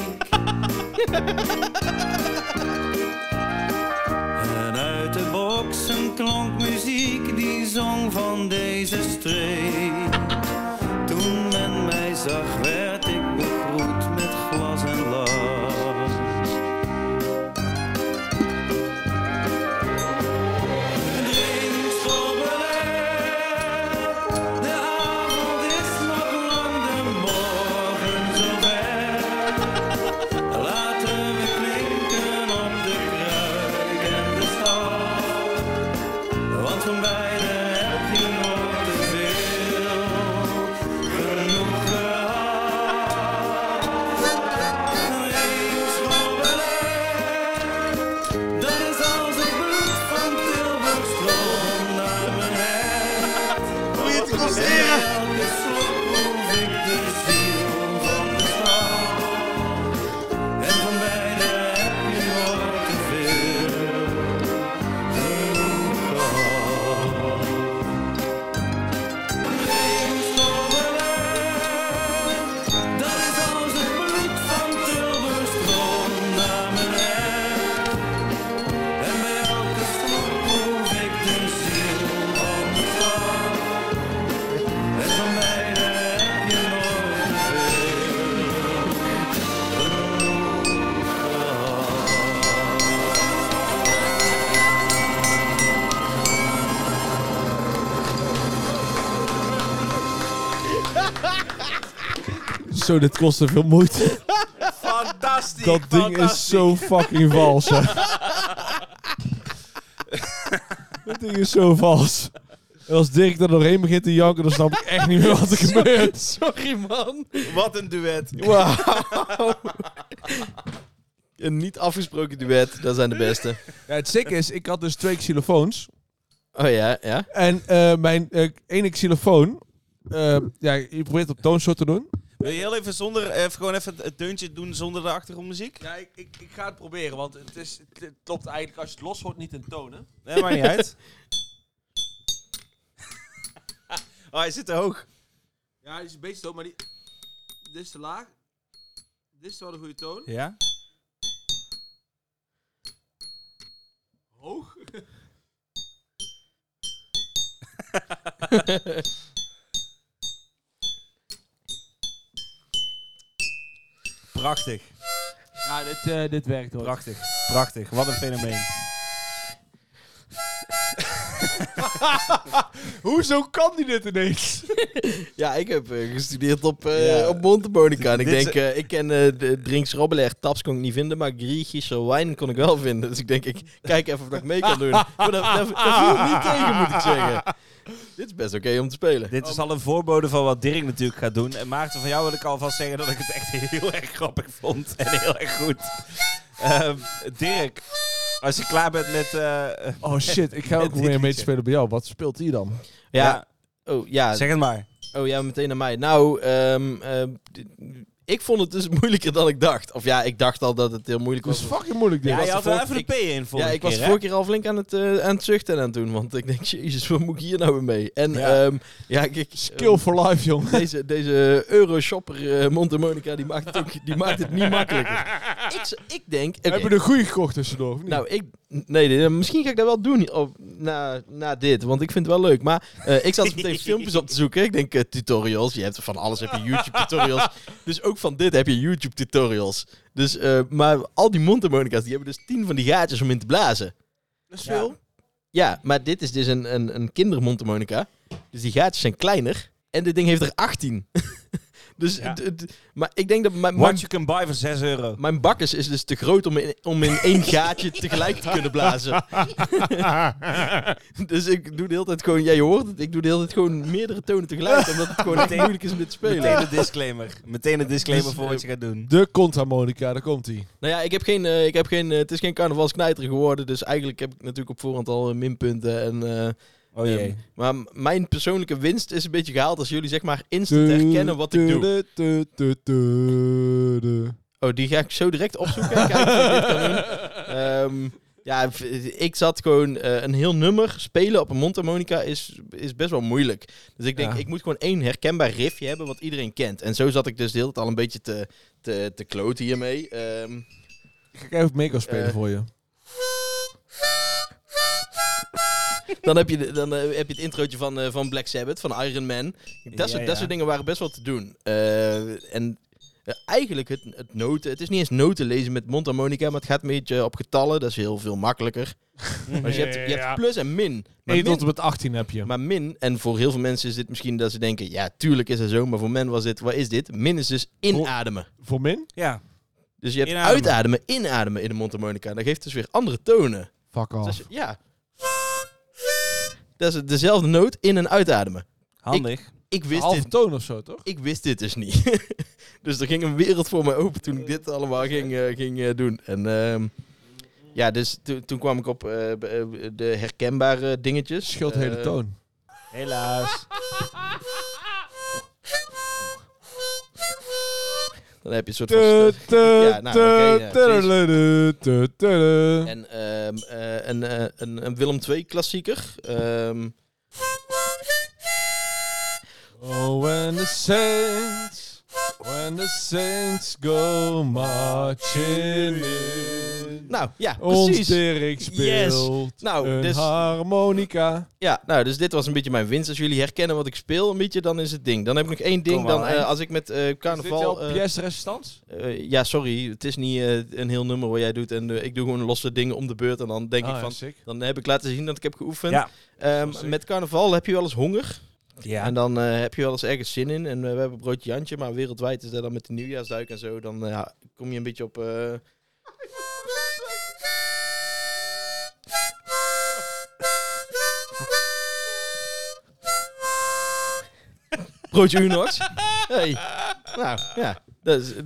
En uit de boksen klonk muziek die zong van deze streek. Toen men mij zag werd ik begroet met glas en lach. Zo, dit kostte veel moeite. Fantastisch. Dat ding is zo fucking vals, hè. Dat ding is zo vals. En als Dirk er doorheen begint te janken, dan snap ik echt niet meer wat er gebeurt. Sorry, man. Wat een duet. Wauw. Een niet afgesproken duet, dat zijn de beste. Ja, het sick is, ik had dus twee xylofoons. Oh ja, ja. En uh, mijn uh, ene xylofoon, uh, ja, je probeert op toonsoort te doen. Wil je heel even zonder, even gewoon even het deuntje doen zonder de achtergrondmuziek? Ja, ik, ik, ik ga het proberen, want het, is, het klopt eigenlijk als je het los hoort niet in tonen. Nee, maakt niet uit. Oh, hij zit te hoog. Ja, hij is een beetje toon, maar die, dit is te laag. Dit is wel de goede toon. Ja. Hoog. Prachtig. Ja, dit, uh, dit werkt hoor. Prachtig. Prachtig. Wat een fenomeen. Hoezo kan die dit ineens? Ja, ik heb uh, gestudeerd op, uh, Ja. op Montemonica. En ik Dit denk, is- uh, ik ken uh, de drinks Robbeler taps kon ik niet vinden, maar Griechische wijn kon ik wel vinden. Dus ik denk, ik kijk even of ik mee kan doen. Maar dat, dat, dat viel niet tegen, moet ik zeggen. Dit is best oké om te spelen. Dit is al een voorbode van wat Dirk natuurlijk gaat doen. En Maarten, van jou wil ik alvast zeggen dat ik het echt heel erg grappig vond. En heel erg goed. Um, Dirk, als je klaar bent met... Uh, Oh shit, ik ga ook dit weer mee liedje. te spelen bij jou. Wat speelt hij dan? Ja. Ja. Oh, ja. Zeg het maar. Oh ja, meteen naar mij. Nou, um, um, d- ik vond het dus moeilijker dan ik dacht. Of ja, ik dacht al dat het heel moeilijk Dat was. is fucking moeilijk dit. Ja, was je de had wel vorige- even de P in voor Ja, ik was keer, de hè? vorige keer al flink aan het, uh, aan het zuchten en aan het doen. Want ik denk, jezus, wat moet ik hier nou weer mee? En Ja. ja, um, ja kijk... Skill for life, jongen. Deze, deze Euroshopper uh, Montemonica, die maakt het, ook, die maakt het niet makkelijker. Ik, z- ik denk... oké, Heb je een goede gekocht tussendoor? Of niet? nou, ik... Nee, nee, misschien ga ik dat wel doen op, na, na dit, want ik vind het wel leuk. Maar uh, ik zat dus meteen filmpjes op te zoeken. Ik denk uh, tutorials. Je hebt van alles, heb je YouTube tutorials. Dus ook van dit heb je YouTube tutorials. Dus, uh, maar al die Montemonica's, die hebben dus tien van die gaatjes om in te blazen. Dat is Ja. veel. Ja, maar dit is dus een, een, een kindermontemonica. Dus die gaatjes zijn kleiner. En dit ding heeft er achttien. Dus, Ja. d- d- maar ik denk dat mijn, mijn, What you can buy voor zes euro. mijn bakkes is dus te groot om in, om in één gaatje tegelijk te kunnen blazen. Dus ik doe de hele tijd gewoon, ja je hoort het, ik doe de hele tijd gewoon meerdere tonen tegelijk. Omdat het gewoon echt Meteen- moeilijk is om dit te spelen. Meteen een disclaimer. Meteen een disclaimer Dus, voor eh, wat je gaat doen. De condharmonica, daar komt hij. Nou ja, ik heb geen, uh, ik heb geen uh, het is geen carnavalsknijter geworden. Dus eigenlijk heb ik natuurlijk op voorhand al uh, minpunten. En, uh, Oh jee. um, maar m- mijn persoonlijke winst is een beetje gehaald als jullie zeg maar instant herkennen wat ik doe. Oh, die ga ik zo direct opzoeken en kijken of ik dit kan doen. Ehm, ja, v- ik zat gewoon uh, een heel nummer spelen op een mondharmonica is, is best wel moeilijk. Dus ik denk, Ja. ik moet gewoon één herkenbaar riffje hebben wat iedereen kent. En zo zat ik dus de hele tijd al een beetje te, te, te kloten hiermee. Ehm, Ik ga even mee gaan spelen Eh. voor je. dan heb je, de- dan, uh, heb je het introotje van, uh, van Black Sabbath, van Iron Man. Dat, Ja, soort, ja. dat soort dingen waren best wel te doen. Uh, en uh, eigenlijk het, het noten, het is niet eens noten lezen met mondharmonica, maar het gaat een beetje op getallen. Dat is heel veel makkelijker. Maar je hebt, je hebt plus en min. Maar één min- tot en met achttien heb je. Maar min, en voor heel veel mensen is dit misschien dat ze denken, ja, tuurlijk is het zo, maar voor men was dit, wat is dit? Min is dus inademen. Voor min? Ja. Dus je hebt Inademen. uitademen, inademen in de mondharmonica. Dat geeft dus weer andere tonen. Fuck Dus off. als je- ja. Dat is dezelfde noot in- en uitademen. Handig. Ik wist Halve dit, toon of zo, toch? ik wist dit dus niet. Dus er ging een wereld voor mij open toen ik dit allemaal ging, eh, ging eh, doen. En ehm, ja, dus to- toen kwam ik op eh, b- eh, de herkenbare dingetjes. Scheelt de hele Eh, toon. Helaas. Dan heb je een soort van... st- Ja, nou, oké, ja, precies. En ehm, eh, een, eh, een, een Willem twee klassieker. Ehm, Oh, when the saints, when the saints go marching in. nou, ja, Ons precies. Dirk speelt Nou, een dus- harmonica. Ja, nou, dus dit was een beetje mijn winst. Als jullie herkennen wat ik speel, een beetje, dan is het ding. Dan heb ik nog één ding. Kom Dan, maar, eh, hè. als ik met eh Is dit carnaval... jouw eh, pièce de resistance? eh, ja, sorry. Het is niet eh, een heel nummer wat jij doet. En eh, ik doe gewoon losse dingen om de beurt. En dan denk Ah, ik ja, van... sick. Dan heb ik laten zien dat ik heb geoefend. Ja. Ehm, sick. met carnaval heb je wel eens honger. Ja. En dan eh, heb je wel eens ergens zin in. En eh, we hebben broodje Jantje. Maar wereldwijd is dat dan met de nieuwjaarsduik en zo. Dan eh, ja, kom je een beetje op... eh, Broodje Unox. Hey. Nou, ja. Dat is...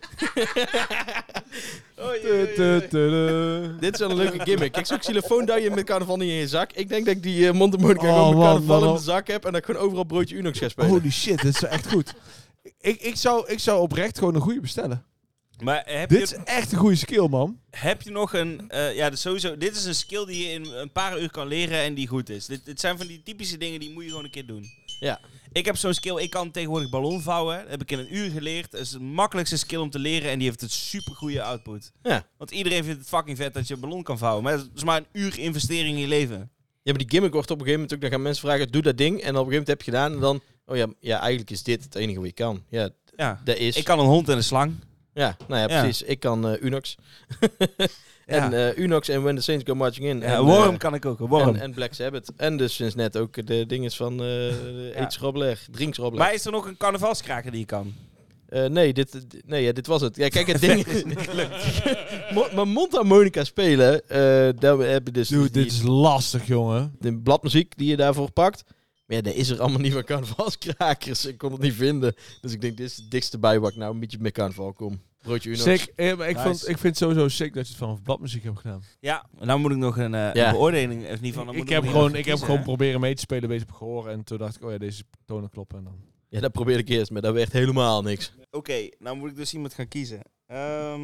Dit is wel een leuke gimmick. Kijk, zo'n xylofoon duw je met carnaval niet in je zak. Ik denk dat ik die uh, mondharmonica Oh, gewoon met man, carnaval man, in man. de zak heb en dat ik gewoon overal Broodje Unox ga spelen. Holy shit, dit is echt goed. ik, ik, zou, ik zou oprecht gewoon een goede bestellen. Maar heb Dit je, is echt een goede skill, man. heb je nog een... Uh, ja, dus sowieso... Dit is een skill die je in een paar uur kan leren en die goed is. Dit, dit zijn van die typische dingen die moet je gewoon een keer doen. Ja. Ik heb zo'n skill, ik kan tegenwoordig ballon vouwen. Dat heb ik in een uur geleerd. Dat is de makkelijkste skill om te leren en die heeft een super goede output. Ja. Want iedereen vindt het fucking vet dat je een ballon kan vouwen. Maar dat is maar een uur investering in je leven. Ja, maar die gimmick wordt op een gegeven moment ook, dan gaan mensen vragen, doe dat ding. En op een gegeven moment heb je gedaan en dan, oh ja, ja eigenlijk is dit het enige wat je kan. Ja, Ja. dat is... Ik kan een hond en een slang. Ja, nou ja, Ja. precies. Ik kan uh, Unox. en Ja. uh, Unox en When the Saints Go Marching In. Ja, en, worm uh, kan ik ook, een worm. En, en Black Sabbath. En dus sinds net ook de dinges van uh, Eet Schrobbler, Drink Schrobbler. Maar is er nog een carnavalskraker die je kan? Uh, nee, dit, d- nee ja, dit was het. Ja, kijk, het ding is... Mo- maar mondharmonica spelen, uh, daar heb je dus... Dude, die, dit is lastig, jongen. de bladmuziek die je daarvoor pakt. Maar ja, dat is er allemaal niet van carnavalskrakers. Ik kon het niet vinden. Dus ik denk, dit is het dichtste bij waar ik nou een beetje met carnaval kom. Broodje Unox. Sick. Eh, maar ik, Nice. vond, ik vind het sowieso sick dat je het van bladmuziek hebt gedaan. Ja, en dan moet ik nog een, uh, Ja. een beoordeling... Of niet van, dan Ik moet heb nog gewoon, even ik heb kiezen, gewoon hè. proberen mee te spelen, bezig op gehoor. En toen dacht ik, oh ja, deze tonen kloppen. En dan... Ja, dat probeerde ik eerst, maar dat werd helemaal niks. Oké, nou moet ik dus iemand gaan kiezen. Ehm,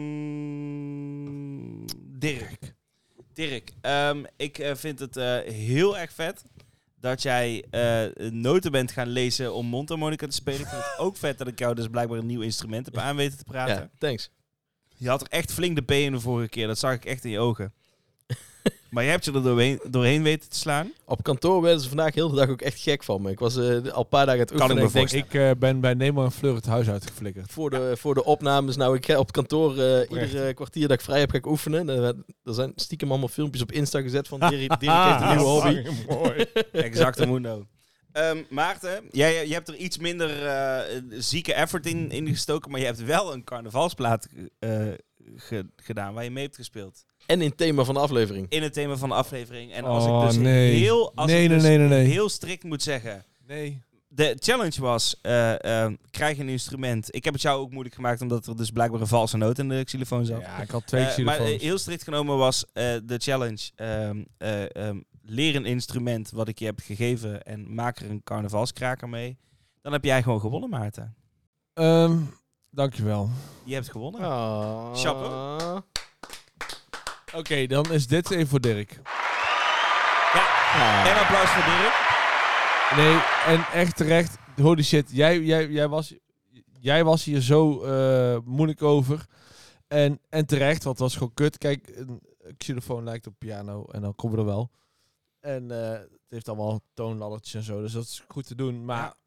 Dirk. Dirk, ehm, ik uh, vind het uh, heel erg vet dat jij uh, noten bent gaan lezen om mondharmonica te spelen. Ik vind het ook vet dat ik jou dus blijkbaar een nieuw instrument heb aan weten te praten. Ja, thanks. Je had er echt flink de P in de vorige keer, dat zag ik echt in je ogen. Maar je hebt je er doorheen, doorheen weten te slaan. Op kantoor werden ze vandaag heel de dag ook echt gek van me. Ik was uh, al een paar dagen het Kan ik me oefenen. Ik denk, Ik uh, ben bij Nemo en Fleur het huis uitgeflikkerd. voor de, voor de opnames, nou, ik ga op kantoor uh, ieder uh, kwartier dat ik vrij heb, ga ik oefenen. Er, er zijn stiekem allemaal filmpjes op Insta gezet van Dirk, Dirk heeft een nieuwe hobby. Mooi. Exacte mundo. Um, Maarten, jij, jij hebt er iets minder uh, zieke effort in, in gestoken, maar je hebt wel een carnavalsplaat uh, ge, gedaan waar je mee hebt gespeeld. En in het thema van de aflevering. In het thema van de aflevering. En als Oh, ik dus nee. heel, als Nee, ik nee, dus nee, nee, nee. heel strikt moet zeggen. Nee. De challenge was, uh, uh, krijg een instrument. Ik heb het jou ook moeilijk gemaakt, omdat er dus blijkbaar een valse noot in de xylofoon zat. Ja, ik had twee Uh, xylofoons. maar uh, heel strikt genomen was uh, de challenge, um, uh, um, leer een instrument wat ik je heb gegeven en maak er een carnavalskraker mee. Dan heb jij gewoon gewonnen, Maarten. Um, dankjewel. Je hebt gewonnen. Oh. Chapeau. Oké, okay, dan is dit even voor Dirk. Ja, Ah. en applaus voor Dirk. Nee, en echt terecht. Holy shit, jij, jij, jij, was, jij was hier zo uh, moeilijk over. En, en terecht, want het was gewoon kut. Kijk, een xylofoon lijkt op piano en dan komen we er wel. En uh, het heeft allemaal toonladdertjes en zo, dus dat is goed te doen. Maar ja,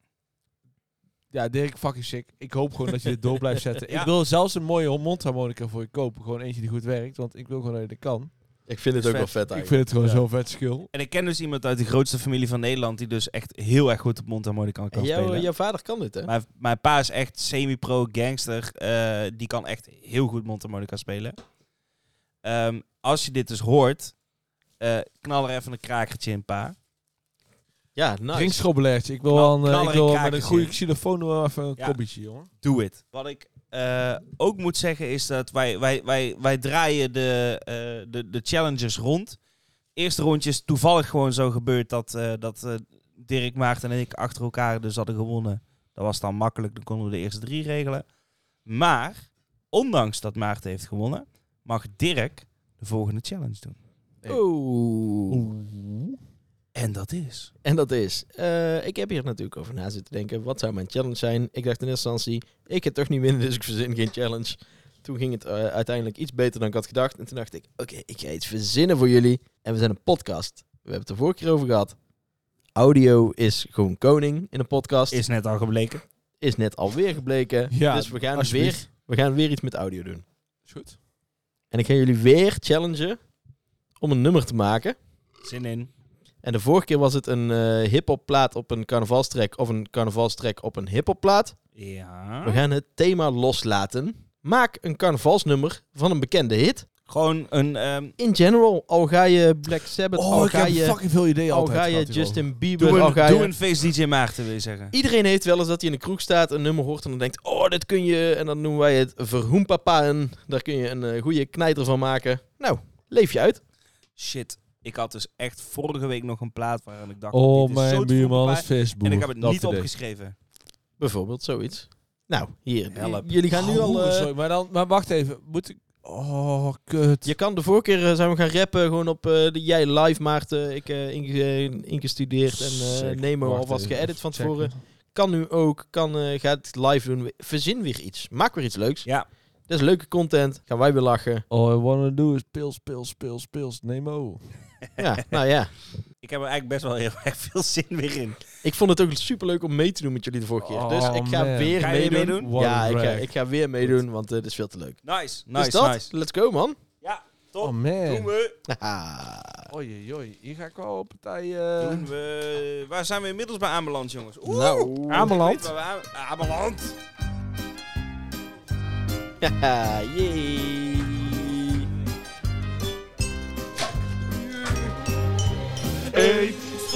ja Dirk, fucking sick. Ik hoop gewoon dat je dit door blijft zetten. Ja. Ik wil zelfs een mooie mondharmonica voor je kopen. Gewoon eentje die goed werkt, want ik wil gewoon dat je dat kan. Ik vind het is ook wel vet. vet Ik eigenlijk. vind het gewoon Ja. zo'n vet skill. En ik ken dus iemand uit de grootste familie van Nederland die dus echt heel erg goed op mondharmonica kan En jou, spelen. jouw vader kan dit, hè? Mijn, mijn pa is echt semi-pro gangster. Uh, die kan echt heel goed mondharmonica spelen. Um, als je dit dus hoort, uh, knal er even een krakertje in, pa. Ja, nice. Drinkschrobbelaartje. Ik wil, Knal- wel een, uh, knal ik er wil een met een krakertje goede in. xylofoon wel even een Ja. kobbetje, jongen. Doe it. Wat ik uh, ook moet zeggen is dat wij, wij, wij, wij draaien de, uh, de, de challenges rond. Eerste rondje is toevallig gewoon zo gebeurd dat, uh, dat uh, Dirk, Maarten en ik achter elkaar dus hadden gewonnen. Dat was dan makkelijk, dan konden we de eerste drie regelen. Maar, ondanks dat Maarten heeft gewonnen, mag Dirk de volgende challenge doen. Oeh. En dat is... En dat is... Uh, ik heb hier natuurlijk over na zitten denken. Wat zou mijn challenge zijn? Ik dacht in eerste instantie, ik ga toch niet winnen, dus ik verzin geen challenge. Toen ging het uh, uiteindelijk iets beter dan ik had gedacht. En toen dacht ik, oké, okay, ik ga iets verzinnen voor jullie. En we zijn een podcast. We hebben het de vorige keer over gehad. Audio is gewoon koning in een podcast. Is net al gebleken. Is net alweer gebleken. Ja, dus we gaan, weer, alsjeblieft. we gaan weer iets met audio doen. Is goed. En ik ga jullie weer challengen om een nummer te maken. Zin in. En de vorige keer was het een uh, hip-hop plaat op een carnavalstrek of een carnavalstrek op een hip-hop plaat. Ja. We gaan het thema loslaten. Maak een carnavalsnummer van een bekende hit. Gewoon een... Um... In general, al ga je Black Sabbath, Oh, al ik ga heb je... fucking veel ideeën al altijd ga je gehad hierover. Justin Bieber, Doe al een, ga doe je... een face D J Maarten, wil je zeggen. Iedereen heeft wel eens dat hij in de kroeg staat, een nummer hoort en dan denkt, oh, dit kun je... En dan noemen wij het verhoempapa en daar kun je een uh, goede knijter van maken. Nou, leef je uit. Shit. Ik had dus echt vorige week nog een plaat waarvan ik dacht... Oh, dit is mijn zo buurman te is visboer. En ik heb het Dat niet idee. opgeschreven. Bijvoorbeeld, zoiets. Nou, hier. Help. Jullie gaan nu Oh, al... Uh, sorry, maar, dan, maar wacht even. Moet ik... Oh, kut. Je kan de vorige keer uh, zijn we gaan rappen gewoon op uh, de jij live Maarten. Ik uh, inge- ingestudeerd en uh, Sick. Nemo Wacht alvast even. geëdit van Check. tevoren. Kan nu ook. Kan, uh, ga het live doen. Verzin weer iets. Maak weer iets leuks. Ja. Dat is leuke content. Gaan wij weer lachen. All I wanna do is pils, pils, pils, pils. Nemo. Ja, nou ja. Ik heb er eigenlijk best wel heel erg veel zin weer in. Ik vond het ook superleuk om mee te doen met jullie de vorige keer. Oh, Dus ik ga man. weer Ga je meedoen. meedoen? What Ja, a ik ga, brag. ik ga weer meedoen, want uh, het is veel te leuk. Nice, nice, dus dat, nice. let's go man. Ja, top. Oh, man. Doen we. Oei, oei. Hier ga ik wel op partij... Uh... Doen we. Waar zijn we inmiddels bij aanbeland, jongens? Oeh, Nou. Ameland. ik weet waar we aan- Ameland. Haha, yay. Hey.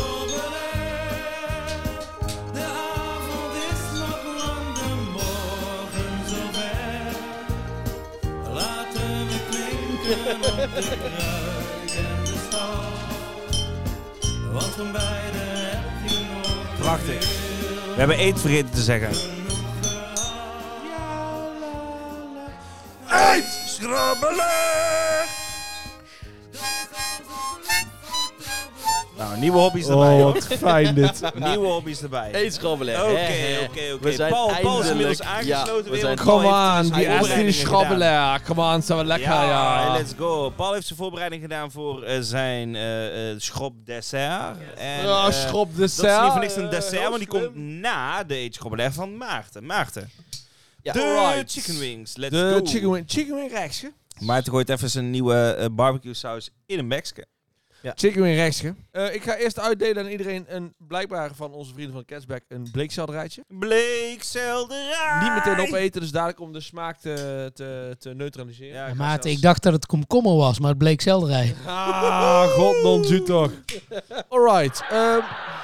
De avond is nog lang, de morgen zover. Laten we klinken op de kruik en de stad. Want van beide heb je nog Prachtig. We hebben eet vergeten te zeggen. Eet schrabbelen! Nou, nieuwe hobby's erbij, Oh, hoor. wat fijn dit. Nieuwe hobby's erbij. Eet schrabbelen. Oké, hè, hè. oké, We oké. zijn Paul, Paul is inmiddels eindelijk- ja, aangesloten we weer. zijn- want Paul Come heeft on, zijn die voorbereidingen Astrid gedaan. schrabbelen. Come on, zijn we lekker, Ja, ja. let's go. Paul heeft zijn voorbereiding gedaan voor uh, zijn uh, uh, schropdessert. En, Ja, uh, schropdessert. Dat is niet voor niks een Eh, dessert, heel want die komt na de eetschrobbelair van Maarten. Maarten. Ja, de alright. chicken wings, let's De go. chicken wing, chicken wing rechtsje. Maarten gooit even zijn nieuwe uh, barbecue saus in een bekske. Ja. Chicken wing rechtsje. Uh, ik ga eerst uitdelen aan iedereen een, blijkbaar van onze vrienden van Cashback, een bleekselderijtje. Bleekselderij! Niet meteen opeten, dus dadelijk om de smaak te, te, te neutraliseren. Ja, Ja, ik ga Maarten, zelfs- ik dacht dat het komkommer was, maar het bleek selderij. Ah, god non zu toch. Alright. Um,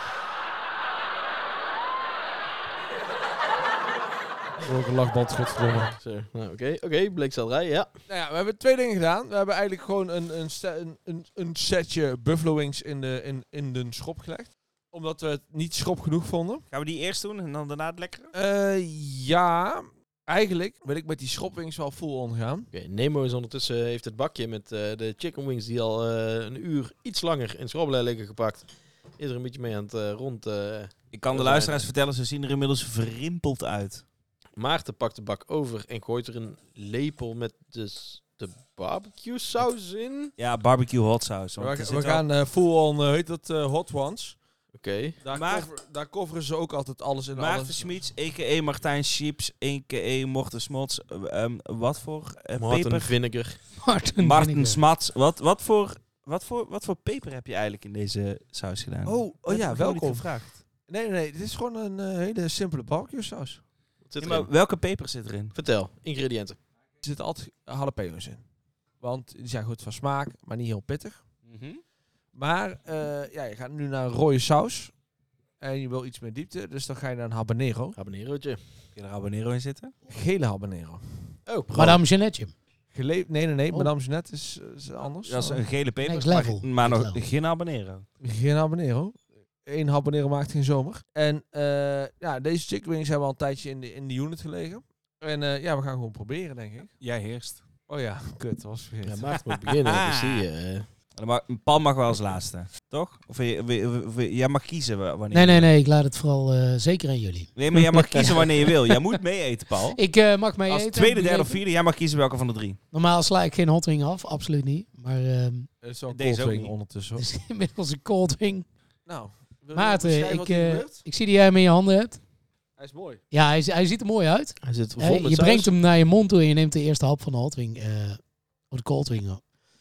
Ook een lachband, godverdomme. Zo, nou, oké, oké, bleekselderij, ja. Nou ja, we hebben twee dingen gedaan. We hebben eigenlijk gewoon een, een, sta- een, een, een setje Buffalo Wings in de, in, in de schop gelegd. Omdat we het niet schop genoeg vonden. Gaan we die eerst doen en dan daarna het lekkere? Eh, ja, eigenlijk wil ik met die schropwings wel full on gaan. Oké, Nemo is ondertussen, heeft het bakje met uh, de chicken wings die al uh, een uur iets langer in schrobbelen liggen gepakt. Is er een beetje mee aan het uh, rond... Uh, Ik kan de luisteraars vertellen, ze zien er inmiddels verrimpeld uit. Maarten pakt de bak over en gooit er een lepel met dus de barbecue saus in. Ja, barbecue hot sauce. We, want er we zit gaan wel- uh, full on, uh, heet dat, uh, hot ones. Oké. Okay. Daar, Maar- cover, daar coveren ze ook altijd alles in. Maarten alles. Schmitz, a k a. Martijn Chips, a k a. Morten Smots. Uh, um, wat voor uh, Martin peper? Vinegar. Martin Martin Vinegar. Smats. Wat, wat, voor, wat, voor, wat voor peper heb je eigenlijk in deze saus gedaan? Oh, oh Dat ja, heb ik nog niet welkom. gevraagd. Nee, nee, nee. Dit is gewoon een uh, hele simpele barbecue saus. Wat zit Ja, maar erin? welke peper zit erin? Vertel, ingrediënten. Er zitten altijd jalapenos in. Want die zijn goed van smaak, maar niet heel pittig. Mhm. Maar uh, ja, je gaat nu naar een rode saus. En je wil iets meer diepte, dus dan ga je naar een habanero. Habanerootje. Heb je er habanero in zitten? Gele habanero. Oh, Madame Jeannetje. Gele nee, nee, nee. Oh. Madame Jeannette is, is anders. Dat is een gele peper, Next maar, level. maar nog Next level. geen habanero. Geen habanero. Eén habanero maakt geen zomer. En uh, ja, deze chicken wings hebben al een tijdje in de, in de unit gelegen. En uh, ja, we gaan gewoon proberen, denk ik. Jij heerst. Oh ja, kut, dat was vergeten. Ja, Maarten moet beginnen, dus zie je. Uh, Dan mag, Paul mag wel als laatste, toch? Of, je, of, je- of je- jij mag kiezen wa- wanneer Nee, je nee, wil. nee, ik laat het vooral uh, zeker aan jullie. Nee, maar jij mag kiezen wanneer je wil. Jij moet mee eten, Paul. Ik uh, mag mee Als eten. tweede, derde of begrepen. vierde, jij mag kiezen welke van de drie. Normaal sla ik geen hotwing af, absoluut niet. Maar uh, Het is zo'n Deze ook cold wing niet. ondertussen. het is inmiddels een cold wing. Nou, wil je Maarten, beschrijven ik, wat hij uh, gebeurt? ik zie die jij hem in je handen hebt. Hij is mooi. Ja, hij, hij ziet er mooi uit. hij zit vol Uh, met je saus. brengt hem naar je mond toe en je neemt de eerste hap van de hotwing. Uh, of de cold wing.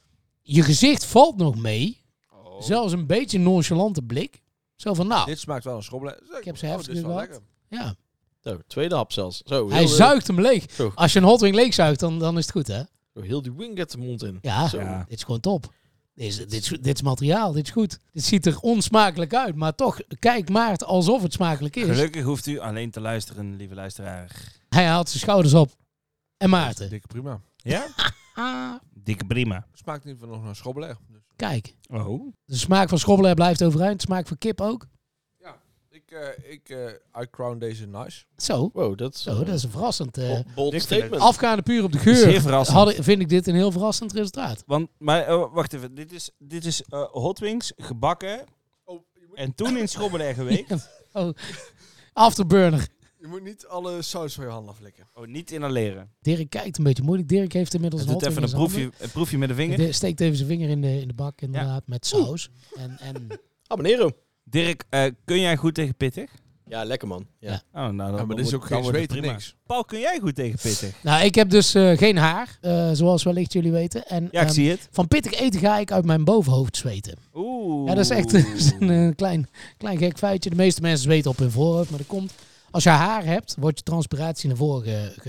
Je gezicht valt nog mee. Oh. Zelfs een beetje nonchalante blik. Zo van, nou, Dit smaakt wel een schrobbelen. ik heb ze Oh, heftig dit is wel gehad. lekker. Ja. Zo, tweede hap zelfs. Zo, Hij heel, zuigt hem leeg. Zo. Als je een hotwing leeg zuigt, dan, dan is het goed, hè? Zo heel die wing gaat de mond in. Ja, Zo. dit is gewoon top. Dit is, dit, is, dit is materiaal, dit is goed. Dit ziet er onsmakelijk uit, maar toch kijkt Maarten alsof het smakelijk is. Gelukkig hoeft u alleen te luisteren, lieve luisteraar. Hij haalt zijn schouders op. En Maarten. Dikke prima. Ja? Dikke prima. Smaakt in ieder geval nog naar schrobbelair. Dus. Kijk. Oh. De smaak van schrobbelair blijft overeind. De smaak van kip ook. Ja, ik, uh, ik uh, I crown deze nice. Zo. Wow, dat is, Zo, dat is een verrassend... Uh, bold statement. Afgaande puur op de geur. Zeer verrassend. Hadden, vind ik dit een heel verrassend resultaat. Want, maar uh, wacht even. Dit is, dit is uh, hot wings gebakken. Oh, en toen in schrobbelair geweekt. oh. Afterburner. Je moet niet alle saus van je handen aflikken. Oh, niet inhaleren. Dirk kijkt een beetje moeilijk. Dirk heeft inmiddels Hij een doet hotwing even in een zijn proefje, een proefje met de vinger. handen. De- Steekt even zijn vinger in de, in de bak inderdaad. Met saus. En, en... Abonneren. Dirk, uh, kun jij goed tegen pittig? Ja, lekker man. Ja. Oh, nou, dan, Ja, maar dit is wordt- ook dan geen wordt het zweet, prima. niks. Paul, kun jij goed tegen pittig? Nou, ik heb dus uh, geen haar. Uh, zoals wellicht jullie weten. En, Ja, ik um, zie het. Van pittig eten ga ik uit mijn bovenhoofd zweten. Oeh. Ja, dat is echt dat is een uh, klein, klein gek feitje. De meeste mensen zweten op hun voorhoofd. Maar dat komt... Als je haar hebt, wordt je transpiratie naar voren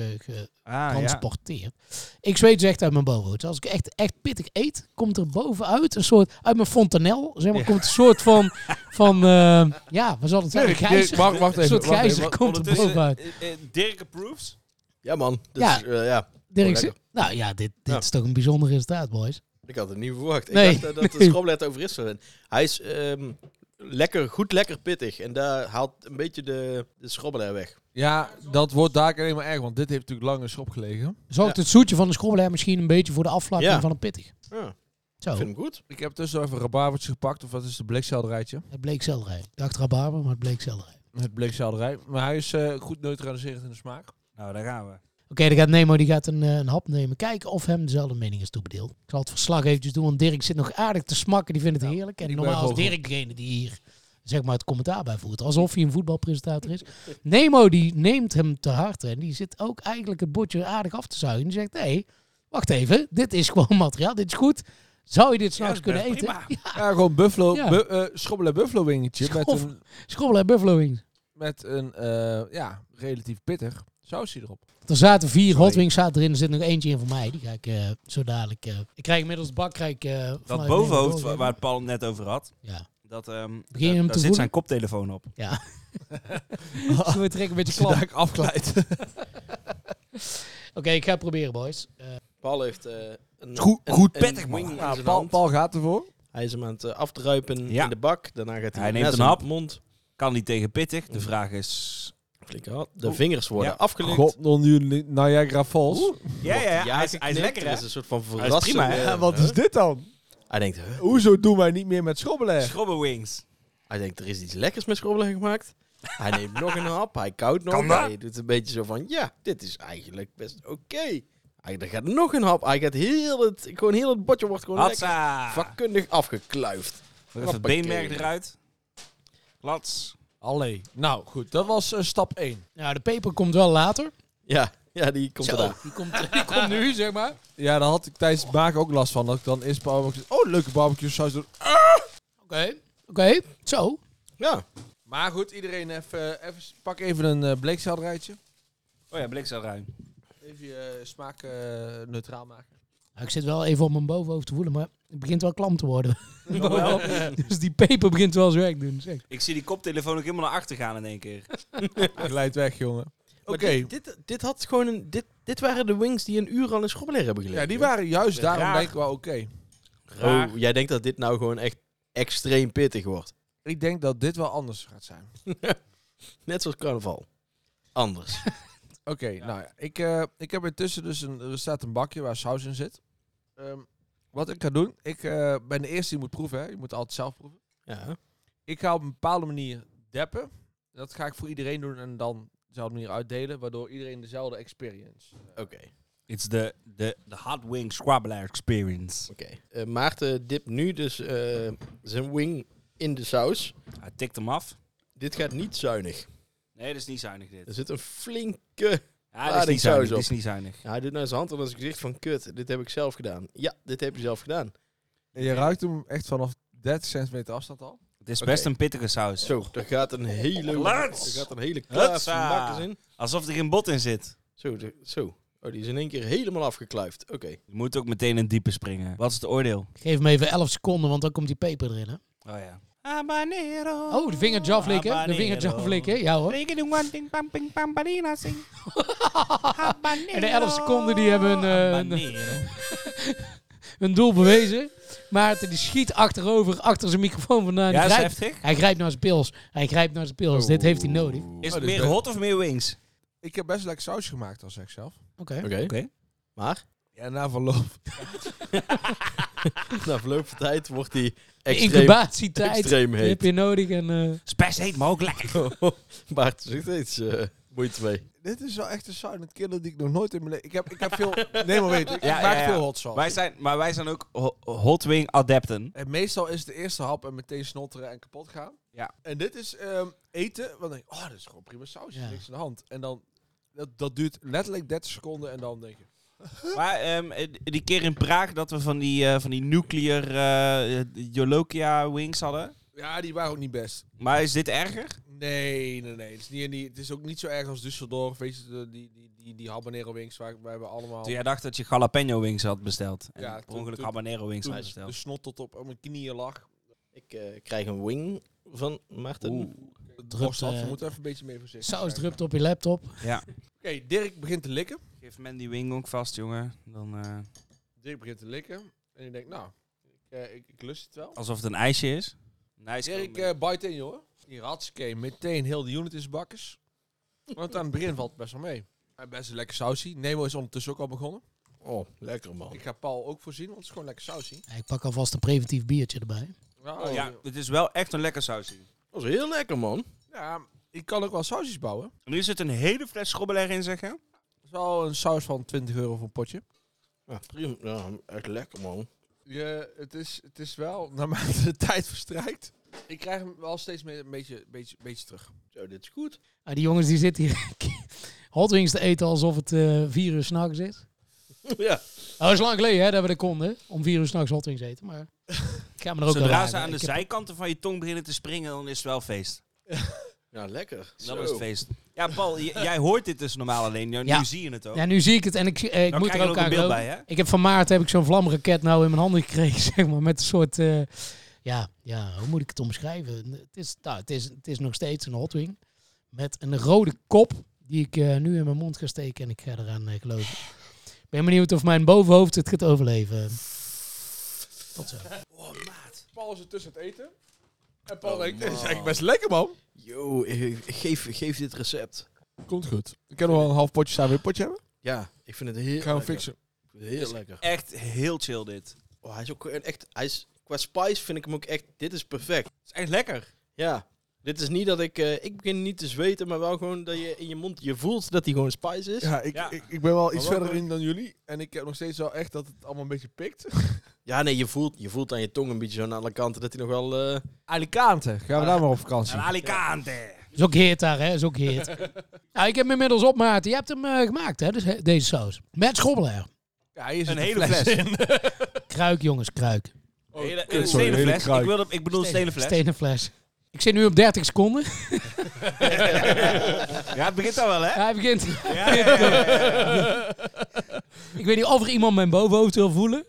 getransporteerd. Ah, ja. Ik zweet dus echt uit mijn bovenhoofd. Dus als ik echt, echt pittig eet, komt er bovenuit een soort... Uit mijn fontanel, zeg maar, Ja. komt een soort van... van uh, ja, wat zal het zijn? Dirk, Gijzer. Dirk, wacht- wacht Een even, soort wacht gijzer even. komt er bovenuit. Uh, uh, Dirk approves? Ja man. Dat Ja. Is, uh, ja. Dirk Oh, zegt, lekker. nou ja, dit, dit Ja. is toch een bijzonder resultaat, boys. Ik had het niet verwacht. Ik Nee. dacht uh, dat de Nee. schrobbelair over is. Hij is um, lekker, goed lekker pittig. En daar haalt een beetje de, de schrobbelair weg. Ja, dat wordt daar alleen maar erg, want dit heeft natuurlijk lang in schop gelegen. Zorgt het zoetje van de schrobbelair misschien een beetje voor de afvlakking Ja. van een pittig. Ja. Zo, Ik vind hem goed. Ik heb tussen even een rabarbertje gepakt, of wat is de bleekselderijtje? het bleek selderij. Ik dacht rabarber, maar het bleek selderij. Het bleekselderij. Maar hij is uh, goed neutraliserend in de smaak. Nou, daar gaan we. Oké, dan gaat Nemo die gaat een, eh, een hap nemen. Kijken of hem dezelfde mening is toebedeeld. Ik zal het verslag eventjes doen, want Dirk zit nog aardig te smakken. Die vindt het Ja, heerlijk. En ik normaal ben is gewoon Dirk degene die hier zeg maar het commentaar bij voert. Alsof hij een voetbalpresentator is. Nemo die neemt hem te harte. En die zit ook eigenlijk het bordje aardig af te zuigen. Die zegt, nee, wacht even. Dit is gewoon materiaal. Dit is goed. Zou je dit s'nachts Ja, dat is kunnen eten? best Ja, Ja, gewoon buffalo, Ja. bu uh, schrobbelen buffalo wingetje met Schrof- een, schrobbel en buffalo wings. met een uh, ja, relatief pittig sausje erop. Er zaten vier Sorry. hot wings zaten erin. Er zit nog eentje in voor mij. Die ga ik uh, zo dadelijk... Uh, ik krijg inmiddels de bak. Krijg, uh, Dat vanuit bovenhoofd Nemo wa- waar Paul het net over had, Ja. dat, um, Begin je hem daar te zit voelen? zijn koptelefoon op. Ja. Zo we trekken een beetje klap. Zodat ik afgeleid. Oké, ik ga het proberen, boys. Uh, Paul heeft uh, een, Goed, een, goed een pittig, wing man. in Ja, zijn Paul, hand. Paul gaat ervoor. Hij is hem aan het uh, afdruipen Ja. in de bak. Daarna gaat hij, Hij neemt naar een zijn hap. mond. Kan niet tegen pittig. De vraag is... Flink hard. De Oeh. vingers worden Ja. afgelikt. God, nog nu Niagara Falls. Ja, ja, ja. Ja, Hij is, hij is geknipt. lekker, hè? Dat is een soort van Hij is verrassing. prima, hè? Ja, wat is dit dan? Hij denkt, huh? Hoezo doen wij niet meer met schrobbelen? Schrobbelwings. Hij denkt, er is iets lekkers met schrobbelen gemaakt. Hij neemt nog een hap. Hij koudt nog. Kan dat? Hij doet een beetje zo van, ja, dit is eigenlijk best oké. Hij er gaat nog een hap. Hij gaat heel het, gewoon heel het bordje wordt gewoon Hatsa. lekker vakkundig afgekluifd. Even het Hoppakee. beenmerk eruit. Klats. Allee. Nou, goed. Dat was uh, stap één. nou, de peper komt wel later. Ja, ja, die komt Zo, eraan. die komt, die komt nu, zeg maar. Ja, daar had ik tijdens het maken ook last van. Dat ik dan eerst barbecue... Oh, leuke barbecue saus doen. Oké, oké. Zo. Ja. Maar goed, iedereen even, even pak even een uh, bleekselderijtje. Oh ja, blikselruim. Even je uh, smaak uh, neutraal maken. Nou, ik zit wel even op mijn bovenhoofd te voelen, maar het begint wel klam te worden. Oh, wel? Dus die peper begint wel zijn werk te doen. Zeg. Ik zie die koptelefoon ook helemaal naar achter gaan in één keer. Glijdt weg, jongen. Maar Oké. Dit, dit, dit had gewoon een, dit, dit waren de wings die een uur al in schrobbelair hebben gelegen. Ja, die waren juist Ja, daarom raar. denk ik wel oké. Raar. Oh, jij denkt dat dit nou gewoon echt extreem pittig wordt. Ik denk dat dit wel anders gaat zijn. Net zoals carnaval. Anders. Oké, nou ja. Ik, uh, ik heb intussen dus een... Er staat een bakje waar saus in zit. Um, wat ik ga doen... Ik uh, ben de eerste die moet proeven, hè. Je moet altijd zelf proeven. Ja. Ik ga op een bepaalde manier deppen. Dat ga ik voor iedereen doen en dan dezelfde manier uitdelen. Waardoor iedereen dezelfde experience... Oké. Okay. It's the, the, the hot wing schrobbelaar experience. Oké. Okay. Uh, Maarten dipt nu dus uh, zijn wing in de saus. Hij tikt hem af. Dit gaat niet zuinig. Nee, dat is niet zuinig dit. Er zit een flinke Ja, dat is niet zuinig. saus Dit op. is niet zuinig. Ja, hij doet nou zijn hand op zijn gezicht van kut. Dit heb ik zelf gedaan. Ja, dit heb je zelf gedaan. En je ruikt hem echt vanaf dertig centimeter afstand al. Het is Okay. best een pittige saus. Zo, er gaat een hele... Lats! Er gaat een hele klaas Hutsa! makkers in. Alsof er geen bot in zit. Zo, de, zo. Oh, die is in één keer helemaal afgekluifd. Oké. Je moet ook meteen in diepe springen. Wat is het oordeel? Geef hem even elf seconden, want dan komt die peper erin, hè? Oh ja. Habanero. Oh, de vingertje aflikken. De Habanero. vingertje aflikken. Ja hoor. En de elf seconden die hebben hun, uh, hun, hun doel bewezen. Maarten die schiet achterover, achter zijn microfoon vandaan. Ja, Hij is grijpt, heftig. hij grijpt naar zijn pils. Hij grijpt naar zijn pils. Oh. Dit heeft hij nodig. Is Oh, het dus meer ben- hot of meer wings? Ik heb best lekker sausje gemaakt, al zeg ik zelf. Oké. Oké. Oké. Maar? Ja, na verloop. Na verloop van tijd wordt die De extreem, incubatietijd extreem die heet. heb je nodig. En, uh... Spijs heet, maar ook lekker. Bart zegt steeds uh, moeite mee. Dit is wel echt een silent killer die ik nog nooit in mijn leven... Ik heb, ik heb veel... Nee, maar weet ik. Ja, ik maak ja, ja. veel hot sauce. Wij zijn, maar wij zijn ook ho- hot wing adepten. En meestal is het de eerste hap en meteen snotteren en kapot gaan. Ja. En dit is ehm, eten, want dan denk ik, oh, dat is gewoon prima sausje, Ja. niks aan de hand. En dan, dat, dat duurt letterlijk dertig seconden en dan denk je... Maar ehm, eh, die keer in Praag dat we van die, eh, van die nuclear eh Jolokia wings hadden. Ja, die waren ook niet best. Maar is dit erger? Nee, nee, nee. Het is, niet, niet, het is ook niet zo erg als Düsseldorf. Weet je, de- die, die, die, die habanero wings waar wij hebben allemaal... Toen jij dacht dat je jalapeno wings had besteld. En Ja, per toen- ongeluk toen- habanero wings toen had de besteld. snot tot op mijn knieën lag. Ik uh, krijg een wing van Maarten. Het Drupt, borst af, eh, we moeten even een beetje mee voorzichtig Saus zijn. drupt op je laptop. Ja. Oké, Dirk begint te likken. Geef men die wing ook vast, jongen. Dan, eh, Dirk begint te likken. En ik denk, nou, ik, uh, ik, ik lust het wel. alsof het een ijsje is. Nice. Dirk, uh, bite in, jongen. Hier, hartstikke meteen heel de unit in zijn bakkes. Want aan het begin valt het best wel mee. En best een lekker sausie. Nemo is ondertussen ook al begonnen. Oh, lekker man. Ik ga Paul ook voorzien, want het is gewoon lekker sausie. Ja, ik pak alvast een preventief biertje erbij. Ja, ja, het is wel echt een lekker sausie. Dat is heel lekker man. ja, ik kan ook wel sausjes bouwen. En nu zit een hele fles schobbeler in, zeg je? Dat is wel een saus van twintig euro voor een potje. Ja, prima. Ja, echt lekker man. Je, het, is, het is wel, naarmate de tijd verstrijkt, ik krijg hem wel steeds meer een beetje, beetje, beetje terug. Zo, dit is goed. Ah, die jongens die zitten hier hot wings te eten alsof het uh, vier uur s'nachts is. Ja. Oh, dat is lang geleden hè, dat we dat konden. Om vier uur s'nachts hot wings eten. Maar ik ga me er ook Zodra wel ze aan de ik heb- zijkanten van je tong beginnen te springen, dan is het wel feest. Ja, lekker. Dan Zo. is het feest. Ja, Paul, j- jij hoort dit dus normaal alleen. Ja, Ja. Nu zie je het ook. Ja, nu zie ik het en ik, eh, ik Dan moet krijg er je ook er aan een beeld geloven. bij, hè? Ik heb van Maarten heb ik zo'n vlamraket nou in mijn handen gekregen, zeg maar. Met een soort, eh, ja, ja, hoe moet ik het omschrijven? Het is, nou, het is, het is nog steeds een hot wing. Met een rode kop die ik uh, nu in mijn mond ga steken en ik ga eraan uh, geloven. Ik ben benieuwd of mijn bovenhoofd het gaat overleven. Tot zo. Oh, maat. Paul is ertussen het eten. En Paul Oh, denkt, dit is man. eigenlijk best lekker, man. Yo, eh, geef, geef dit recept. Komt goed. Ik heb nog wel een half potje staan. Wil je een potje hebben? Ja, ik vind het heel Ik ga hem lekker. fixen. Ik vind het heel lekker. Echt heel chill dit. Oh, hij is ook echt, hij is, qua spice vind ik hem ook echt, dit is perfect. Het is echt lekker. Ja, dit is niet dat ik, uh, ik begin niet te zweten, maar wel gewoon dat je in je mond, je voelt dat hij gewoon spice is. Ja, ik, Ja. ik, ik ben wel iets wel verder gewoon- in dan jullie. En ik heb nog steeds wel echt dat het allemaal een beetje pikt. Ja, nee, je voelt, je voelt aan je tong een beetje zo aan alle kanten dat hij nog wel... Uh... Alicante. Gaan we daar maar op vakantie. Een Alicante. Is ook heet daar, hè? Is ook heet. Nou, ik heb hem inmiddels op, Maarten. Je hebt hem uh, gemaakt, hè? Dus, he- deze saus. Met schobbeler. Ja, hier zit Een hele fles. in. Kruik, jongens, kruik. Een hele, kut, een sorry, stenen hele fles. kruik. Ik, wilde, ik bedoel stenen fles. Stenen fles. Ik zit nu op dertig seconden. Ja, het begint al wel, hè? Ja, hij begint. Ja, ja, ja, ja, ja. Ik weet niet of er iemand mijn bovenhoofd wil voelen.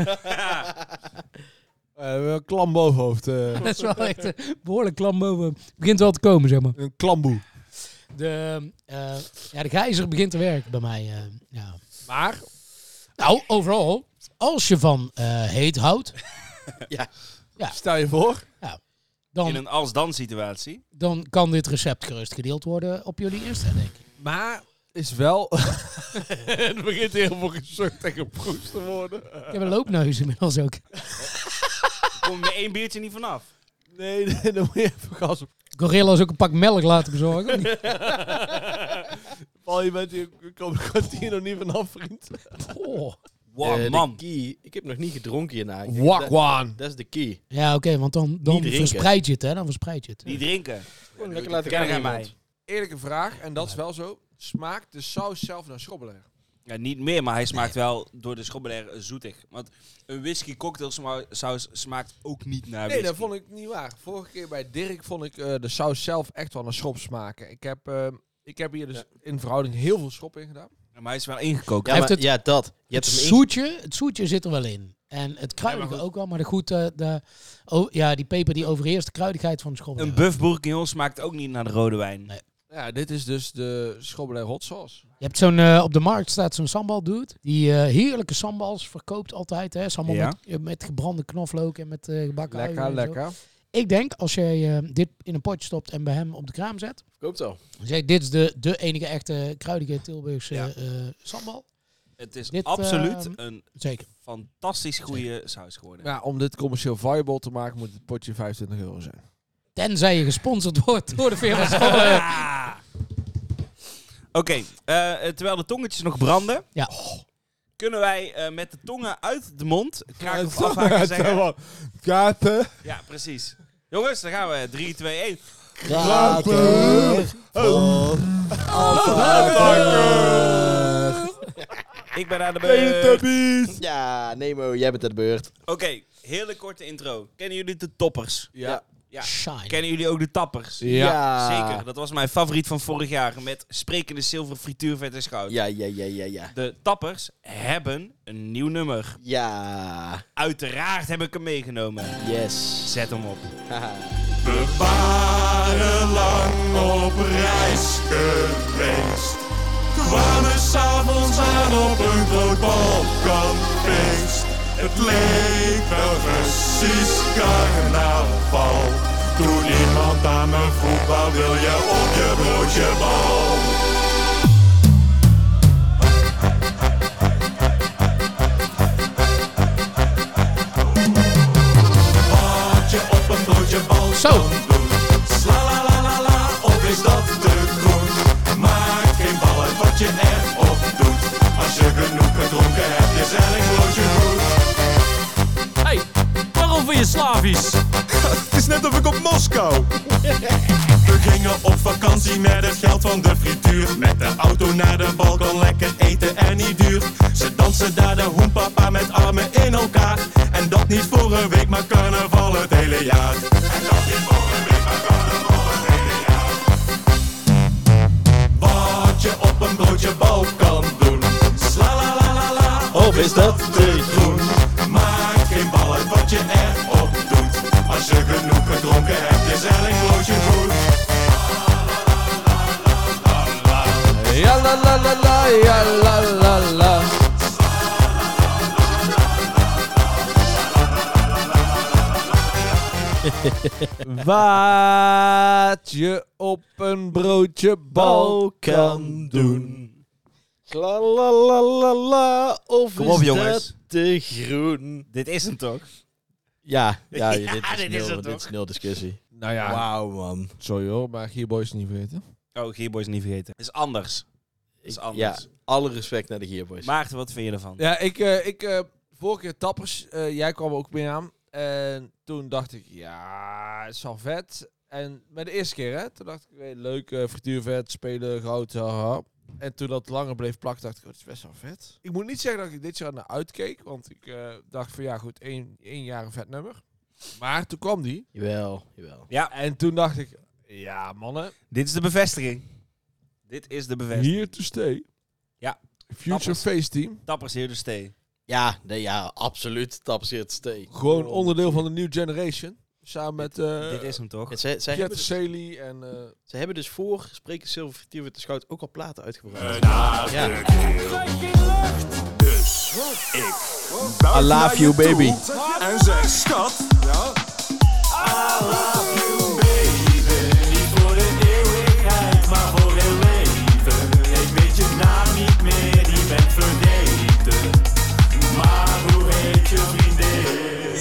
Uh, een klam bovenhoofd. Uh. Dat is wel echt een behoorlijk klam boven. Het begint wel te komen, zeg maar. Een klamboe. De, uh, ja, de gijzer begint te werken bij mij. Uh, ja. Maar? Nou, overal, als je van uh, heet houdt... ja. ja. Stel je voor. Ja. Dan, In een als-dan situatie. Dan kan dit recept gerust gedeeld worden op jullie Insta, denk ik. Maar is wel... Het begint heel veel gezucht en geproest te worden. Ik heb een loopneus inmiddels ook. Kom je met één biertje niet vanaf. Nee, nee, dan moet je even gas op. Gorilla's ook een pak melk laten bezorgen. Of niet? Paul, je bent hier ik kom een kwartier nog niet vanaf, vriend. Oh. Wow, Uh, man. de key, ik heb nog niet gedronken hierna. Ik- Wakwan. Dat, dat is de key. Ja, oké, okay, want dan, dan drinken. verspreid je het, hè? Dan verspreid je het. Niet drinken. Gewoon lekker laten Ken gaan aan in je mij. mond. Eerlijke vraag, en dat is wel zo. Smaakt de saus zelf naar schobbeler? Ja, niet meer, maar hij smaakt wel door de schobbeler zoetig. Want een whisky cocktail sma- saus smaakt ook niet naar Nee, whisky. dat vond ik niet waar. Vorige keer bij Dirk vond ik uh, de saus zelf echt wel naar schop smaken. Ik heb, uh, ik heb hier dus Ja. in verhouding heel veel schop in gedaan. Maar hij is wel ingekookt. Ja, Hij maar, heeft het- ja dat. Je Het hebt hem inge- zoetje, het zoetje zit er wel in. En het kruidige goed. ook wel, maar de goed, eh, de, oh, ja, die peper die overheerst de kruidigheid van de schobbelair. Een buff bourguignon smaakt ook niet naar de rode wijn. Nee. Ja, dit is dus de Schobbelair hot sauce. Je hebt zo'n, eh, op de markt staat zo'n sambal dude. Die eh, heerlijke sambals verkoopt altijd. Hè? Sambal Ja. met, eh, met gebrande knoflook en met eh gebakken uien Lekker, en zo. lekker. Ik denk, als jij eh, dit in een potje stopt en bij hem op de kraam zet. Verkoopt al. Dan zeg ik, dit is de, de enige echte kruidige Tilburgse Ja. eh, sambal. Het is Dit, absoluut eh, een zeker. fantastisch goede saus geworden. Ja, om dit commercieel viable te maken moet het potje vijfentwintig euro zijn. Tenzij je gesponsord wordt door de firma Schobbelair. Oké, eh, terwijl de tongetjes nog branden, Ja. kunnen wij eh, met de tongen uit de mond kraken of afhaken zeggen. Katen. Ja, precies. Jongens, dan gaan we. drie, twee, één. Ik ben aan de beurt. Ja, Nemo, jij bent aan de beurt. Oké, hele korte intro. Kennen jullie de toppers? Ja. Ja. Shine. Kennen jullie ook de tappers? Ja. Zeker, dat was mijn favoriet van vorig jaar met sprekende zilver, frituurvet en schout. Ja, ja, ja, ja, ja. De tappers hebben een nieuw nummer. Ja. Uiteraard heb ik hem meegenomen. Yes. Zet hem op. Haha. We waren lang op reis geweest. Kwamen s'avonds aan op een groot Balkanfeest. Het leek wel precies carnaval. Toen iemand aan me vroeg, waar wil je op je broodje bal? Wat je op een broodje bal Zo. kan doen. Sla la la la la, of is dat te groen? Maak geen bal uit wat je erop doet. Als je genoeg gedronken hebt, is elk broodje goed. Hey, waarom vind je Slavisch? Het is net of ik op Moskou. We gingen op vakantie met het geld van de frituur. Met de auto naar de Balkan, lekker eten en niet duur. Ze dansen daar de hoenpapa met armen in elkaar. En dat niet voor een week, maar carnaval het hele jaar. En dat niet voor een week, maar carnaval het hele jaar. Wat je op een broodje bal kan doen. Sla la la la la, Of is dat te groen? Maak geen bal uit wat je erop doet. Als je genoeg gedronken hebt, is elk broodje goed. Ja la la la la, ja la la la. Wat je op een broodje bal kan doen. La la la la la. Of Kom is op, jongens. dat te groen? Dit is hem toch? Ja, ja, Ja, dit, is dit nul, is het dit toch? is nul discussie. Nou ja, Wauw, man. sorry hoor, maar Gierboys niet vergeten. Oh, Gierboys niet vergeten. Is anders. Is Ik- anders. Ja, alle respect naar de Gearboys. Maarten, wat vind je ervan? Ja, ik, uh, ik uh, vorige keer Tappers, uh, jij kwam ook mee aan. En toen dacht ik, ja, het is wel vet. En met de eerste keer, hè, toen dacht ik, hey, leuk, uh, frituurvet, spelen, goud, haha. En toen dat langer bleef plakken, dacht ik, oh, het is best wel vet. Ik moet niet zeggen dat ik dit jaar naar uitkeek, want ik uh, dacht van, ja goed, één, één jaar een vet nummer. Maar toen kwam die. Jawel, jawel. Ja. En toen dacht ik, ja mannen. Dit is de bevestiging. Dit is de bevestiging. Here to stay. Ja. Future Tappers. Face Team. Tappers here to stay. Ja, nee, ja, absoluut. Tappers here to stay. Gewoon onderdeel van de New Generation. Samen met uh, Dit is hem toch? En zij, zij, Jet hebben dus, Saley en... Uh, zij hebben dus voor Spreken Zilver Frituur met de Schout ook al platen uitgebracht. Een Ja. aardige kerel. Dus ik buig I love naar you, je toe baby. En zeg schat. Ja. I love you baby. Niet voor de eeuwigheid, maar voor heel leven. Ik weet je naam niet meer, die bent vergeten. Maar hoe heet je vriendin?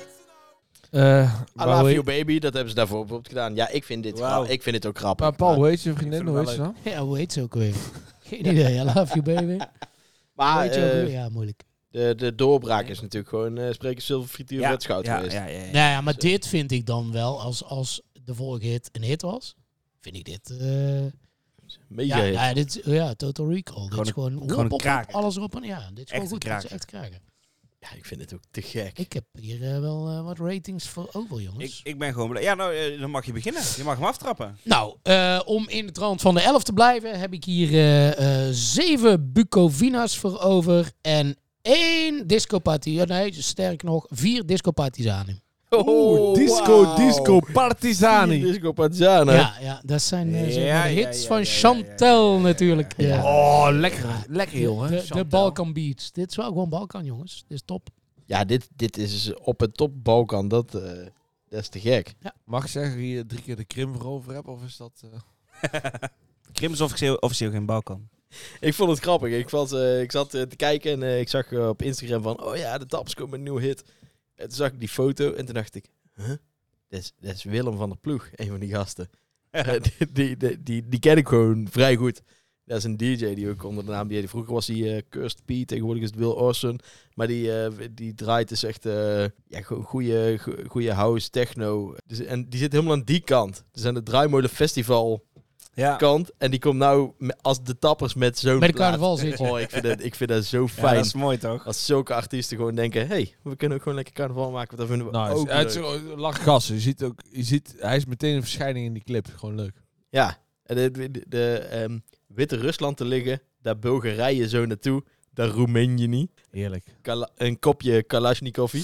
uh, I love you, baby. Dat hebben ze daarvoor bijvoorbeeld gedaan. Ja, ik vind dit, Wauw. gra- ik vind dit ook grappig. Maar Paul, Maar- hoe heet je vriendin? vind Hoe het heet ze wel dan? Ja, hoe heet ze ook weer? Geen idee. I love you, baby. Maar Weet je ook eh, weer? Ja, moeilijk. de, de doorbraak is natuurlijk gewoon uh, Spreken Zilver Frituur Ja, met Schout ja, geweest. ja, ja, ja. Nou ja, maar dit vind ik dan wel, als, als de vorige hit een hit was, vind ik dit... eh, Mega ja, hit. ja, dit is, ja, Total Recall. Dit Gewoon is een- gewoon, gewoon hop, een hop, kraker. alles erop en ja, dit is gewoon Echt goed. een Dit is kraker. echt kraken. Ja, ik vind het ook te gek. Ik heb hier uh, wel uh, wat ratings voor over, jongens. Ik, ik ben gewoon blij. Ja, nou, uh, dan mag je beginnen. Je mag hem aftrappen. Nou, uh, om in de trant van de elf te blijven, heb ik hier uh, uh, zeven Bucovina's voor over en één Disco Party. Nee, sterker nog, vier Disco Partisanen. Oh, disco, wow. disco, Partizani. Disco Partizani. Ja, ja, dat zijn uh, zeg maar de ja, hits ja, van ja, Chantel ja, ja, natuurlijk. ja, ja, ja. Oh, lekker, lekker jongen. De, de, de Balkan Beats. Dit is wel gewoon Balkan, jongens. Dit is top. Ja, dit, dit is op het top Balkan. Dat, uh, dat is te gek. Ja. Mag ik zeggen dat je drie keer de Krim veroverd hebt? Of is dat... Uh... Krim is officieel, officieel geen Balkan. Ik vond het grappig. Ik, vond, uh, ik zat uh, te kijken en uh, ik zag uh, op Instagram van... Oh ja, de Tappers komen met een nieuwe hit. En toen zag ik die foto en toen dacht ik... Huh? Dat is, dat is Willem van der Ploeg, een van die gasten. uh, die, die, die, die, die ken ik gewoon vrij goed. Dat is een D J die ook onder de naam... Die, vroeger was hij uh, Cursed P, tegenwoordig is het Will Orson. Maar die, uh, die draait dus echt uh, ja, goede, goede house, techno. Dus, en die zit helemaal aan die kant. Dus aan het Draaimolen Festival... Ja. Kant. En die komt nou als de Tappers met zo'n Bij de carnaval zit je. Oh, ik vind, dat, ik vind dat zo fijn. Ja, dat is mooi toch? Als zulke artiesten gewoon denken... Hé, hey, we kunnen ook gewoon lekker carnaval maken. Dat vinden we nice. ook Het leuk. is lachgas. Je ziet ook... Je ziet, hij is meteen een verschijning in die clip. Gewoon leuk. Ja. En de, de, de, de um, Witte Rusland te liggen. Daar Bulgarije zo naartoe. Daar Roemenië niet. Heerlijk. Kala- een kopje Kalashnikovie.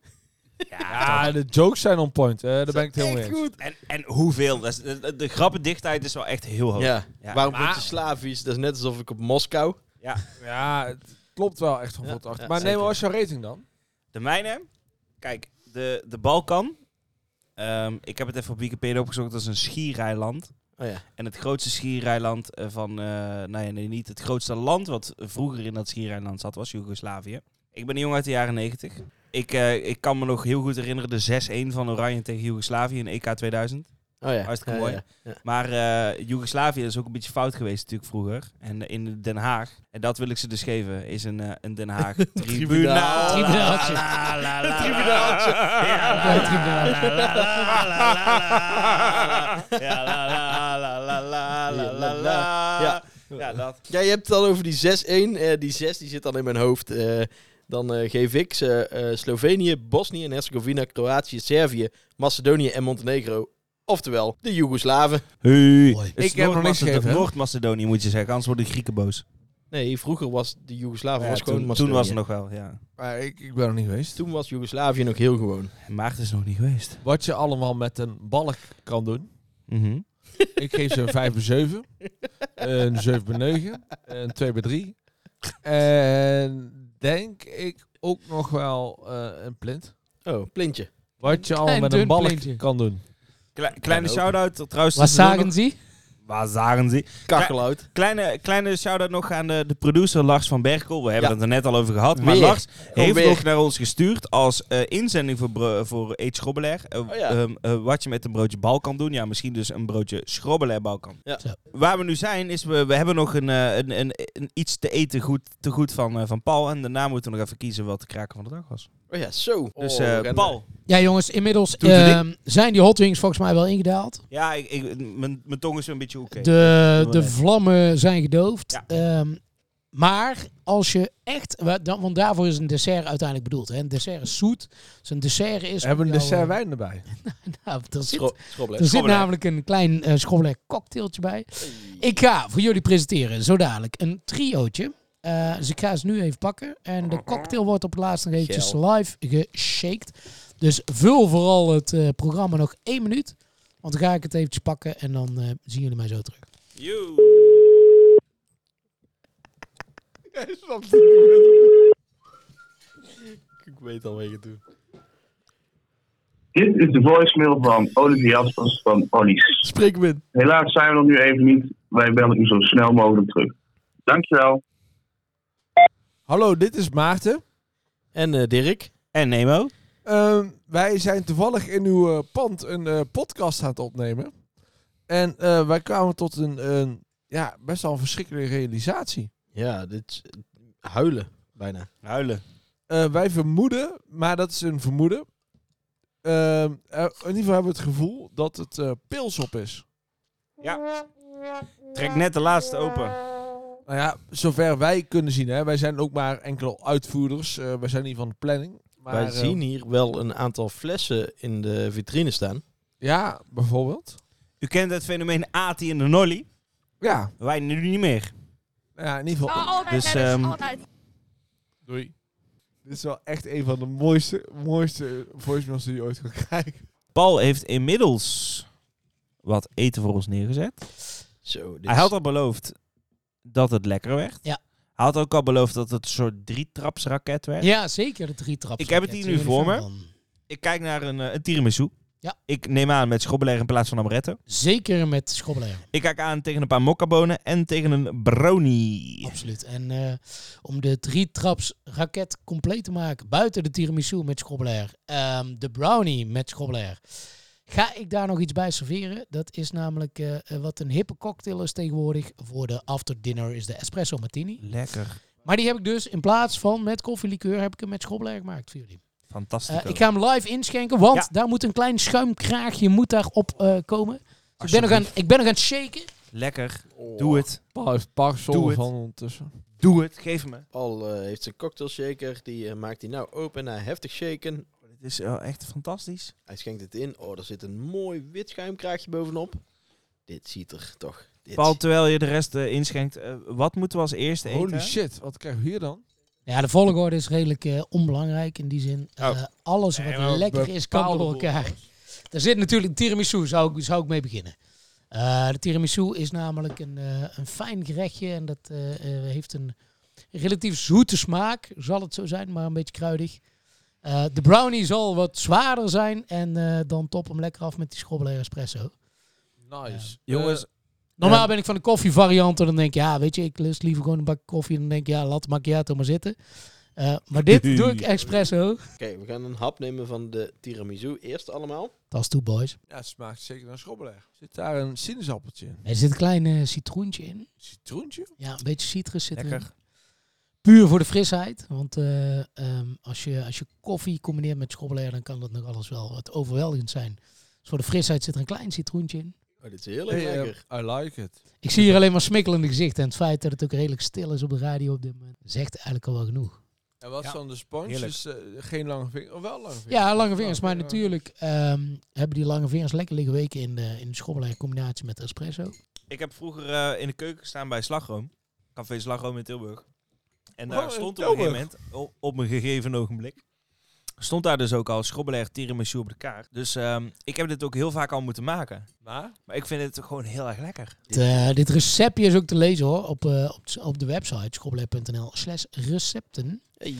Ja, ja de jokes zijn on point. Uh, daar ben ik het helemaal mee eens. En, en hoeveel? Dat is, de, de grappendichtheid is wel echt heel hoog. Ja. Ja. Waarom maar... word je Slavisch? Dat is net alsof ik op Moskou... Ja, ja het klopt wel echt van ja, wat achter. ja, maar zeker. nee, wat is jouw rating dan? De mijne? Kijk, de, de Balkan. Um, ik heb het even op Wikipedia opgezocht. Dat is een schiereiland. Oh ja. En het grootste schiereiland van... Uh, nou ja, nee, niet het grootste land wat vroeger in dat schiereiland zat, was Joegoslavië. Ik ben een jongen uit de jaren negentig. Ik, uh, ik kan me nog heel goed herinneren de zes een van Oranje tegen Joegoslavië in E K tweeduizend. Oh ja. Hartstikke ja, mooi. Ja, ja. Maar uh, Joegoslavië is ook een beetje fout geweest natuurlijk vroeger. En uh, in Den Haag, en dat wil ik ze dus geven, is een, uh, een Den Haag tribunaal. Tribunaaltje. Tribunaaltje. Ja, Ja, ja, dat. Ja, je hebt het al over die zes een. Uh, die zes die zit dan in mijn hoofd. Uh, dan uh, geef ik ze uh, Slovenië, Bosnië en Herzegovina, Kroatië, Servië, Macedonië en Montenegro. Oftewel, de Joegoslaven. Hey. Ik heb nog niks gegeven. Noord-Macedonië moet je zeggen, anders worden de Grieken boos. Nee, vroeger was de Joegoslaven Ja, was gewoon toen, Macedonië. toen was het nog wel, ja. Maar ik, ik ben nog niet geweest. Toen was Joegoslavië nog heel gewoon. Maarten is nog niet geweest. Wat je allemaal met een balk kan doen. Mm-hmm. Ik geef ze een vijf bij zeven. Een zeven bij negen. Een twee bij drie. En denk ik ook nog wel uh, een plint. Oh, plintje. Wat je allemaal Klein met een dun balk plintje. kan doen. Kle- kleine shout-out trouwens. Wat tussendoor zagen nog. ze? Waar zagen ze? Kachelhout. Kleine, kleine shout-out nog aan de, de producer Lars van Berkel. We hebben Ja. het er net al over gehad. Maar Weer. Lars heeft weer. nog naar ons gestuurd als uh, inzending voor, bro- voor Eet Schrobbelair. Uh, Oh ja. um, uh, wat je met een broodje bal kan doen. Ja, misschien dus een broodje Schrobbelair bal kan. Ja. Zo. Waar we nu zijn, is we, we hebben nog een, uh, een, een, een iets te eten goed, te goed van, uh, van Paul. En daarna moeten we nog even kiezen wat de kraker van de dag was. Oh ja, zo. Dus oh, uh, we gaan- Paul. Ja, jongens, inmiddels Doe het uh, zijn die Hot Wings volgens mij wel ingedaald. Ja, ik, ik, mijn mijn tong is een beetje oké. De, de vlammen zijn gedoofd. Ja. Um, maar als je echt... wa- Dan, want daarvoor is een dessert uiteindelijk bedoeld. Hè. Een dessert is zoet. Dus een dessert is... We hebben een om jou, dessert uh, wijn erbij. nou, er zit, Schro- schrobbelen. er zit Schrobbelen. namelijk een klein uh, schrobbelen cocktailtje bij. Ik ga voor jullie presenteren, zo dadelijk, een triootje. Uh, dus ik ga ze nu even pakken. En de cocktail wordt op het laatst nog eventjes Gel. live geshaked. Dus vul vooral het uh, programma nog één minuut. Want dan ga ik het eventjes pakken en dan uh, zien jullie mij zo terug. Yo. Ik weet al wat je gaat doen. Dit is de voicemail van Olivier Jaspers van Ollies. Spreek hem in. Helaas zijn we er nu even niet. Wij bellen u zo snel mogelijk terug. Dankjewel. Hallo, dit is Maarten. En uh, Dirk. En Nemo. Uh, wij zijn toevallig in uw uh, pand een uh, podcast aan het opnemen. En uh, wij kwamen tot een, een ja, best wel een verschrikkelijke realisatie. Ja, dit is uh, huilen bijna. Huilen. Uh, wij vermoeden, maar dat is een vermoeden. Uh, uh, in ieder geval hebben we het gevoel dat het uh, pils op is. Ja. Trek net de laatste open. Nou ja, zover wij kunnen zien, hè. Wij zijn ook maar enkele uitvoerders. Uh, wij zijn niet van de planning. Maar, wij uh, zien hier wel een aantal flessen in de vitrine staan. Ja, bijvoorbeeld. U kent het fenomeen Ati en de Nolly. Ja. Wij nu niet meer. Ja, in ieder geval. Oh, altijd, Dus, Dennis, um, altijd. Doei. Dit is wel echt een van de mooiste, mooiste voicemails die je ooit kan krijgen. Paul heeft inmiddels wat eten voor ons neergezet. Zo, dit Hij had al beloofd dat het lekker werd. Ja. Hij had ook al beloofd dat het een soort drietrapsraket werd. Ja, zeker, de drietraps. Ik heb het hier nu voor me. Ik kijk naar een, uh, een tiramisu. Ja. Ik neem aan met schrobbelair in plaats van amaretto. Zeker met schrobbelair. Ik kijk aan tegen een paar mokkabonen en tegen een brownie. Absoluut. En uh, om de drietraps raket compleet te maken, buiten de tiramisu met schrobbelair, um, de brownie met schrobbelair, ga ik daar nog iets bij serveren. Dat is namelijk uh, wat een hippe cocktail is tegenwoordig. Voor de after dinner is de espresso martini. Lekker. Maar die heb ik dus in plaats van met koffielikeur heb ik hem met schrobbelair gemaakt voor jullie. Fantastisch. Uh, ik ga hem live inschenken, want ja. daar moet een klein schuimkraagje moet daarop uh, komen. Dus ik, ben nog aan, ik ben nog aan het shaken. Lekker. Oh. Doe het. Paul heeft een paar Doe van ondertussen. Doe het. Geef me. Paul uh, heeft zijn cocktail shaker. Die uh, maakt hij nou open na heftig shaken. Dit is uh, echt fantastisch. Hij schenkt het in. Oh, er zit een mooi wit schuimkraagje bovenop. Dit ziet er toch... Dit Paul, terwijl je de rest uh, inschenkt, uh, wat moeten we als eerste eten? Holy shit, wat krijgen we hier dan? Ja, de volgorde is redelijk uh, onbelangrijk in die zin. Uh, oh. Alles wat nee, lekker is, kan door elkaar. Er zit natuurlijk tiramisu, zou ik, zou ik mee beginnen. Uh, de tiramisu is namelijk een, uh, een fijn gerechtje en dat uh, uh, heeft een relatief zoete smaak, zal het zo zijn, maar een beetje kruidig. Uh, de brownie zal wat zwaarder zijn en uh, dan top hem lekker af met die schrobbelair espresso. Nice. Uh, Jongens... Normaal ben ik van de koffievariant en dan denk ik, ja, weet je, ik lust liever gewoon een bak koffie en dan denk ik, ja, laat macchiato maar zitten. Uh, maar dit doe ik espresso. Oké, okay, we gaan een hap nemen van de tiramisu. Eerst allemaal. Dat is toe, boys. Ja, het smaakt zeker naar schrobbelair. Zit daar een sinaasappeltje in? Er zit een klein uh, citroentje in. Citroentje? Ja, een beetje citrus zit Lekker. erin. Puur voor de frisheid. Want uh, um, als, je, als je koffie combineert met schrobbelair, dan kan dat nog alles wel wat overweldigend zijn. Dus voor de frisheid zit er een klein citroentje in. Oh, dit is heel hey, lekker. Uh, I like it. Ik zie hier alleen maar smikkelende gezichten. En het feit dat het ook redelijk stil is op de radio op dit moment, zegt eigenlijk al wel genoeg. En wat ja. dan de sponsjes? Uh, geen lange vingers? Of wel lange vingers? Ja, lange vingers. Maar natuurlijk um, hebben die lange vingers lekker liggen weken in de, in de schrobbelair combinatie met de espresso. Ik heb vroeger uh, in de keuken gestaan bij Slagroom. Café Slagroom in Tilburg. En daar oh, stond op een gegeven moment, op, op een gegeven ogenblik, stond daar dus ook al schrobbelair tiramisu op de kaart. Dus um, ik heb dit ook heel vaak al moeten maken. Maar, maar ik vind het gewoon heel erg lekker. Dit, uh, dit receptje is ook te lezen hoor, op, uh, op, op de website schrobbelair.nl slash recepten. Hey.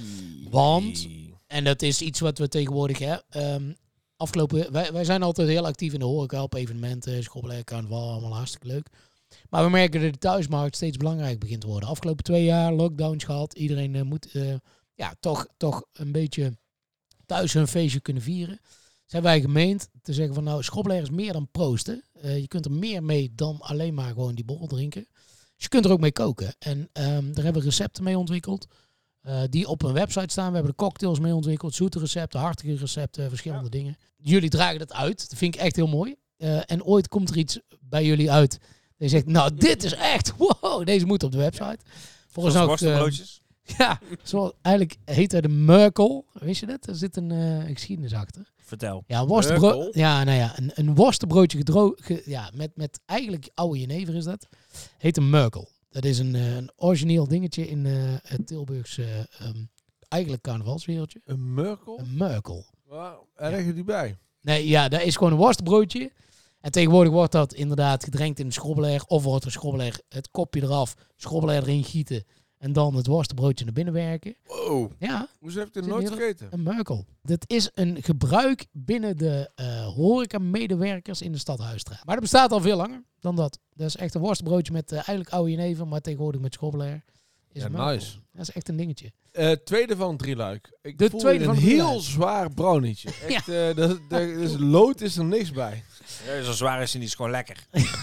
Want, en dat is iets wat we tegenwoordig hè, um, afgelopen, wij, wij zijn altijd heel actief in de horeca op evenementen, schrobbelair, carnaval, allemaal hartstikke leuk. Maar we merken dat de thuismarkt steeds belangrijk begint te worden. Afgelopen twee jaar lockdowns gehad, iedereen uh, moet uh, ja, toch, toch een beetje thuis een feestje kunnen vieren. Zijn wij gemeend te zeggen van nou, schrobbelair is meer dan proosten. Uh, je kunt er meer mee dan alleen maar gewoon die borrel drinken. Dus je kunt er ook mee koken. En um, daar hebben we recepten mee ontwikkeld. Uh, die op een website staan. We hebben de cocktails mee ontwikkeld. Zoete recepten, hartige recepten, verschillende ja. dingen. Jullie dragen dat uit. Dat vind ik echt heel mooi. Uh, en ooit komt er iets bij jullie uit. Dat je zegt, nou dit is echt, wow, deze moet op de website. Volgens mij ook... Uh, Ja, zo, eigenlijk heet hij de Merkel. Wist je dat? Er zit een uh, geschiedenis achter. Vertel. Ja, een worstenbrood. Ja, nou ja, een, een worstenbroodje gedroogd. Ja, met, met eigenlijk oude jenever is dat. Heet een Merkel. Dat is een, uh, een origineel dingetje in uh, het Tilburgse uh, um, eigenlijk carnavalswereldje. Een Merkel? Een Merkel. Waar erg je die bij? Nee, ja, dat is gewoon een worstenbroodje. En tegenwoordig wordt dat inderdaad gedrenkt in een schrobbelair. Of wordt er schrobbelair het kopje eraf, schrobbelair erin gieten. En dan het worstenbroodje naar binnen werken. Wow. Ja. Hoezo heb ik het nooit gegeten? Een Merkel. Dit is een gebruik binnen de uh, horeca-medewerkers in de stad Huisstraat. Maar dat bestaat al veel langer dan dat. Dat is echt een worstenbroodje met uh, eigenlijk oude jenever, maar tegenwoordig met schrobbelair. Is ja, Merkel. nice. Dat is echt een dingetje. Uh, tweede van het drieluik. Ik de voel tweede een van heel drieluik. zwaar brownietje. Echt, ja. uh, dat, dat is lood is er niks bij. Ja, zo zwaar is hij niet, is gewoon lekker.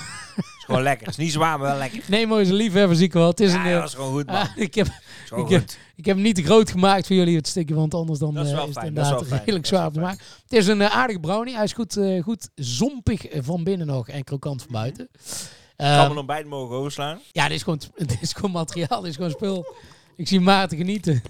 Is gewoon lekker. Is niet zwaar, maar wel lekker. Nee, mooie liefhebber zie ik wel. Het is ja, een, dat is gewoon goed, man. Uh, ik heb, ik, ik, heb, ik heb hem niet te groot gemaakt voor jullie het stukje, want anders dan is, uh, wel is fijn, het dat inderdaad is redelijk zwaar om te maken. Het is een uh, aardige brownie. Hij is goed, uh, goed zompig van binnen nog en krokant van buiten. Ik kan me nog bij het mogen overslaan. Ja, dit is, gewoon, dit is gewoon materiaal. Dit is gewoon spul. Ik zie Maarten genieten. Er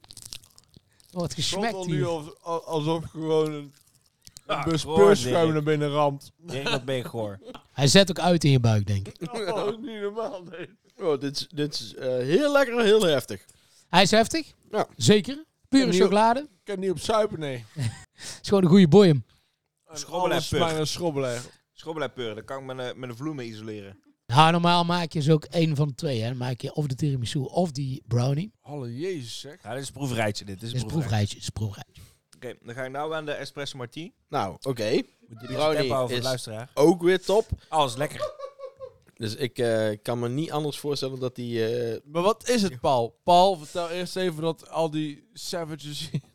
wordt gesmekt nu hier. alsof, alsof gewoon een, Ah, een bus goor, peurschuim Dirk. naar binnen ramt. Dirk, dat ben je goor. Hij zet ook uit in je buik, denk ik. Oh, dat is niet normaal, nee. Oh, dit is, dit is uh, heel lekker en heel heftig. Hij is heftig. Ja. Zeker. Pure niet chocolade. Ik kan niet op zuipen, nee. Het is gewoon een goede boy hem. Alles smaakt naar schrobbelaar. Schrobbelaarpur, dan kan ik met een, met een vloer isoleren. Nou, normaal maak je dus ook één van de twee. Hè. Dan maak je of de tiramisu of die brownie. Alle jezus, zeg. Ja, dit is een proefrijtje. Dit, dit is Dit is een een proefrijtje. Dit is een proefrijtje. Oké, dan ga ik nou aan de espresso martini. Nou, oké. Okay. Moet je Die tempo houden voor brownie de is luisteraar. ook weer top. Alles lekker. Dus ik uh, kan me niet anders voorstellen dat die... Uh... Maar wat is het, Paul? Paul, vertel eerst even dat al die savages hier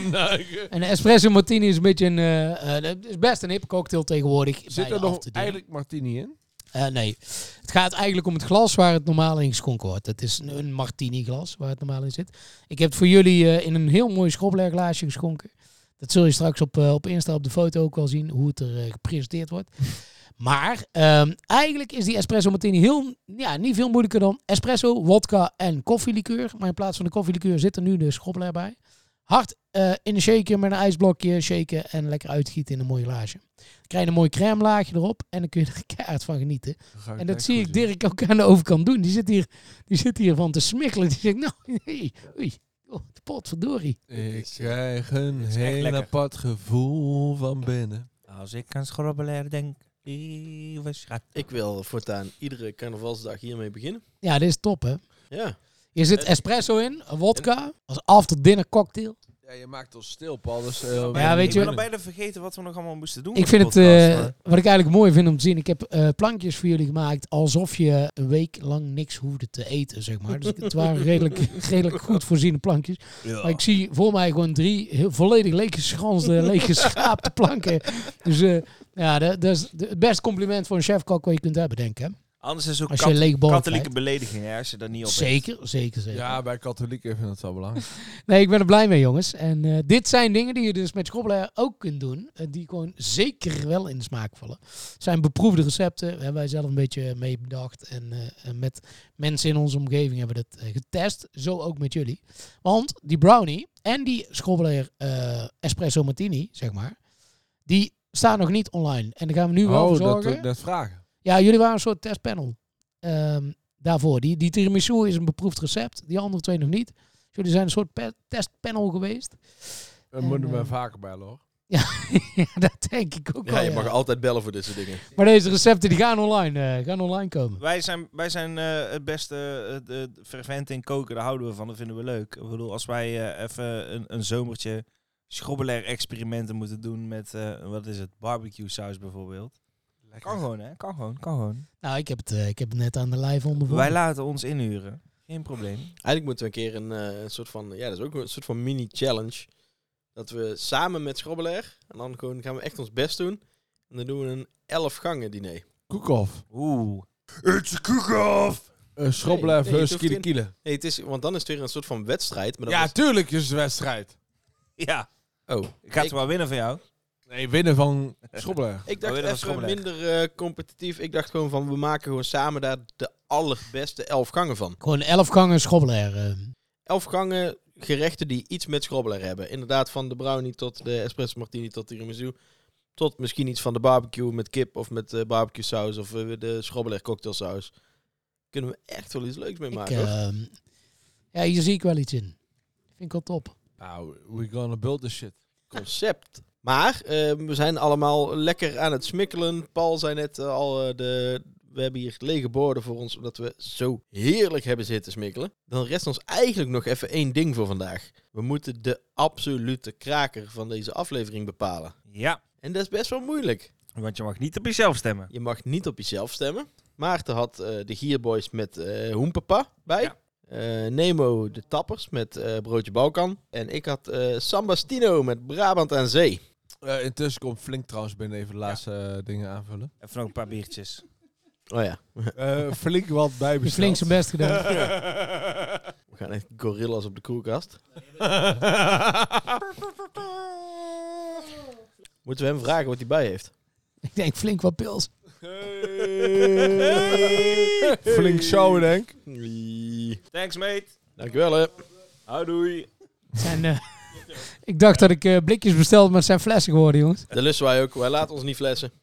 Een espresso martini is een beetje een... Uh, uh, het is best een hippe cocktail tegenwoordig. Zit er nog eigenlijk martini in? Uh, nee. Het gaat eigenlijk om het glas waar het normaal in geschonken wordt. Het is een, een martini glas waar het normaal in zit. Ik heb het voor jullie uh, in een heel mooi schrobbelair glaasje geschonken. Dat zul je straks op, uh, op Insta op de foto ook wel zien hoe het er uh, gepresenteerd wordt. Maar um, eigenlijk is die espresso martini heel, ja, niet veel moeilijker dan espresso, wodka en koffielikeur. Maar in plaats van de koffielikeur zit er nu de schrobbelair bij. Hard uh, in een shaker met een ijsblokje shaken en lekker uitgieten in een mooi glaasje. Dan krijg je een mooi crème laagje erop en dan kun je er keihard van genieten. En dat zie ik Dirk ook aan de overkant doen. Die zit hier, die zit hier van te smikkelen. Die zegt, nou, nee, oei, oh, potverdorie. Ik krijg een heel lekker. apart gevoel van binnen. Als ik aan schrobbelair denk, lieve schat. Ik wil voortaan iedere carnavalsdag hiermee beginnen. Ja, dit is top, hè? Ja. Hier zit espresso in, een wodka, als after dinner cocktail. Ja, je maakt ons stil, Paul. Dus, uh, Ja, weet ik je- ben al bijna vergeten wat we nog allemaal moesten doen. Ik voor vind de het, podcast, uh, maar- wat ik eigenlijk mooi vind om te zien, ik heb uh, plankjes voor jullie gemaakt alsof je een week lang niks hoefde te eten, zeg maar. Dus het waren redelijk, redelijk goed voorziene plankjes. Ja. Maar ik zie voor mij gewoon drie heel, volledig leeggeschransde, leeggeschaapte planken. Dus uh, ja, dat, dat is de- het beste compliment voor een chefkok wat je kunt hebben, denk ik. Hè? Anders is het ook Als je een kat- leeg bol katholieke krijgt. belediging, hè, als je daar niet op Zeker, zeker, zeker. Ja, bij katholieken vind ik het wel belangrijk. Nee, ik ben er blij mee, jongens. En uh, dit zijn dingen die je dus met schrobbelair ook kunt doen. Uh, die gewoon zeker wel in de smaak vallen. Het zijn beproefde recepten. Daar hebben wij zelf een beetje mee bedacht. En uh, met mensen in onze omgeving hebben we dat uh, getest. Zo ook met jullie. Want die brownie en die schrobbelair uh, espresso martini, zeg maar. Die staan nog niet online. En daar gaan we nu wel voor Oh, dat zorgen. wil ik net vragen. Ja, jullie waren een soort testpanel. Um, daarvoor. Die, die tiramisu is een beproefd recept. Die andere twee nog niet. Jullie zijn een soort pe- testpanel geweest. We En, moeten uh, me vaker bellen, hoor. Ja, ja, dat denk ik ook Ja, wel. je ja. mag altijd bellen voor dit soort dingen. Maar deze recepten die gaan online, uh, gaan online komen. Wij zijn, wij zijn uh, het beste uh, de, de fervent in koken, daar houden we van, dat vinden we leuk. Ik bedoel, als wij uh, even een, een zomertje schrobbelair experimenten moeten doen met, uh, wat is het, barbecue saus bijvoorbeeld. Lekker. Kan gewoon, hè? Kan gewoon, kan gewoon. Nou, ik heb het, uh, ik heb het net aan de live ondervonden. Wij laten ons inhuren. Geen probleem. Eigenlijk moeten we een keer een, uh, een soort van... Ja, dat is ook een soort van mini-challenge. Dat we samen met schrobbelair... En dan gewoon gaan we echt ons best doen. En dan doen we een elf gangen diner. Cook-off. Oeh. It's a cook-off! Uh, schrobbelair Nee, nee, versus het hoeft Kile geen- Kile. Nee, het is, want dan is het weer een soort van wedstrijd. Maar dan Ja, was- tuurlijk is het een wedstrijd. Ja. Oh. Ik ga het wel winnen van jou. Nee, winnen van schrobbelair. Ik dacht Oh, winnen van even schrobbelair. minder uh, competitief. Ik dacht gewoon van, we maken gewoon samen daar de allerbeste elf gangen van. Gewoon elf gangen schrobbelair. Uh. Elf gangen gerechten die iets met schrobbelair hebben. Inderdaad, van de brownie tot de espresso martini tot tiramisu. Tot misschien iets van de barbecue met kip of met uh, barbecue saus of uh, de schrobbelair cocktailsaus. Kunnen we echt wel iets leuks mee Ik, maken. hoor. uh, ja, hier zie ik wel iets in. Vind ik wel top. Nou, we gonna build this shit. Concept. Maar uh, we zijn allemaal lekker aan het smikkelen. Paul zei net uh, al, uh, de, we hebben hier lege borden voor ons, omdat we zo heerlijk hebben zitten smikkelen. Dan rest ons eigenlijk nog even één ding voor vandaag. We moeten de absolute kraker van deze aflevering bepalen. Ja. En dat is best wel moeilijk. Want je mag niet op jezelf stemmen. Je mag niet op jezelf stemmen. Maarten had uh, de Gierboys met uh, Hoempapa bij. Ja. Uh, Nemo de Tappers met uh, Broodje Balkan. En ik had uh, Sambastino met Brabant aan Zee. Uh, intussen komt Flink trouwens binnen even de laatste uh, dingen aanvullen. Even nog een paar biertjes. Oh ja. Uh, flink wat bijbesteld. Flink zijn best gedaan. We gaan echt gorillas op de koelkast. Moeten we hem vragen wat hij bij heeft? Ik denk flink wat pils. Hey. Flink zo, denk ik. Thanks, mate. Dankjewel, hè. Houdoei. Zijn, uh, ik dacht dat ik uh, blikjes bestelde, maar het zijn flessen geworden, jongens. Dat lusten wij ook. Wij laten ons niet flessen.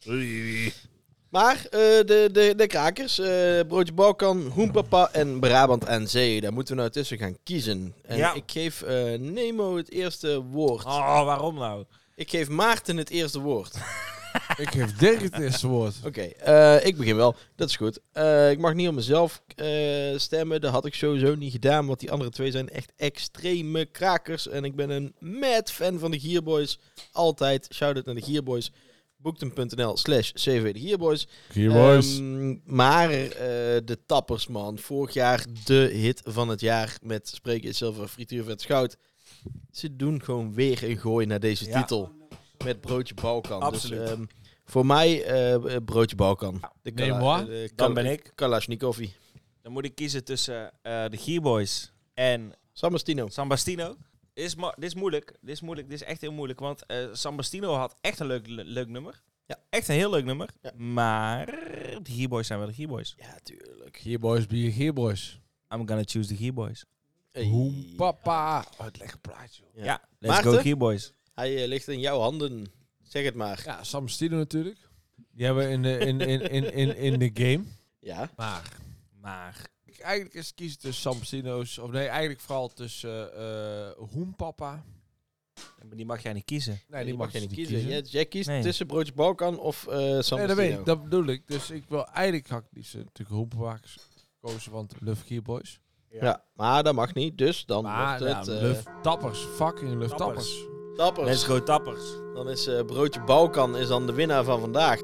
Maar uh, de, de, de krakers, uh, Broodje Balkan, Hoenpapa en Brabant aan Zee, daar moeten we nou tussen gaan kiezen. En Ja. ik geef uh, Nemo het eerste woord. Oh, waarom nou? Ik geef Maarten het eerste woord. Ik geef Dirk het eerste woord. Oké, okay, uh, ik begin wel. Dat is goed. Uh, ik mag niet op mezelf uh, stemmen. Dat had ik sowieso niet gedaan, want die andere twee zijn echt extreme krakers. En ik ben een mad fan van de Gierboys. Altijd. Shout-out naar de Gierboys. Boekten.nl slash cv de Gierboys. Gierboys. Um, maar uh, de Tappers, man. Vorig jaar de hit van het jaar met Spreken is Zilver, Frituur Vet Schout. Ze doen gewoon weer een gooi naar deze Ja. titel. Met Broodje Balkan. Absoluut. Dus um, voor mij uh, Broodje Balkan. De Nee, Kala- moi. de Dan Kala- ben ik. Kalashnikovie. Dan moet ik kiezen tussen uh, de Gierboys en Sambastino. Sambastino. Dit is, ma- dit is moeilijk. Dit is moeilijk. Dit is echt heel moeilijk. Want uh, Sambastino had echt een leuk, le- leuk nummer. Ja. Echt een heel leuk nummer. Ja. Maar de Gierboys zijn wel de Gierboys. Ja, tuurlijk. Gierboys, be Gierboys. I'm gonna choose the Gierboys. Hey. Hoem, papa. Oh, het lekker plaatje. Ja. Ja, let's Maarten? go Gierboys. Hij uh, ligt in jouw handen. Zeg het maar. Ja, Sam Stino natuurlijk. Die hebben we in de, in, in, in, in, in de game. Ja. Maar, Maar ik eigenlijk eens kiezen tussen Sam Stino's. Of nee, eigenlijk vooral tussen uh, Hoempapa. maar die mag jij niet kiezen. Nee, die mag je je niet niet kiezen. kiezen. Jij, jij kiest Nee. tussen Broodje Balkan of uh, Sambastino. Nee, dat weet ik. Dat bedoel ik. Dus ik wil eigenlijk had ik liefst natuurlijk Hoempapa gekozen, want Love Gierboys. Ja. ja, maar dat mag niet. Dus dan Maar wordt ja, het... Uh, Love Tappers. Fucking Love Tappers. Tappers. Tappers. Let's go Tappers. Dan is uh, Broodje Balkan is dan de winnaar van vandaag.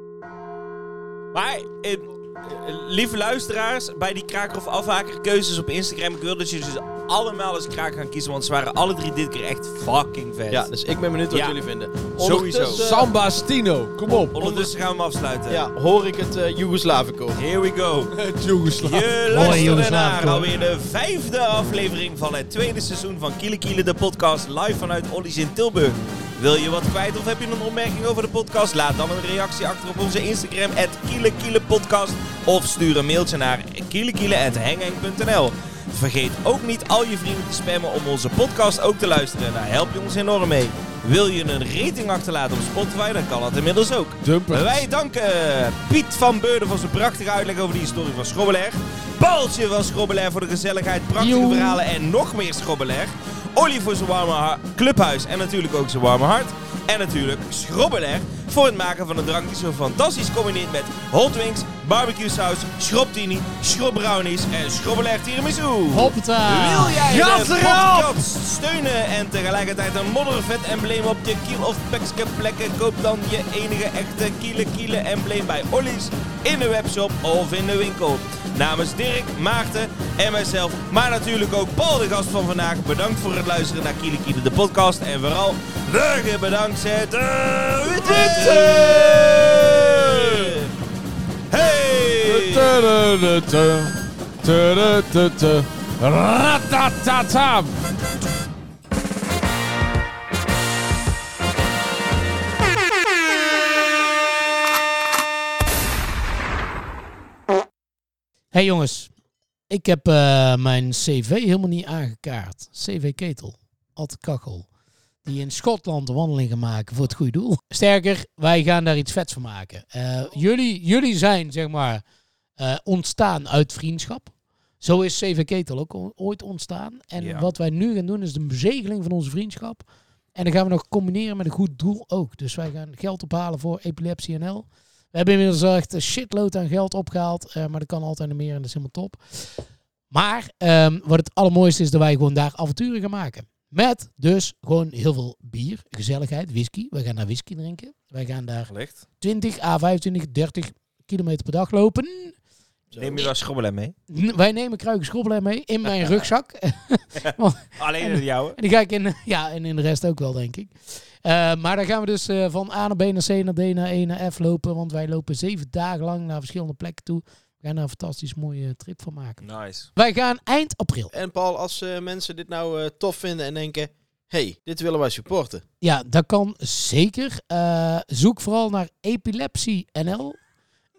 Maar, eh, eh, lieve luisteraars, bij die kraker of afhaker keuzes op Instagram, ik wil dat jullie dus allemaal eens kraker gaan kiezen, want ze waren alle drie dit keer echt fucking vet. Ja, dus ik ben benieuwd wat Ja. jullie vinden. Sowieso. Ondertussen- Sambastino, kom op. Ondertussen gaan we hem afsluiten. Ja, hoor ik het uh, Joegoslavico. Here we go. Joegoslav. Je Mooi, luistert Joegoslavico. naar alweer de vijfde aflevering van het tweede seizoen van Kiele Kiele, de podcast live vanuit Ollies in Tilburg. Wil je wat kwijt of heb je een opmerking over de podcast? Laat dan een reactie achter op onze Instagram, at kielekielepodcast. Of stuur een mailtje naar kielekiele at hengheng punt n l. Vergeet ook niet al je vrienden te spammen om onze podcast ook te luisteren. Daar help je ons enorm mee. Wil je een rating achterlaten op Spotify? Dan kan dat inmiddels ook. Dumpert. Wij danken Piet van Beurden voor zijn prachtige uitleg over de historie van Schrobbelair. Paaltje van Schrobbelair voor de gezelligheid, prachtige Joe. verhalen en nog meer Schrobbelair. Olly voor zijn warme ha- clubhuis en natuurlijk ook zijn warme hart. En natuurlijk Schrobbelair voor het maken van een drank die zo fantastisch combineert met hot wings, barbecue saus, schrobbtini, schrobbrownies en Schrobbelair tiramisu. Hoppata. Wil jij Gas de erop! podcast steunen en tegelijkertijd een moddervet embleem op je kiel of pekske plekken? Koop dan je enige echte Kiele Kiele embleem bij Ollies in de webshop of in de winkel. Namens Dirk, Maarten en mijzelf, maar natuurlijk ook Paul, de gast van vandaag. Bedankt voor het luisteren naar Kiele Kiele, de podcast. En vooral, de bedankt zetten. Hey! Ratatatam. Hey jongens, ik heb uh, mijn cv helemaal niet aangekaart. C V-ketel, Alte Kachel. Die in Schotland de wandeling gaan maken voor het goede doel. Sterker, wij gaan daar iets vets van maken. Uh, jullie, jullie zijn, zeg maar, uh, ontstaan uit vriendschap. Zo is C V-ketel ook o- ooit ontstaan. En Ja. wat wij nu gaan doen is de bezegeling van onze vriendschap. En dan gaan we nog combineren met een goed doel ook. Dus wij gaan geld ophalen voor Epilepsie N L. We hebben inmiddels echt een shitload aan geld opgehaald. Uh, maar er kan altijd nog meer en dat is helemaal top. Maar um, wat het allermooiste is dat wij gewoon daar avonturen gaan maken. Met dus gewoon heel veel bier, gezelligheid, whisky. We gaan daar whisky drinken. Wij gaan daar Licht. twintig à vijfentwintig, dertig kilometer per dag lopen. Neem je daar Schrobbelair mee? N- Wij nemen Kruiken Schrobbelair mee in mijn rugzak. Alleen En- in de jouwe? En die ga ik in, ja, en in de rest ook wel, denk ik. Uh, maar dan gaan we dus uh, van A naar B naar C naar D naar E naar F lopen. Want wij lopen zeven dagen lang naar verschillende plekken toe. We gaan daar een fantastisch mooie trip van maken. Nice. Wij gaan eind april. En Paul, als uh, mensen dit nou uh, tof vinden en denken... hey, dit willen wij supporten. Ja, dat kan zeker. Uh, zoek vooral naar Epilepsie N L.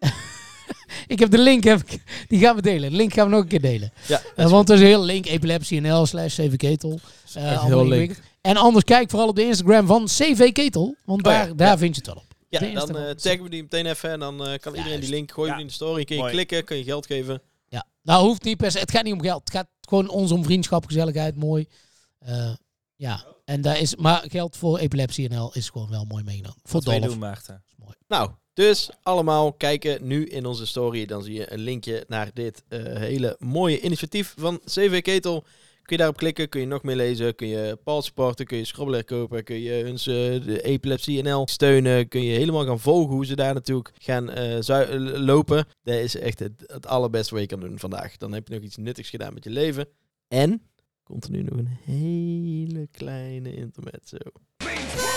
ik heb de link, heb ik, die gaan we delen. De link gaan we nog een keer delen. Ja, uh, want er is een hele link, epilepsie.nl slash cvketel. Uh, heel link. En anders kijk vooral op de Instagram van cvketel, want Oh, daar, ja. daar Ja. vind je het wel op. Ja, De dan Instagram. uh, taggen we die meteen even en dan uh, kan iedereen die link gooien Ja. in de story. Kun je Mooi. klikken, kun je geld geven. Ja, nou hoeft niet per se. Het gaat niet om geld. Het gaat gewoon ons om vriendschap, gezelligheid, mooi. Uh, ja, en daar is, maar geld voor Epilepsie N L is gewoon wel mooi meegenomen. Voor Wat wil je Dolf. doen, Maarten? Nou, dus allemaal kijken nu in onze story. Dan zie je een linkje naar dit uh, hele mooie initiatief van C V Ketel. Kun je daarop klikken, kun je nog meer lezen. Kun je Paul supporten, kun je Schrobbelair kopen. Kun je hun uh, de Epilepsie N L steunen. Kun je helemaal gaan volgen hoe ze daar natuurlijk gaan uh, zu- lopen. Dat is echt het, het allerbeste wat je kan doen vandaag. Dan heb je nog iets nuttigs gedaan met je leven. En komt er nu nog een hele kleine intermezzo.